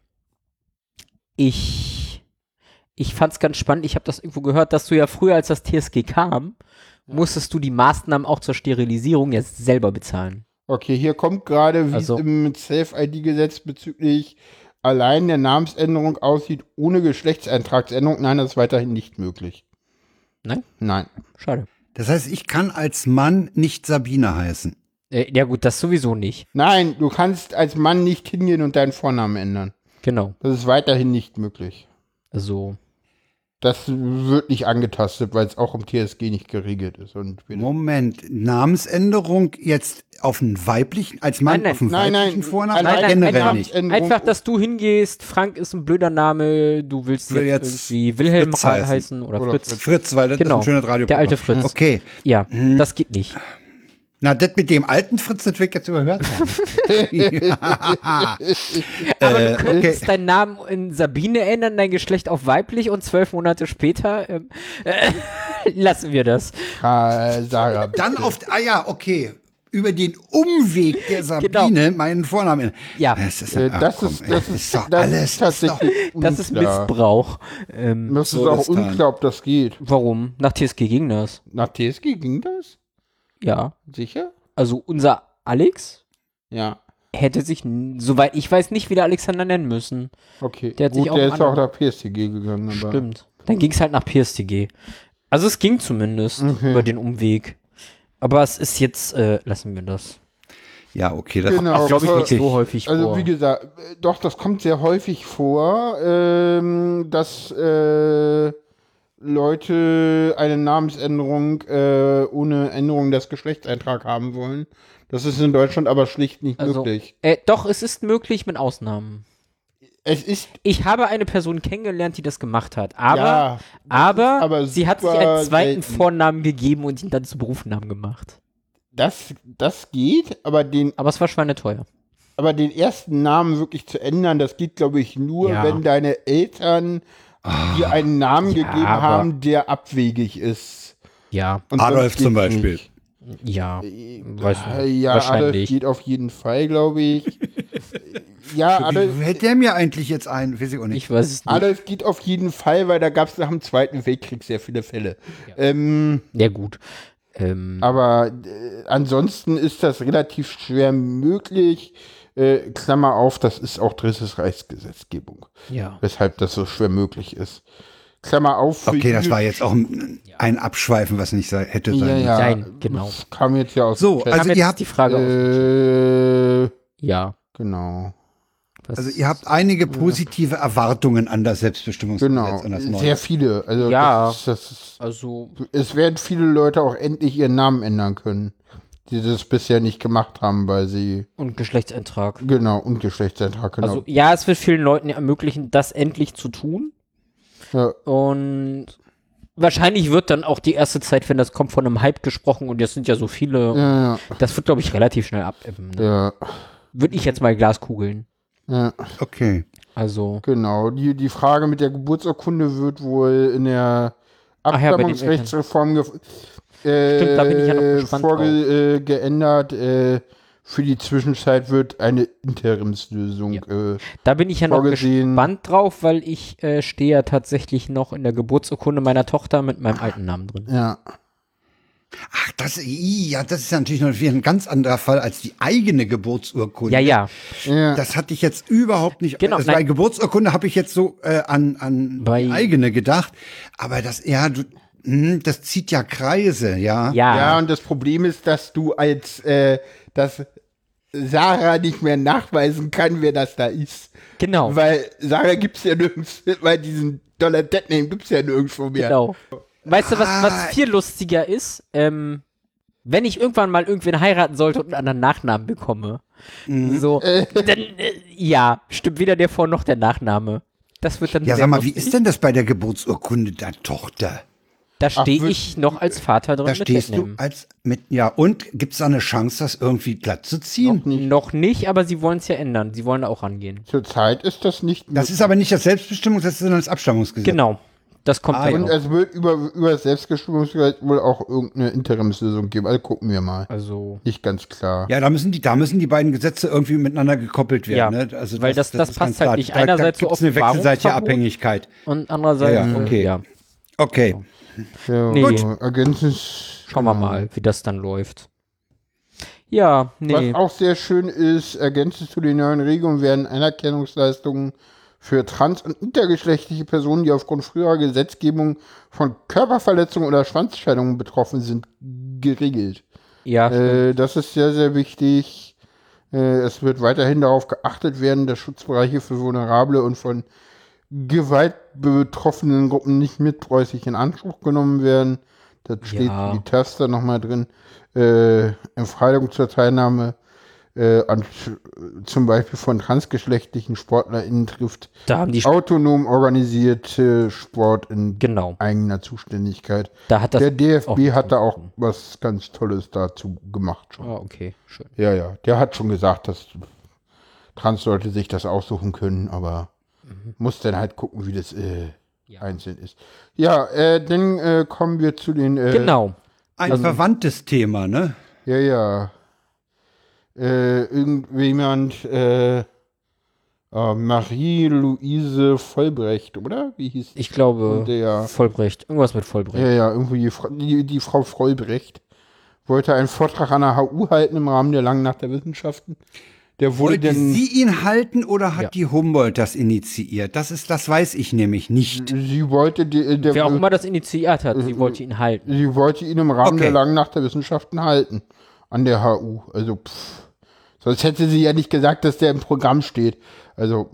Ich fand's ganz spannend, ich habe das irgendwo gehört, dass du ja früher, als das TSG kam, musstest du die Maßnahmen auch zur Sterilisierung jetzt selber bezahlen. Okay, hier kommt gerade, wie Also- es im Self-ID-Gesetz bezüglich allein der Namensänderung aussieht, ohne Geschlechtseintragsänderung. Nein, das ist weiterhin nicht möglich. Nein? Nein. Schade. Das heißt, ich kann als Mann nicht Sabine heißen. Ja gut, das sowieso nicht. Nein, du kannst als Mann nicht hingehen und deinen Vornamen ändern. Genau. Das ist weiterhin nicht möglich. Also, Das wird nicht angetastet, weil es auch im TSG nicht geregelt ist. Und Moment, Namensänderung jetzt auf einen weiblichen, als Mann Nein, auf einen nein, weiblichen nein, Vornamen? nein, Generell einfach- nicht. einfach, dass du hingehst, Frank ist ein blöder Name, du willst Will jetzt jetzt irgendwie Wilhelm Fritz heißen. heißen oder Oder Fritz. Fritz, weil das Genau, ist ein schönes Radio. der alte Fritz. Okay. Ja, das geht nicht. Na, das mit dem alten Fritz, das will ich jetzt überhört haben. Aber du könntest okay. deinen Namen in Sabine ändern, dein Geschlecht auf weiblich und 12 Monate später lassen wir das. Sarah. Dann okay. Über den Umweg der Sabine meinen Vornamen. Ja. Das ist, Das ist tatsächlich Das ist unklar. Missbrauch. Das ist So auch das dann. unklar, ob das geht. Warum? Nach TSG ging das. Nach TSG ging das? Ja. Sicher? Also unser Alex Ja. hätte sich, soweit ich weiß, nicht wieder Alexander nennen müssen. Okay. Der hat sich auch der ist auch anderen- nach PSTG gegangen. Aber Stimmt. Dann ging es halt nach PSTG. Also es ging zumindest über den Umweg. Aber es ist jetzt, lassen wir das. Ja, okay. Das Genau. Glaube ich aber- nicht so häufig Also vor. wie gesagt, doch, das kommt sehr häufig vor, dass Leute eine Namensänderung ohne Änderung des Geschlechtseintrags haben wollen. Das ist in Deutschland aber schlicht nicht Also, möglich. doch, es ist möglich mit Ausnahmen. Es ist Ich habe eine Person kennengelernt, die das gemacht hat. Aber, ja, aber sie hat sich super einen zweiten selten. Vornamen gegeben und ihn dann zu Berufsnamen gemacht. das geht, aber den Aber es war schweineteuer. ersten Namen wirklich zu ändern, das geht, glaube ich, nur, Ja. wenn deine Eltern dir einen Namen Ja, gegeben aber- haben, der abwegig ist. Ja, Und Adolf sonst zum geht's Beispiel. nicht. ja. Weiß nicht. Ja, Adolf Wahrscheinlich. geht auf jeden Fall, glaube ich. Ja, Adolf, Wie hätte der mir eigentlich jetzt ein? Weiß ich auch nicht. Ich weiß es nicht. Adolf geht auf jeden Fall, weil da gab es nach dem Zweiten Weltkrieg sehr viele Fälle. Ja, gut. Aber ansonsten ist das relativ schwer möglich. Klammer auf, das ist auch drittes Reichsgesetzgebung, Ja. weshalb das so schwer möglich ist. Klammer auf. für Okay, das jüdisch- war jetzt auch ein Abschweifen, was nicht hätte sein Ja, müssen. ja. Nein, genau. Das kam jetzt ja aus So, dem Chat. also Jetzt ihr ist habt, die Frage ja. Genau. Was- also ihr habt einige positive Erwartungen an das Selbstbestimmungsgesetz, Genau. an das neue. Sehr viele. Also Ja. das ist, also, es werden viele Leute auch endlich ihren Namen ändern können, die das bisher nicht gemacht haben, weil sie, und Geschlechtseintrag. genau, und Geschlechtseintrag, genau. Also, ja, es wird vielen Leuten ermöglichen, das endlich zu tun. ja, Und wahrscheinlich wird dann auch die erste Zeit, wenn das kommt, von einem Hype gesprochen und jetzt sind ja so viele. ja, Das wird, glaube ich, relativ schnell abebben. Ne? ja, Würde ich jetzt mal Glaskugeln. ja, Okay. Also, genau. Die Frage mit der Geburtsurkunde wird wohl in der Ach ja, bei dem Abstammungsrechtsreform Stimmt, da bin ich ja noch gespannt geändert. Für die Zwischenzeit wird eine Interimslösung da bin ich ja noch vorgesehen. gespannt drauf, weil ich stehe ja tatsächlich noch in der Geburtsurkunde meiner Tochter mit meinem alten Namen drin. Ja. Ach, das ist ja natürlich noch ein ganz anderer Fall als die eigene Geburtsurkunde. Ja. Das hatte ich jetzt überhaupt nicht. Genau, Also bei Geburtsurkunde habe ich jetzt so an die eigene gedacht. Aber das zieht ja Kreise, ja. Ja, und das Problem ist, dass du dass Sarah nicht mehr nachweisen kann, wer das da ist. Genau. Weil Sarah gibt's ja nirgends, weil diesen Dollar-Dead-Name gibt's ja nirgendwo mehr. Genau. Weißt du, was viel lustiger ist? Wenn ich irgendwann mal irgendwen heiraten sollte und einen anderen Nachnamen bekomme, dann, stimmt weder der Vor- noch der Nachname. Das wird dann Ja, sehr sag mal, lustig. wie ist denn das bei der Geburtsurkunde der Tochter? Da stehe ich noch als Vater drin Da mit stehst Deadname. du und gibt's da eine Chance, das irgendwie glatt zu ziehen? Noch nicht, aber sie wollen es ja ändern. Sie wollen da auch rangehen. Zurzeit ist das nicht Das ist aber nicht das Selbstbestimmungsgesetz, sondern das Abstammungsgesetz. Genau. Das kommt Ah, dann ja. Und noch. es wird über das Selbstbestimmungsrecht wohl auch irgendeine Interimslösung geben. Also gucken wir mal. Also, Nicht ganz klar. Ja, da müssen die beiden Gesetze irgendwie miteinander gekoppelt werden. Ja, Ne? Also weil das ist passt ganz halt klar. nicht. Da Einerseits so gibt's eine wechselseitige Offenbarungsverbot. Abhängigkeit. und andererseits, Ja, okay. ja. Okay. Ja, Nee. ergänzend. Schauen wir mal, wie das dann läuft. Ja, nee. Was auch sehr schön ist, ergänzend zu den neuen Regeln werden Anerkennungsleistungen für trans- und intergeschlechtliche Personen, die aufgrund früherer Gesetzgebung von Körperverletzungen oder Schwanzscheidungen betroffen sind, geregelt. Ja, Das ist sehr, sehr wichtig. Es wird weiterhin darauf geachtet werden, dass Schutzbereiche für vulnerable und von Gewalt betroffenen Gruppen nicht missbräuchlich in Anspruch genommen werden. Das steht Ja. in die Taste nochmal drin. Empfehlung zur Teilnahme zum Beispiel von transgeschlechtlichen SportlerInnen trifft da haben die autonom organisierte Sport in genau. eigener Zuständigkeit. Da hat das Der auch DFB mit hat da auch zugeschrieben. was ganz Tolles dazu gemacht schon. Ah, okay, schön. Ja, der hat schon gesagt, dass Trans-Leute sich das aussuchen können, aber muss dann halt gucken, wie das einzeln ist. Ja, dann kommen wir zu den Genau. Ein verwandtes Thema, ne? Ja. Irgendjemand, Marie-Louise Vollbrecht, oder? Wie hieß Ich glaube, der? Vollbrecht. Irgendwas mit Vollbrecht. Ja, irgendwie die Frau Vollbrecht wollte einen Vortrag an der HU halten im Rahmen der Langen Nacht der Wissenschaften. Der wurde Wollte dann. sie ihn halten oder hat Ja. die Humboldt das initiiert? Das weiß ich nämlich nicht. Sie wollte Wer auch immer das initiiert hat, sie wollte ihn halten. Sie wollte ihn im Rahmen Okay. der Langen Nacht der Wissenschaften halten. An der HU. Also, sonst hätte sie ja nicht gesagt, dass der im Programm steht. Also.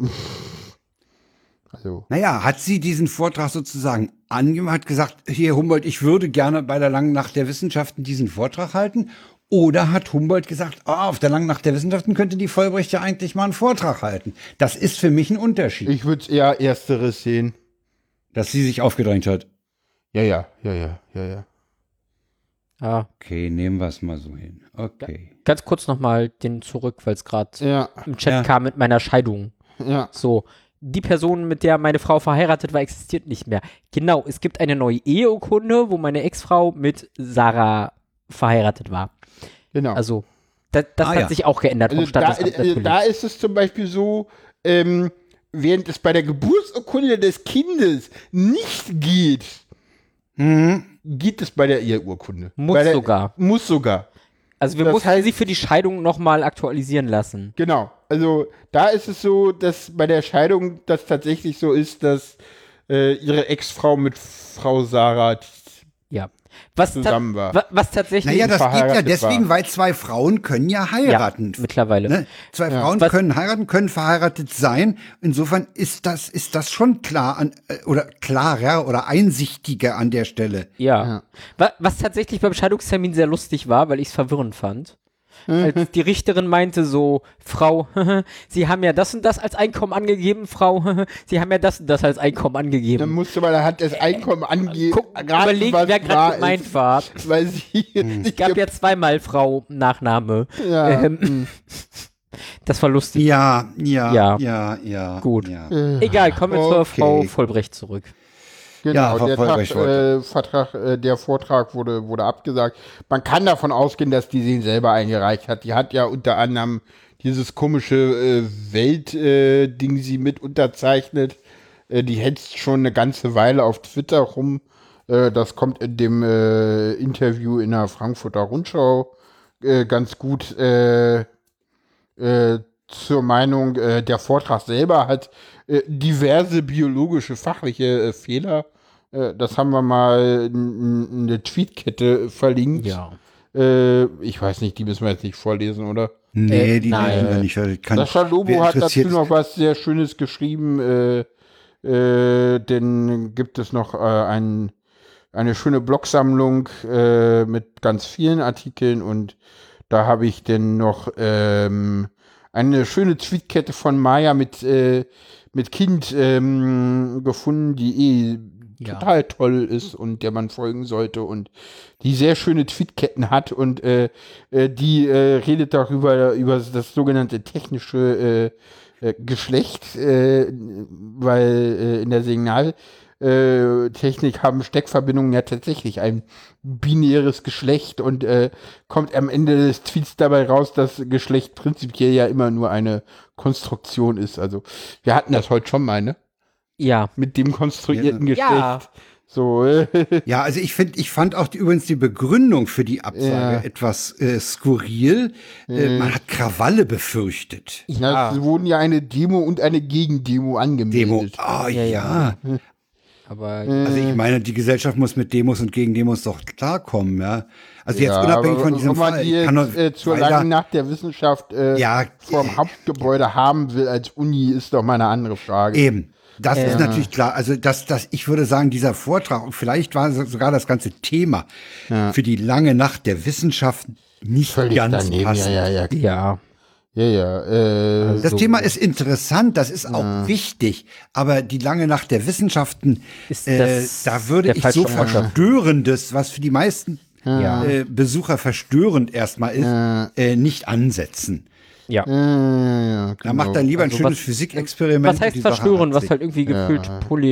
Naja, hat sie diesen Vortrag sozusagen angemacht, hat gesagt, hier Humboldt, ich würde gerne bei der Langen Nacht der Wissenschaften diesen Vortrag halten? Oder hat Humboldt gesagt, auf der Langen Nacht der Wissenschaften könnte die Vollbrecht ja eigentlich mal einen Vortrag halten? Das ist für mich ein Unterschied, Ich würde es eher Ersteres sehen. dass sie sich aufgedrängt hat. Ja. Ah, Okay, nehmen wir es mal so hin. Okay. ganz kurz nochmal den zurück, weil es gerade Ja, im Chat Ja. kam mit meiner Scheidung. ja. So, die Person, mit der meine Frau verheiratet war, existiert nicht mehr. Genau, es gibt eine neue Eheurkunde, wo meine Ex-Frau mit Sarah verheiratet war. Genau. Also, das Ah, hat ja. sich auch geändert vom Also da, Standesamt natürlich. da ist es zum Beispiel so, während es bei der Geburtsurkunde des Kindes nicht geht, geht es bei der Eheurkunde. Muss Bei der, sogar. Muss sogar. Also wir das mussten heißt- sie für die Scheidung nochmal aktualisieren lassen. Genau. Also da ist es so, dass bei der Scheidung das tatsächlich so ist, dass ihre Ex-Frau mit Frau Sarah Ja. Was, zusammen war. was tatsächlich... Naja, das geht ja verheiratet deswegen, war. weil zwei Frauen können ja ja, heiraten. mittlerweile. Ne? Zwei Frauen Was- können heiraten, können verheiratet sein. Insofern ist das schon klar oder klarer oder einsichtiger an der Stelle. Ja. Was tatsächlich beim Scheidungstermin sehr lustig war, weil ich es verwirrend fand. Als die Richterin meinte so, Frau, Sie haben ja das und das als Einkommen angegeben, Frau, Sie haben ja das und das als Einkommen Dann angegeben. musste man halt das Einkommen angehen. Überlegt, wer gerade gemeint war. Weil sie Es gab ja zweimal Frau Nachname. Ja. Das war lustig. Ja. Gut. Ja. Egal, kommen wir zur Okay. Frau Vollbrecht zurück. Genau, Ja, Frau der, Vollbrecht der Vortrag wurde abgesagt. Man kann davon ausgehen, dass die den selber eingereicht hat. Die hat ja unter anderem dieses komische Welt-Ding sie mit unterzeichnet. Die hetzt schon eine ganze Weile auf Twitter rum. Das kommt in dem Interview in der Frankfurter Rundschau ganz gut zur Meinung. Der Vortrag selber hat diverse biologische, fachliche Fehler. Das haben wir mal eine Tweetkette verlinkt. Ja. Ich weiß nicht, die müssen wir jetzt nicht vorlesen, oder? Nee, die nein. lesen wir nicht. Sascha Lobo hat dazu noch was sehr Schönes geschrieben. Denn gibt es noch eine schöne Blogsammlung mit ganz vielen Artikeln und da habe ich denn noch eine schöne Tweetkette von Maya mit Kind gefunden, die total toll ist und der man folgen sollte und die sehr schöne Tweetketten hat und die redet darüber, über das sogenannte technische Geschlecht, weil in der Signaltechnik haben Steckverbindungen ja tatsächlich ein binäres Geschlecht und kommt am Ende des Tweets dabei raus, dass Geschlecht prinzipiell ja immer nur eine Konstruktion ist. Also wir hatten das heute schon mal, ne? Ja. Mit dem konstruierten Geschlecht. Ja. So. Ja, also ich fand auch übrigens die Begründung für die Absage etwas skurril. Man hat Krawalle befürchtet. Ja. Es wurden ja eine Demo und eine Gegendemo angemeldet. Ja. Aber Also ich meine, die Gesellschaft muss mit Demos und Gegendemos doch klarkommen, ja. Also jetzt unabhängig von diesem Ob man Fall. die jetzt zur langen Nacht der Wissenschaft vorm Hauptgebäude haben will als Uni, ist doch mal eine andere Frage. Eben. Das ist natürlich klar. Also ich würde sagen, dieser Vortrag und vielleicht war sogar das ganze Thema für die lange Nacht der Wissenschaften nicht Völlig ganz daneben. passend. ja. Das Thema ist interessant, das ist auch wichtig, aber die lange Nacht der Wissenschaften, da würde ich so Verstörendes, was für die meisten Besucher verstörend erstmal ist, nicht ansetzen. Ja. Da macht dann lieber ein schönes Physikexperiment. Was heißt verstören? Was halt irgendwie gefühlt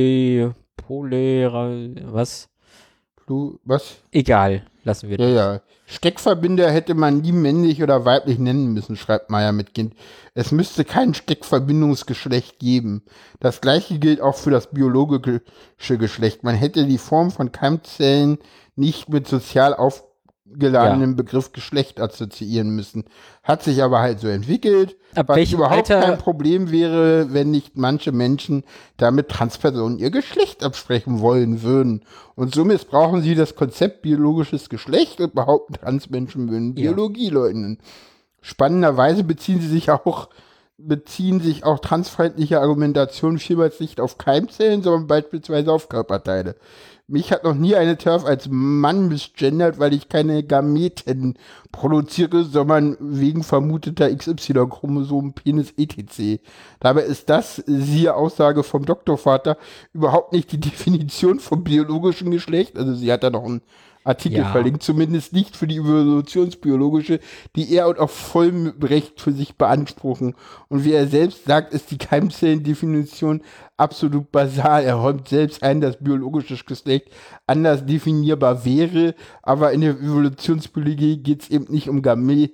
was? Was? Egal, lassen wir das. Ja. Steckverbinder hätte man nie männlich oder weiblich nennen müssen, schreibt Maya mit Kind. Es müsste kein Steckverbindungsgeschlecht geben. Das gleiche gilt auch für das biologische Geschlecht. Man hätte die Form von Keimzellen nicht mit sozial aufgeladenem Begriff Geschlecht assoziieren müssen. Hat sich aber halt so entwickelt, was überhaupt kein Problem wäre, wenn nicht manche Menschen damit Transpersonen ihr Geschlecht absprechen wollen würden. Und so missbrauchen sie das Konzept biologisches Geschlecht und behaupten, Transmenschen würden Biologie leugnen. Spannenderweise beziehen sich auch transfeindliche Argumentationen vielmals nicht auf Keimzellen, sondern beispielsweise auf Körperteile. Mich hat noch nie eine TERF als Mann misgendert, weil ich keine Gameten produziere, sondern wegen vermuteter XY-Chromosomen, Penis, etc. Dabei ist das, siehe Aussage vom Doktorvater, überhaupt nicht die Definition vom biologischen Geschlecht. Also sie hat da noch einen Artikel verlinkt, zumindest nicht für die evolutionsbiologische, die er und auch voll Recht für sich beanspruchen. Und wie er selbst sagt, ist die Keimzellendefinition absolut basal. Er räumt selbst ein, dass biologisches Geschlecht anders definierbar wäre, aber in der Evolutionsbiologie geht es eben nicht um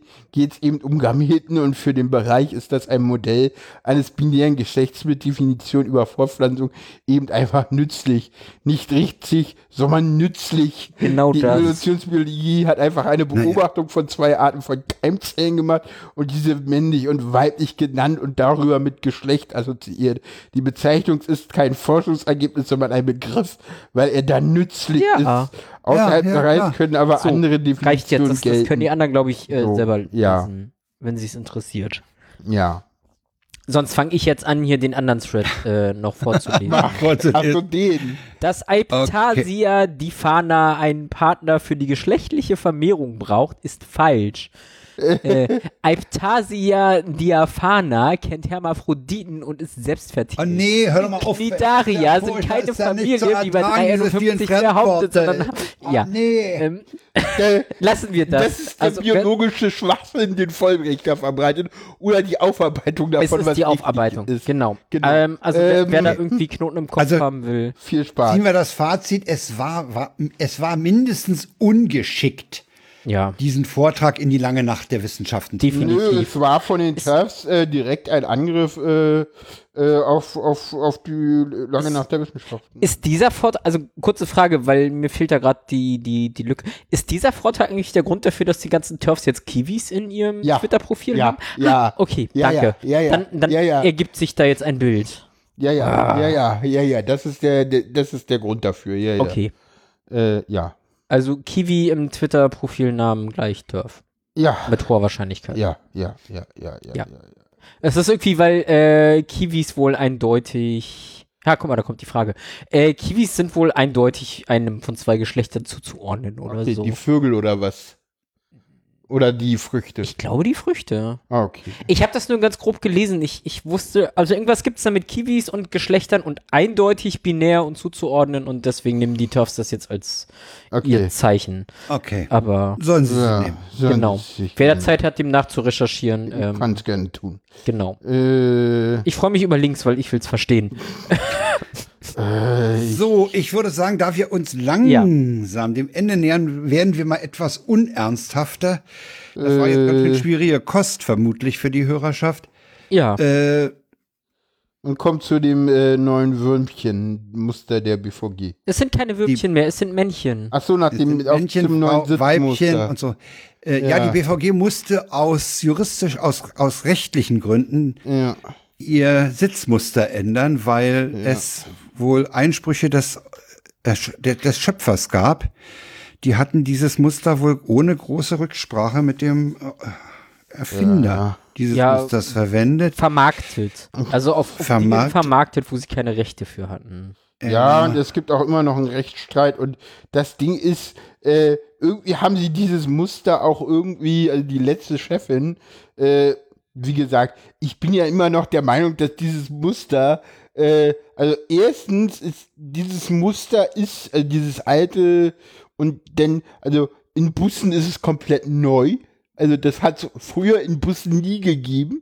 Gameten und für den Bereich ist das ein Modell eines binären Geschlechts mit Definition über Fortpflanzung eben einfach nützlich. Nicht richtig, sondern nützlich. Genau die das. Evolutionsbiologie hat einfach eine Beobachtung von zwei Arten von Keimzellen gemacht und diese männlich und weiblich genannt und darüber mit Geschlecht assoziiert. Die Bezeichnung ist kein Forschungsergebnis, sondern ein Begriff, weil er dann nützlich ist. Außerhalb der Reihe können aber so, andere Definitionen reicht jetzt, gelten. Das können die anderen, glaube ich, selber lesen, wenn sie es interessiert. Ja. Sonst fange ich jetzt an, hier den anderen Thread noch vorzulesen. Hast du den? Dass Aiptasia difana einen Partner für die geschlechtliche Vermehrung braucht, ist falsch. Aiptasia diaphana kennt Hermaphroditen und ist selbstfertigend. Oh nee, hör doch mal auf. Cnidaria sind keine Familie, wie bei 351 behauptet, sondern lassen wir das. Das ist der biologische Schwachsinn, den Vollrechter verbreitet oder die Aufarbeitung davon, es ist die Aufarbeitung, ist. Genau. Also wer da irgendwie Knoten im Kopf haben will. Viel Spaß. Ziehen wir das Fazit, es war mindestens ungeschickt, diesen Vortrag in die lange Nacht der Wissenschaften. Definitiv. Nö, es war von den TERFs direkt ein Angriff auf die lange Nacht der Wissenschaften. Ist dieser Vortrag, also kurze Frage, weil mir fehlt da gerade die Lücke. Ist dieser Vortrag eigentlich der Grund dafür, dass die ganzen TERFs jetzt Kiwis in ihrem Twitter-Profil haben? Ja. Okay, Ja, danke. ja. Dann ergibt sich da jetzt ein Bild. Ja. Das ist der Grund dafür. Ja. Okay. Ja. Also Kiwi im Twitter-Profilnamen gleich TERF. Ja. Mit hoher Wahrscheinlichkeit. Ja. Es ist irgendwie, weil Kiwis wohl eindeutig. Ja, guck mal, da kommt die Frage. Kiwis sind wohl eindeutig einem von zwei Geschlechtern zuzuordnen oder Okay, so. die Vögel oder was? Oder die Früchte? Ich glaube, die Früchte. Okay. Ich habe das nur ganz grob gelesen. Ich wusste, also irgendwas gibt es da mit Kiwis und Geschlechtern und eindeutig binär und zuzuordnen und deswegen nehmen die TERFs das jetzt als ihr Zeichen. Okay. Aber sollen sie es nehmen. genau. Wer da Zeit hat, dem nachzurecherchieren. Kann es gerne tun. Genau. Ich freue mich über Links, weil ich will es verstehen. So, ich würde sagen, da wir uns langsam dem Ende nähern, werden wir mal etwas unernsthafter. Das war jetzt ganz schön schwierige Kost vermutlich für die Hörerschaft. Ja. Und kommt zu dem neuen Würmchen-Muster der BVG. Es sind keine Würmchen mehr, es sind Männchen. Ach so, nach dem Männchen, neuen Weibchen Sitzmuster. und so. Ja, die BVG musste aus rechtlichen Gründen ihr Sitzmuster ändern, weil es wohl Einsprüche des Schöpfers gab. Die hatten dieses Muster wohl ohne große Rücksprache mit dem Erfinder dieses Musters verwendet. Vermarktet. Also auf Dinge vermarktet, wo sie keine Rechte für hatten. Ja, und es gibt auch immer noch einen Rechtsstreit und das Ding ist, irgendwie haben sie dieses Muster auch irgendwie, also die letzte Chefin, wie gesagt, ich bin ja immer noch der Meinung, dass dieses Muster, also erstens ist dieses Muster dieses alte und dann, also in Bussen ist es komplett neu. Also das hat es früher in Bussen nie gegeben.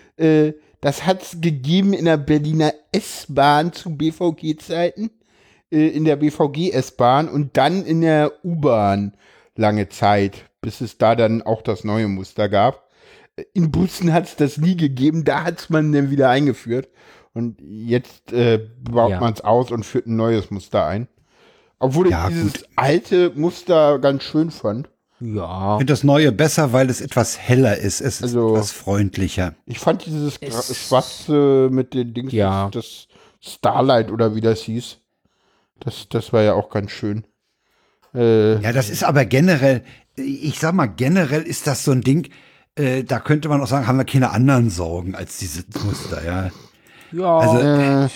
Das hat es gegeben in der Berliner S-Bahn zu BVG-Zeiten, in der BVG-S-Bahn und dann in der U-Bahn lange Zeit, bis es da dann auch das neue Muster gab. In Bussen hat es das nie gegeben, da hat es man dann wieder eingeführt. Und jetzt baut man es aus und führt ein neues Muster ein. Obwohl ich dieses alte Muster ganz schön fand. Ja. Ich finde das neue besser, weil es etwas heller ist. Es ist etwas freundlicher. Ich fand dieses Schwarze mit den Dings, das Starlight oder wie das hieß, das war ja auch ganz schön. Ja, das ist aber generell, ich sag mal, generell ist das so ein Ding, da könnte man auch sagen, haben wir keine anderen Sorgen als diese Muster, ja. Ja, also,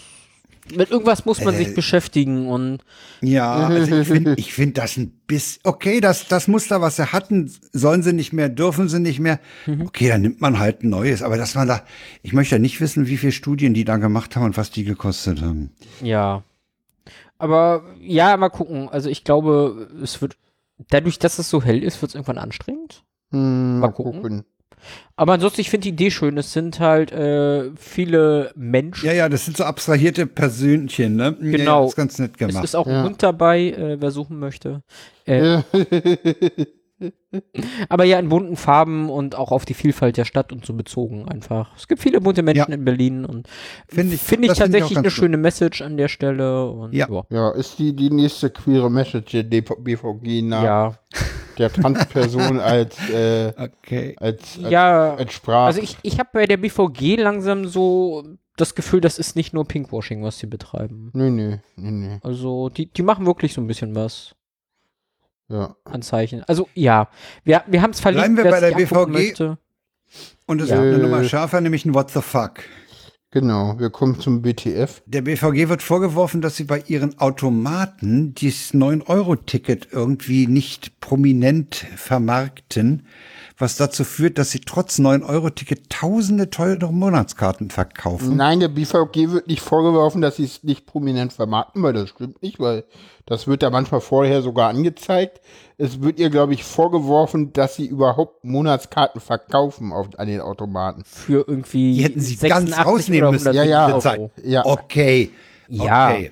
mit irgendwas muss man sich beschäftigen und ja, also ich finde das ein bisschen, okay, das Muster, was sie hatten, sollen sie nicht mehr, dürfen sie nicht mehr, okay, dann nimmt man halt ein neues, aber dass man da, ich möchte ja nicht wissen, wie viele Studien die da gemacht haben und was die gekostet haben. Ja, aber ja, mal gucken, also ich glaube, es wird, dadurch, dass es so hell ist, wird es irgendwann anstrengend. Mal gucken. Aber ansonsten, ich finde die Idee schön. Es sind halt viele Menschen. Ja, das sind so abstrahierte Persönchen, ne? Genau. Ja, das ist ganz nett gemacht. Es ist auch ein Hund dabei, wer suchen möchte. Aber ja, in bunten Farben und auch auf die Vielfalt der Stadt und so bezogen einfach. Es gibt viele bunte Menschen in Berlin und finde ich tatsächlich eine schöne Message an der Stelle. Und, ja, ist die nächste queere Message der BVG nach der Transperson als Sprache. Also ich habe bei der BVG langsam so das Gefühl, das ist nicht nur Pinkwashing, was sie betreiben. Nee. Also die machen wirklich so ein bisschen was. Ja. Anzeichen. Also ja, wir haben es verlinkt. Bleiben wir bei der BVG und es wird eine Nummer schärfer, nämlich ein What the fuck. Genau, wir kommen zum BTF. Der BVG wird vorgeworfen, dass sie bei ihren Automaten dieses 9-Euro-Ticket irgendwie nicht prominent vermarkten, was dazu führt, dass sie trotz 9-Euro-Ticket tausende teure Monatskarten verkaufen. Nein, der BVG wird nicht vorgeworfen, dass sie es nicht prominent vermarkten, weil das stimmt nicht, weil das wird da manchmal vorher sogar angezeigt. Es wird ihr, glaube ich, vorgeworfen, dass sie überhaupt Monatskarten verkaufen an den Automaten. Für irgendwie die hätten sie ganz rausnehmen müssen. Ja. Okay. Ja. Okay.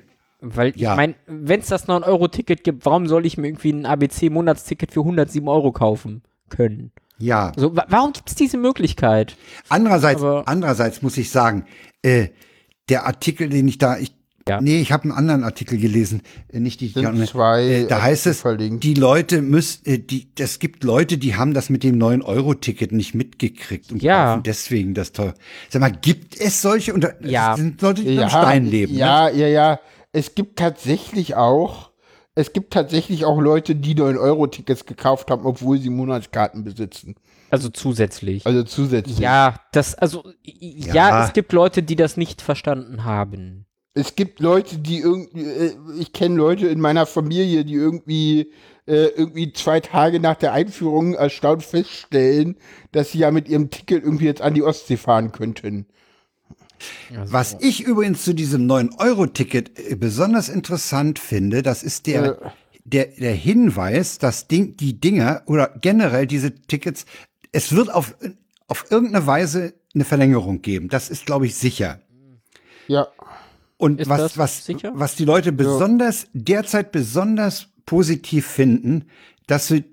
Weil Ja. ich meine, wenn es das 9-Euro-Ticket gibt, warum soll ich mir irgendwie ein ABC-Monatsticket für 107 Euro kaufen können? Ja. So, warum gibt es diese Möglichkeit? Andererseits muss ich sagen, der Artikel, den ich habe einen anderen Artikel gelesen, nicht die. Sind zwei, da heißt es, verlinkt. die Leute es gibt Leute, die haben das mit dem 9-Euro-Ticket nicht mitgekriegt und Ja. kaufen deswegen das teuer. Sag mal, gibt es solche? Und Ja. es sind Leute, die am Stein leben. Ne? Ja. Es gibt tatsächlich auch Leute, die 9-Euro-Tickets gekauft haben, obwohl sie Monatskarten besitzen. Also zusätzlich. Also zusätzlich. Ja, Ja. es gibt Leute, die das nicht verstanden haben. Es gibt Leute, die irgendwie, ich kenne Leute in meiner Familie, die irgendwie 2 Tage nach der Einführung erstaunt feststellen, dass sie ja mit ihrem Ticket irgendwie jetzt an die Ostsee fahren könnten. Also, Was ich übrigens zu diesem 9-Euro-Ticket besonders interessant finde, das ist der Hinweis, dass die Dinger oder generell diese Tickets, es wird auf irgendeine Weise eine Verlängerung geben. Das ist, glaube ich, sicher. Ja. Und Ist was das sicher? was die Leute derzeit besonders positiv finden, dass sie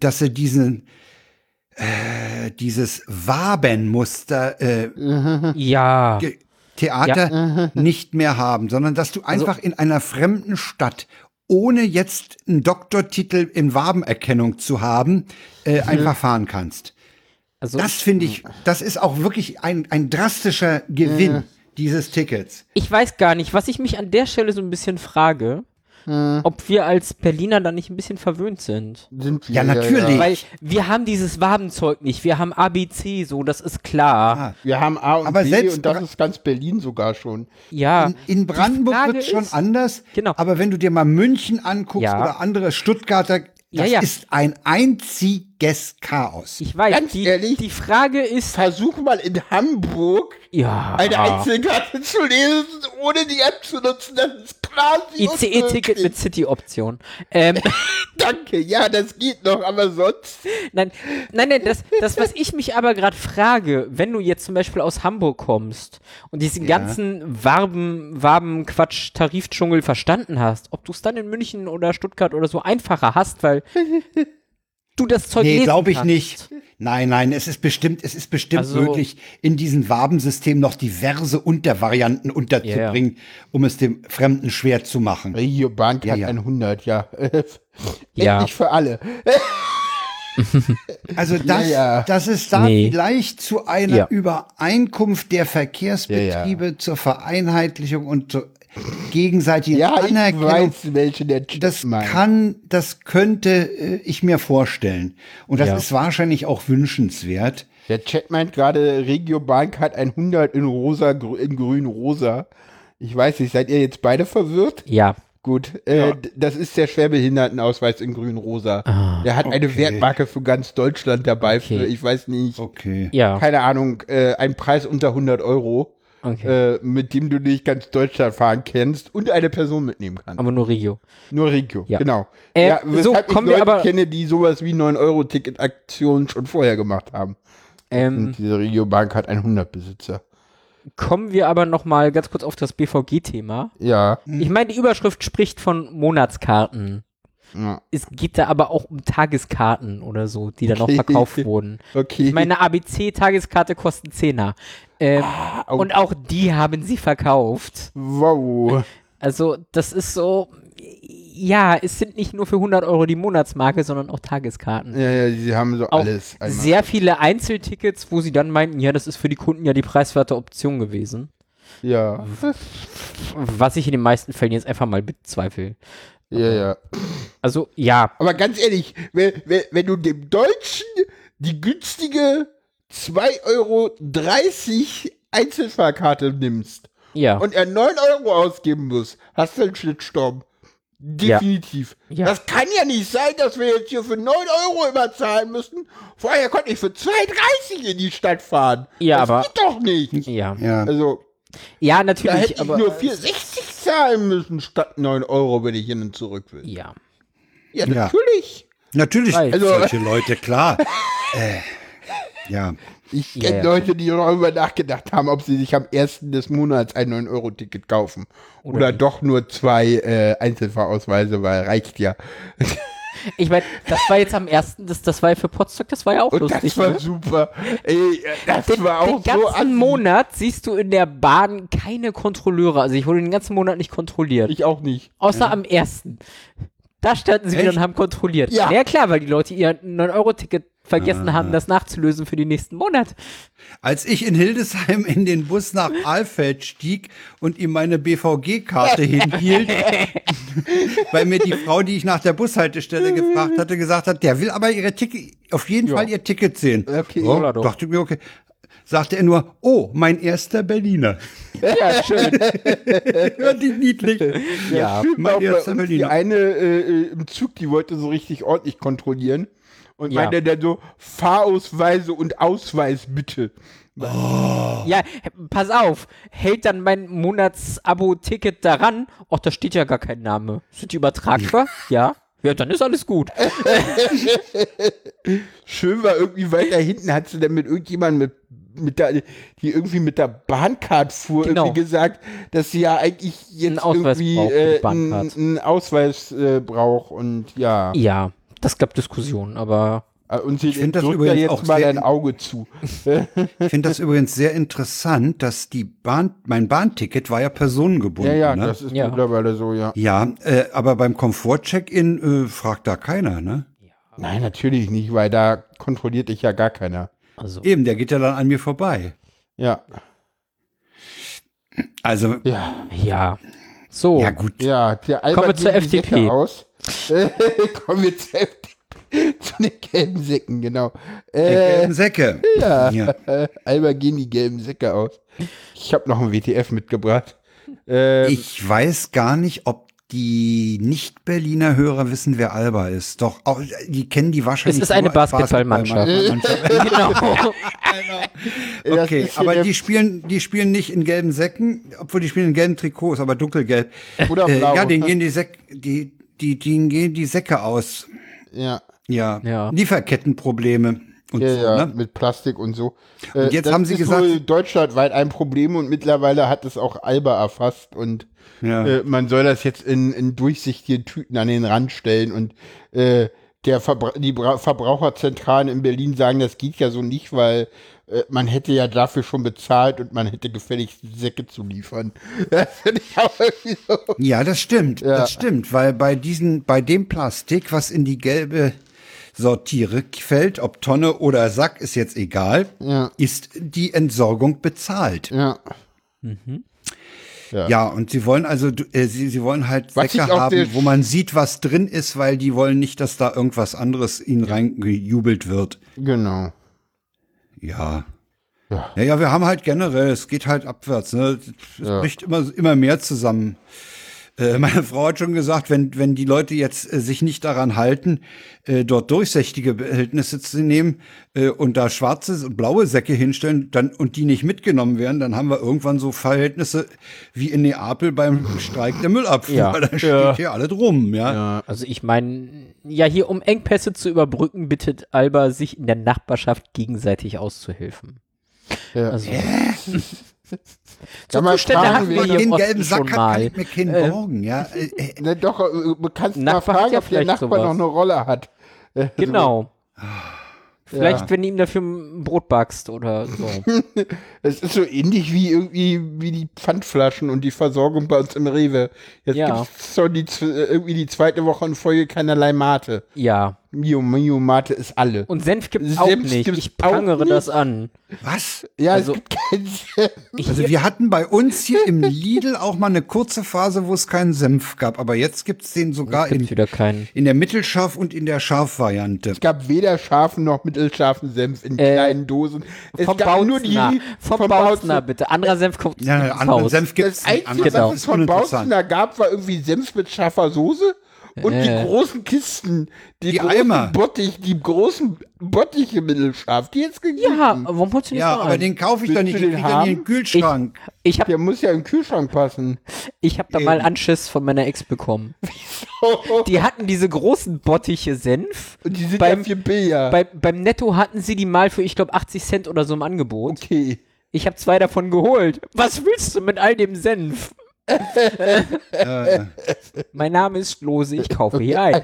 dieses Wabenmuster ja. Theater nicht mehr haben, sondern dass du einfach in einer fremden Stadt, ohne jetzt einen Doktortitel in Wabenerkennung zu haben, einfach fahren kannst. Also, Das finde ich, das ist auch wirklich ein drastischer Gewinn dieses Tickets. ich weiß gar nicht, was ich mich an der Stelle so ein bisschen frage, ob wir als Berliner da nicht ein bisschen verwöhnt sind. Sind wir, Ja, natürlich. Weil wir haben dieses Wabenzeug nicht, wir haben ABC, so, das ist klar. Ah, Wir haben A und Aber B selbst und das ist ganz Berlin sogar schon. Ja. In Brandenburg Frage wird es schon ist- anders, Genau. aber wenn du dir mal München anguckst Ja. oder andere Stuttgarter, das Ja. ist ein einziges Chaos. Ich weiß, Ganz ehrlich? die Frage ist, Versuch mal in Hamburg ja, eine Einzelkarte zu lesen, ohne die App zu nutzen. Das ist quasi ICE-Ticket unmöglich. mit City-Option. Danke, ja, das geht noch, aber sonst. Nein, das, was ich mich aber gerade frage, wenn du jetzt zum Beispiel aus Hamburg kommst und diesen ganzen Waben-Quatsch-Tarifdschungel verstanden hast, ob du es dann in München oder Stuttgart oder so einfacher hast, weil du das Zeug Nee, lesen glaube ich kannst. nicht. Nein, es ist bestimmt Also- möglich, in diesem Wabensystem noch diverse Untervarianten unterzubringen, um es dem Fremden schwer zu machen. Regiobahn hat Ja. 100, ja. Ja. Endlich für alle. Also dass es da Nee. vielleicht zu einer Ja. Übereinkunft der Verkehrsbetriebe zur Vereinheitlichung und zur gegenseitigen Ja, ich Anerkennung, weiß, welche der Chat das meint. könnte ich mir vorstellen. Und das Ja. ist wahrscheinlich auch wünschenswert. Der Chat meint gerade, Regiobahn hat 100 in rosa, in grün-rosa. Ich weiß nicht, seid ihr jetzt beide verwirrt? Ja. Gut, das ist der Schwerbehindertenausweis in grün-rosa. Der hat eine okay. Wertmarke für ganz Deutschland dabei für, Okay. ich weiß nicht, Okay. Ja. keine Ahnung, einen Preis unter 100 Euro, Okay. mit dem du durch ganz Deutschland fahren kannst und eine Person mitnehmen kannst. Aber nur Regio. Nur Regio, Ja. genau. So, weshalb kommen ich wir Leute aber- kenne, die sowas wie 9-Euro-Ticket-Aktionen schon vorher gemacht haben. Und diese Regiobahn hat 100-Besitzer. Kommen wir aber noch mal ganz kurz auf das BVG-Thema. Ja. Ich meine, die Überschrift spricht von Monatskarten. Ja. Es geht da aber auch um Tageskarten oder so, die da noch Okay. verkauft wurden. Okay. Ich meine, eine ABC-Tageskarte kostet 10er. Und auch die haben sie verkauft. Wow. Also, das ist so, ja, es sind nicht nur für 100 Euro die Monatsmarke, sondern auch Tageskarten. Ja, sie haben so Auch alles. einmal. sehr viele Einzeltickets, wo sie dann meinten, ja, das ist für die Kunden ja die preiswerte Option gewesen. Ja. Was ich in den meisten Fällen jetzt einfach mal bezweifle. Ja. Also, ja, Aber ganz ehrlich, wenn du dem Deutschen die günstige 2,30 € Einzelfahrkarte nimmst ja. und er 9 Euro ausgeben muss, hast du einen Shitstorm. Definitiv. Ja. Das kann ja nicht sein, dass wir jetzt hier für 9 Euro immer zahlen müssen. Vorher konnte ich für 2,30 in die Stadt fahren. Ja, das aber- geht doch nicht. Ja, Ja. Also, ja da natürlich, hätte ich aber. nur 4,60 zahlen müssen statt 9 Euro, wenn ich hin und zurück will. Ja. Ja, Ja. natürlich. Natürlich Weiß. gibt es Also- solche Leute, klar. Ja. Ich kenne Leute, die darüber nachgedacht haben, ob sie sich am 1. des Monats ein 9-Euro-Ticket kaufen. Oder doch nur 2 Einzelfahrausweise, weil reicht ja. Ich meine, das war jetzt am 1., das war ja für Potsdok, das war ja auch Und lustig. das war ne? super. Ey, das war auch Den ganzen Monat siehst du in der Bahn keine Kontrolleure. Also ich wurde den ganzen Monat nicht kontrolliert. Ich auch nicht. Außer am 1. Da standen sie wieder und haben kontrolliert. Ja klar, weil die Leute ihr 9-Euro-Ticket vergessen haben, das nachzulösen für den nächsten Monat. Als ich in Hildesheim in den Bus nach Alfeld stieg und ihm meine BVG-Karte hinhielt, weil mir die Frau, die ich nach der Bushaltestelle gefragt hatte, gesagt hat, der will aber auf jeden Fall ihr Ticket sehen. Okay. So, dachte ich mir, okay. Sagte er nur, oh, mein erster Berliner. Ja, schön. Hört die niedlich. Ja, mein erster Die Berliner. eine im Zug, die wollte so richtig ordentlich kontrollieren. Und Ja. meinte dann so, Fahrausweise und Ausweis bitte. Ja, pass auf, hält dann mein Monatsabo-Ticket daran? Och, da steht ja gar kein Name. Sind die übertragbar? Ja. Ja, dann ist alles gut. Schön war irgendwie weiter hinten, hat sie dann mit irgendjemandem die irgendwie mit der Bahncard fuhr, Genau. irgendwie gesagt, dass sie ja eigentlich jetzt Einen Ausweis irgendwie braucht für die Bahncard. einen Ausweis braucht und ja. Ja, das gab Diskussionen, aber Und sie find das drückt da übrigens jetzt auch mal sehr- ein Auge zu. Ich finde das übrigens sehr interessant, dass mein Bahnticket war ja personengebunden. Ja, ne? das ist Ja. mittlerweile so, ja. Ja, aber beim Komfort-Check-In fragt da keiner, ne? Nein, natürlich nicht, weil da kontrolliert dich ja gar keiner. also. Eben, der geht ja dann an mir vorbei. Ja. Also, Ja. Ja. So. ja gut. Ja, der Albert Kommen wir zur geht die FDP. Säcke aus. Kommen wir zur FDP. Zu den gelben Säcken, genau. Gelben Säcke. Ja. Ja. Albert gehen die gelben Säcke aus. Ich habe noch ein WTF mitgebracht. Ich weiß gar nicht, ob die Nicht-Berliner Hörer wissen, wer Alba ist. Doch, auch, die kennen die wahrscheinlich. Es ist eine nur als Basketballmannschaft. Basketballmannschaft. Genau. Okay, ist hier aber der- die spielen nicht in gelben Säcken, obwohl die spielen in gelben Trikots, aber dunkelgelb. Oder blau. Ja, denen gehen denen gehen die Säcke aus. Ja. Ja. Ja. Lieferkettenprobleme und Ja, so, ja, ne? mit Plastik und so. Und jetzt das haben sie ist gesagt- wohl deutschlandweit ein Problem und mittlerweile hat es auch Alba erfasst und Ja. man soll das jetzt in durchsichtigen Tüten an den Rand stellen und die Verbraucherzentralen in Berlin sagen, das geht ja so nicht, weil man hätte ja dafür schon bezahlt und man hätte gefälligst Säcke zu liefern. Das finde ich auch irgendwie so. Ja, das stimmt. Ja. Das stimmt, weil bei dem Plastik, was in die gelbe Sortiere fällt, ob Tonne oder Sack, ist jetzt egal, Ja. ist die Entsorgung bezahlt. Ja. Ja, und sie wollen also, sie wollen halt Was ich Säcke auch sehr haben, wo man sieht, was drin ist, weil die wollen nicht, dass da irgendwas anderes ihnen reingejubelt wird. Genau. Ja. Ja. Ja, wir haben halt generell, es geht halt abwärts, ne? Es bricht immer mehr zusammen. Meine Frau hat schon gesagt, wenn die Leute jetzt sich nicht daran halten, dort durchsichtige Behältnisse zu nehmen und da schwarze und blaue Säcke hinstellen und die nicht mitgenommen werden, dann haben wir irgendwann so Verhältnisse wie in Neapel beim Streik der Müllabfuhr. Ja. Da steht hier alle drum, ja. Also ich meine, ja, hier um Engpässe zu überbrücken, bittet Alba sich in der Nachbarschaft gegenseitig auszuhelfen. Ja. Also, Kann so man Zustände fragen, hatten wir wen hier im Den Osten gelben schon Sack kann mal. ich mir keinen borgen, ja. Ne, doch, du kannst mal Nachbar hat fragen, ja ob der vielleicht Nachbar sowas. noch eine Rolle hat. Genau. Vielleicht, Ja. wenn du ihm dafür ein Brot backst oder so. Es ist so ähnlich wie die Pfandflaschen und die Versorgung bei uns im Rewe. Jetzt Ja. gibt's so irgendwie die zweite Woche in Folge keinerlei Mate. Ja. Mio Mate ist alle. Und Senf gibt's auch Senf nicht. gibt's Ich prangere auch nicht? das an. Was? Ja, also- es gibt keinen Senf. Also wir hatten bei uns hier im Lidl auch mal eine kurze Phase, wo es keinen Senf gab, aber jetzt gibt's den sogar Gibt's wieder keinen. in der Mittelscharf und in der Scharfvariante. Es gab weder scharfen noch mittelscharfen Senf in kleinen Dosen. Es Vom gab nur die Bautzner. Vom Bautzner, bitte. Anderer Senf kommt Ja, ins anderen Haus. Senf gibt's Das nicht. Einzige, Anderer was Senf es ist von uninteressant. Bautzner gab, war irgendwie Senf mit scharfer Soße Und die großen Kisten, die großen Eimer. Die großen Bottiche mittelscharf, die jetzt gegeben. Ja, warum holst du nicht Ja, mal aber ein? den kaufe ich Willst doch nicht, du den den krieg ich doch nicht in haben? den Kühlschrank. Ich habe Der muss ja im Kühlschrank passen. da mal Anschiss von meiner Ex bekommen. Die hatten diese großen Bottiche Senf. Und die sind beim, ja viel billiger. beim Netto hatten sie die mal für, ich glaube, 80 Cent oder so im Angebot. Okay. Ich habe 2 davon geholt. Was willst du mit all dem Senf? Mein Name ist Lose, ich kaufe hier ein.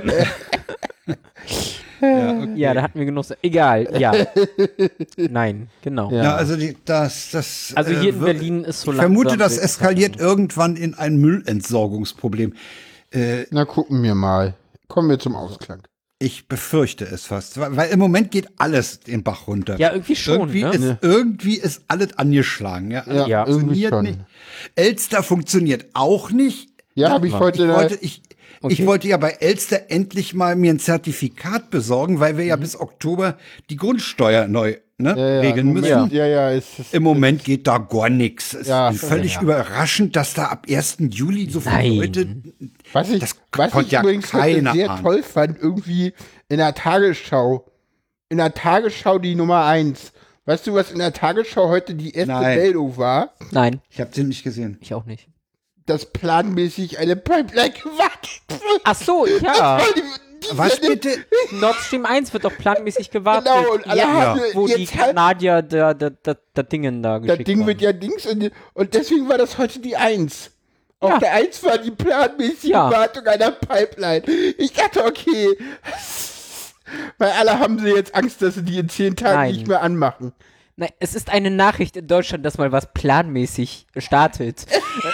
Ja, da hatten wir genug. Egal, ja. Nein, genau. Ja. Ja, also das Also hier in Berlin ist so ich vermute, langsam das wird- eskaliert irgendwann in ein Müllentsorgungsproblem. Na, gucken wir mal. Kommen wir zum Ausklang. Ich befürchte es fast, weil im Moment geht alles den Bach runter. Ja, irgendwie schon, Irgendwie ist alles angeschlagen. Ja, also Ja, irgendwie funktioniert schon. nicht. Elster funktioniert auch nicht. Ja, habe ich heute. Ich wollte ja bei Elster endlich mal mir ein Zertifikat besorgen, weil wir ja bis Oktober die Grundsteuer neu regeln müssen. Im Moment geht da gar nichts. Es ist völlig überraschend, dass da ab 1. Juli so viele Leute. Was ich konnte ja übrigens heute keiner sehr ahnen. toll fand, irgendwie in der Tagesschau. In der Tagesschau die Nummer 1. Weißt du, was in der Tagesschau heute die erste Nein. Meldung war? Nein, Ich habe den nicht gesehen. ich auch nicht. Dass planmäßig eine Pipeline gewartet wird. Ach so, ja. Was bitte? Nord Stream 1 wird doch planmäßig gewartet. Genau, und alle haben wo die jetzt halt, Kanadier der Dingen da das geschickt Ding haben. wird ja Dings und deswegen war das heute die 1. Auf der 1 war die planmäßige Wartung einer Pipeline. Ich dachte, okay, weil alle haben sie jetzt Angst, dass sie die in 10 Tagen Nein. nicht mehr anmachen. Nein, es ist eine Nachricht in Deutschland, dass mal was planmäßig startet.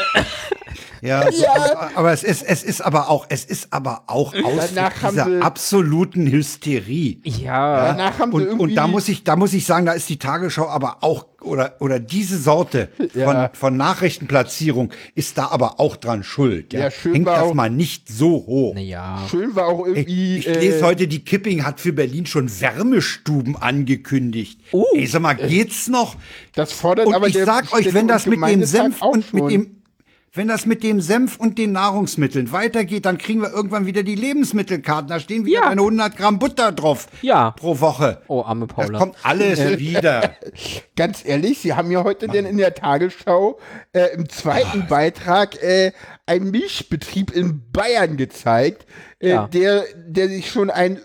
Ja, so, aber es ist aber auch aus Danach haben dieser sie- absoluten Hysterie. Ja. Danach haben sie irgendwie Und da muss ich sagen, da ist die Tagesschau aber auch, oder diese Sorte von Nachrichtenplatzierung ist da aber auch dran schuld. Ja, Ja, schön hängt war das auch- mal nicht so hoch. Ja. schön war auch irgendwie. Ich lese heute, die Kipping hat für Berlin schon Wärmestuben angekündigt. Ey, sag mal, geht's noch? Das fordert Und aber ich der sag euch, Städte- wenn und das mit dem Gemeindetag Senf auch und schon. wenn das mit dem Senf und den Nahrungsmitteln weitergeht, dann kriegen wir irgendwann wieder die Lebensmittelkarten. Da stehen wieder eine 100 Gramm Butter drauf pro Woche. Oh, arme Das Paula. kommt alles wieder. Ganz ehrlich, Sie haben ja heute denn in der Tagesschau im zweiten Beitrag einen Milchbetrieb in Bayern gezeigt, der sich schon ein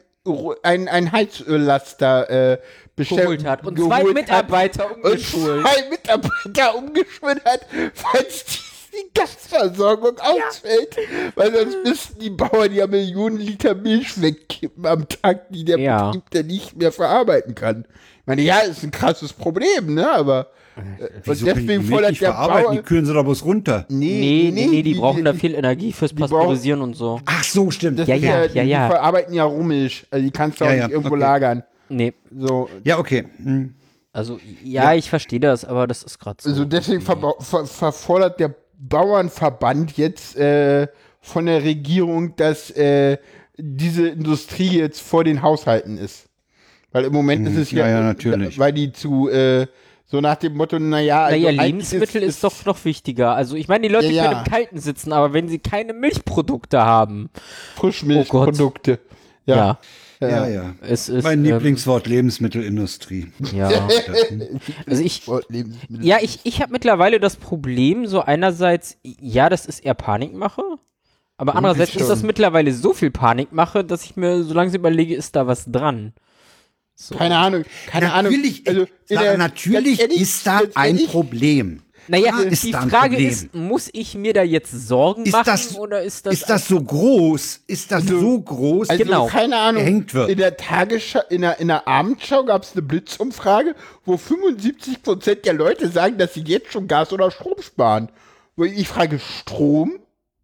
Heizöllaster Geholt hat und 2 Mitarbeiter umgeschult. Und 2 Mitarbeiter umgeschult hat, falls die Gasversorgung ausfällt. Weil sonst müssten die Bauern ja Millionen Liter Milch wegkippen am Tag, die der Betrieb dann nicht mehr verarbeiten kann. Ich meine, ja, ist ein krasses Problem, ne? Aber Wieso und können die deswegen Milch fordert nicht der verarbeiten? Bauer. Die kühlen sie doch bloß runter. Nee, die brauchen da viel Energie fürs Pasteurisieren und so. Ach so, stimmt. Das Ja, ist ja. Die verarbeiten ja Rohmilch. Also die kannst du auch nicht irgendwo lagern. Nee, So. Ja, okay. also ja, ich verstehe das, aber das ist gerade so. Also deswegen verfordert der Bauernverband jetzt von der Regierung, dass diese Industrie jetzt vor den Haushalten ist. Weil im Moment ist es ja, natürlich. weil die zu so nach dem Motto, naja, Naja, eigentlich Lebensmittel ist doch noch wichtiger. Also ich meine, die Leute Ja, können im Kalten sitzen, aber wenn sie keine Milchprodukte haben. Frischmilchprodukte. Ja. Es ist, Mein Lieblingswort Lebensmittelindustrie. Ja. Also ich habe mittlerweile das Problem, so einerseits, ja, das ist eher Panikmache, aber andererseits ist das mittlerweile so viel Panikmache, dass ich mir so langsam überlege, ist da was dran? So. Keine Ahnung. Natürlich, natürlich ist da ein Problem. Naja, ist die da ein Frage Problem. ist, muss ich mir da jetzt Sorgen machen oder ist das so groß? Ist das so groß? Also, Genau. keine Ahnung. Gehängt wird. In der Tagesschau, in der Abendschau gab es eine Blitzumfrage, wo 75% der Leute sagen, dass sie jetzt schon Gas oder Strom sparen. Wo ich frage, Strom?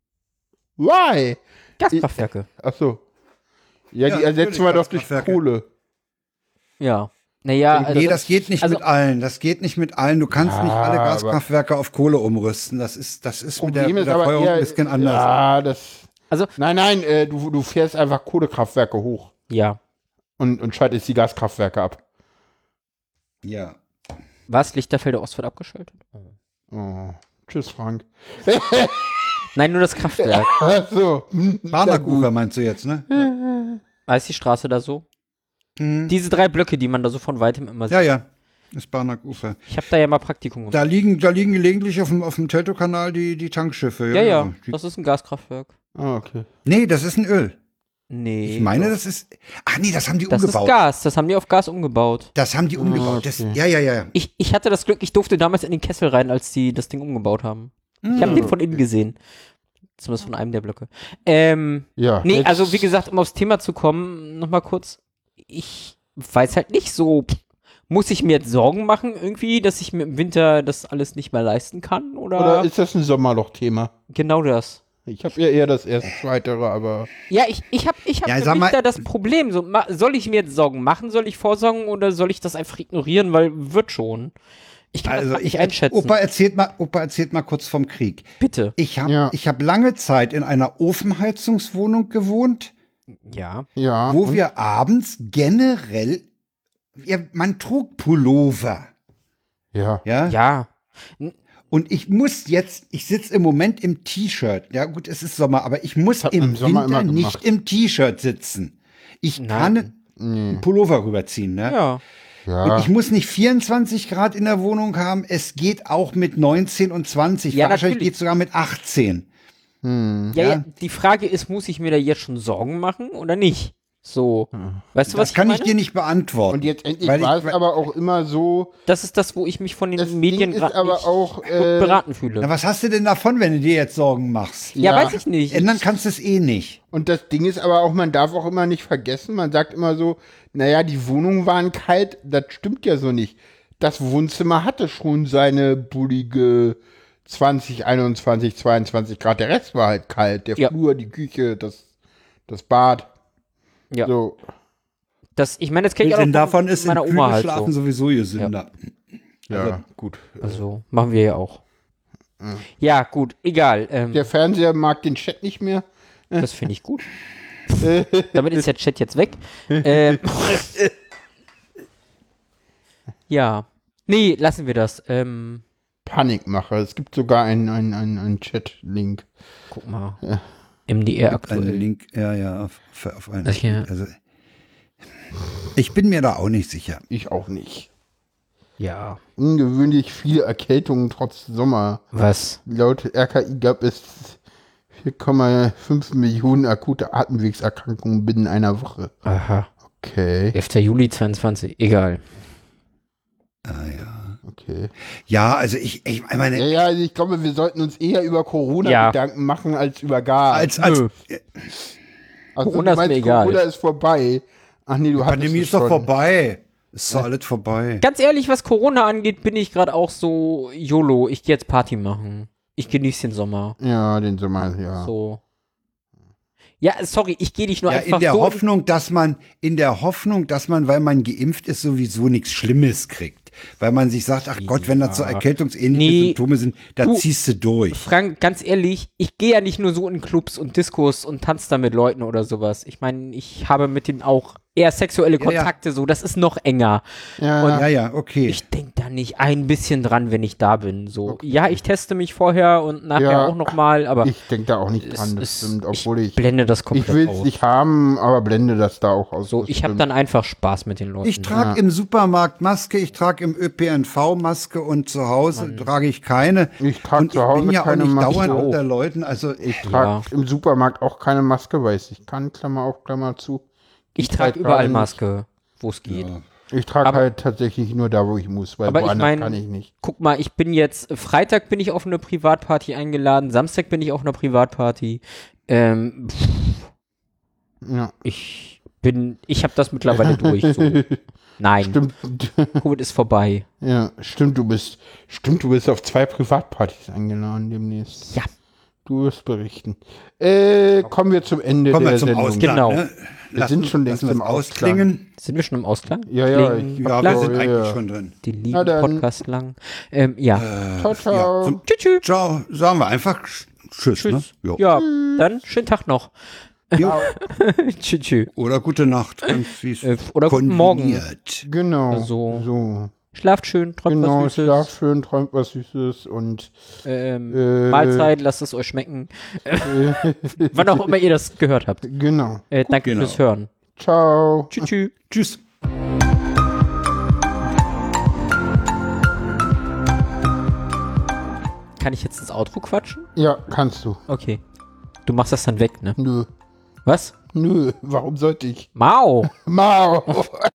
Why? Gaskraftwerke? Ach so. Ja, die Ja, ersetzen wir natürlich doch durch Gaskraftwerke. Kohle. Ja. Naja, also Nee, das geht nicht mit allen. Das geht nicht mit allen. Du kannst nicht alle Gaskraftwerke auf Kohle umrüsten. Das ist mit der Feuerung ein bisschen anders. Ja, Also- Nein, du fährst einfach Kohlekraftwerke hoch ja. und schaltest die Gaskraftwerke ab. Ja. Was? Lichterfelde Ostfeld abgeschaltet? Oh. Tschüss, Frank. Nein, nur das Kraftwerk. Ach so. Barnagufer meinst du jetzt, ne? Heißt die Straße da so? Mhm. Diese 3 Blöcke, die man da so von weitem immer sieht. Ja, ja. Das Barnagufer. Ich habe da ja mal Praktikum gemacht. Da liegen gelegentlich auf dem Teltow-Kanal die Tankschiffe. Ja. Die, Das ist ein Gaskraftwerk. Ah, okay. nee, das ist ein Öl. Nee. Ich meine, das ist. Ach nee, das haben die das umgebaut. ist Gas. Das haben die auf Gas umgebaut. Das haben die umgebaut. Das, ja. Ich hatte das Glück, ich durfte damals in den Kessel rein, als die das Ding umgebaut haben. Ich habe den von innen gesehen. Zumindest von einem der Blöcke. Ja. Nee, jetzt- also wie gesagt, um aufs Thema zu kommen, nochmal kurz. Ich weiß halt nicht so, muss ich mir jetzt Sorgen machen irgendwie, dass ich mir im Winter das alles nicht mehr leisten kann? Oder ist das ein Sommerloch-Thema? Genau das. Ich habe ja eher das erste, zweitere, aber. Ja, ich hab Ja, für sag mich mal- da das Problem. So, soll ich mir jetzt Sorgen machen? Soll ich vorsorgen oder soll ich das einfach ignorieren? Weil wird schon. Ich kann das Also grad nicht einschätzen. Opa erzählt mal kurz vom Krieg. Bitte. Ich habe Ja. hab lange Zeit in einer Ofenheizungswohnung gewohnt, Ja. Ja. wo wir abends generell, man trug Pullover. Ja. Ja? Ja. Und ich sitze im Moment im T-Shirt. Ja gut, es ist Sommer, aber ich muss hat man im im Sommer Winter immer nicht gemacht. im T-Shirt sitzen. Ich Nein. kann einen Pullover rüberziehen. Ne? Ja. Ja. Und ich muss nicht 24 Grad in der Wohnung haben. Es geht auch mit 19 und 20. Ja, Wahrscheinlich natürlich. geht es sogar mit 18. Ja, die Frage ist, muss ich mir da jetzt schon Sorgen machen oder nicht? So. Weißt du, was Das kann ich meine? dir nicht beantworten. Und jetzt endlich Weil war ich- es aber auch immer so. Das ist das, wo ich mich von den Das Medien Ding ist gerade aber nicht auch, gut beraten fühle. Na, was hast du denn davon, wenn du dir jetzt Sorgen machst? Ja, Ja. weiß ich nicht. Ändern kannst du es eh nicht. Und das Ding ist aber auch, man darf auch immer nicht vergessen, man sagt immer so, naja, die Wohnungen waren kalt, das stimmt ja so nicht. Das Wohnzimmer hatte schon seine bullige 20, 21, 22 Grad, der Rest war halt kalt. Der Ja. Flur, die Küche, das Bad. Ja. So. Ich meine, das kenne ich auch Denn noch davon von ist in meiner Kühle Oma halt schlafen so. sowieso gesünder. Ja, gut. Also, machen wir ja auch. Ja, gut, egal. Der Fernseher mag den Chat nicht mehr. Das finde ich gut. Damit ist der Chat jetzt weg. Ja. Nee, lassen wir das. Panikmache. Es gibt sogar einen Chat-Link. Guck mal. MDR Ein aktuell. Link, ja, auf einen. Das hier. Also, ich bin mir da auch nicht sicher. Ich auch nicht. Ja. Ungewöhnlich viele Erkältungen trotz Sommer. Was? Laut RKI gab es 4,5 Millionen akute Atemwegserkrankungen binnen einer Woche. Aha. Okay, 11. Juli 22. Egal. okay. Ja, also ich meine, Ja, also ich glaube, wir sollten uns eher über Corona Ja. Gedanken machen als über Gas. als Nö. Also, Corona ist mir egal. Corona ist vorbei. Ach nee, du hattest Pandemie es ist doch schon. vorbei. Ist doch alles vorbei. Ganz ehrlich, was Corona angeht, bin ich gerade auch so YOLO. Ich gehe jetzt Party machen. Ich genieße den Sommer. Ja, den Sommer, ja. So. Ja, sorry, ich gehe nicht nur Ja, einfach in der so. Hoffnung, dass man, weil man geimpft ist, sowieso nichts Schlimmes kriegt. Weil man sich sagt, ach Gott, wenn das so erkältungsähnliche Nee. Symptome sind, da Du- ziehst du durch. Frank, ganz ehrlich, ich gehe ja nicht nur so in Clubs und Diskos und tanze da mit Leuten oder sowas. Ich meine, ich habe mit denen auch eher sexuelle Ja, Kontakte, so, das ist noch enger. Ja, Ja, okay. Ich denke da nicht ein bisschen dran, wenn ich da bin. So, ja, ich teste mich vorher und nachher Ja. auch nochmal, aber ich denke da auch nicht dran, das es- stimmt, obwohl ich blende das komplett will es aus. nicht haben, aber blende das da auch aus. So, das ich habe stimmt. dann einfach Spaß mit den Leuten. Ich trage im Supermarkt Maske, ich trage im ÖPNV Maske und zu Hause trage ich keine. Ich trage Und zu Hause ich bin ja keine auch nicht Maske. dauernd auch. unter Leuten. Also Ich trage im Supermarkt auch keine Maske, weiß ich kann, Klammer auf, Klammer zu. Ich Zeit trage überall gerade nicht. Maske, wo es geht. Ich trage Aber- halt tatsächlich nur da, wo ich muss, weil Aber ich woanders mein- kann ich nicht. Guck mal, ich bin jetzt, Freitag bin ich auf eine Privatparty eingeladen, Samstag bin ich auf einer Privatparty. Ja. Ich habe das mittlerweile durch. So. Nein, Stimmt, Covid ist vorbei. ja, stimmt, du bist auf 2 Privatpartys eingeladen demnächst. Ja. Du wirst berichten. Kommen wir zum Ende kommen der wir zum Sendung. Ausklang. Genau. Ne? Wir sind schon längst lassen im wir's Ausklang. ausklingen. Sind wir schon im Ausklang? Ja, ja, Kling, ich- Ja, Ausklang? wir sind Ja, eigentlich ja. schon drin. Die lieben Na dann. Podcast lang. Ja. Ciao, ciao. Ja, zum Tschüss. Ciao, sagen wir einfach Tschüss. Tschüss. Ne? Jo. Ja, dann schönen Tag noch. Jo. Tschüss. Oder gute Nacht, ganz wie es Oder guten Morgen. konveniert. Genau. Also- So. Schlaft schön, träumt Genau, was Süßes. schlaft schön, träumt was Süßes und Mahlzeit, lasst es euch schmecken. Wann auch immer ihr das gehört habt. genau. Danke genau. fürs Hören. Ciao. Tschüss. Tschüss. Kann ich jetzt ins Outro quatschen? Ja, kannst du. Okay. Du machst das dann weg, ne? Nö. Was? Nö, warum sollte ich? Mau! Mau.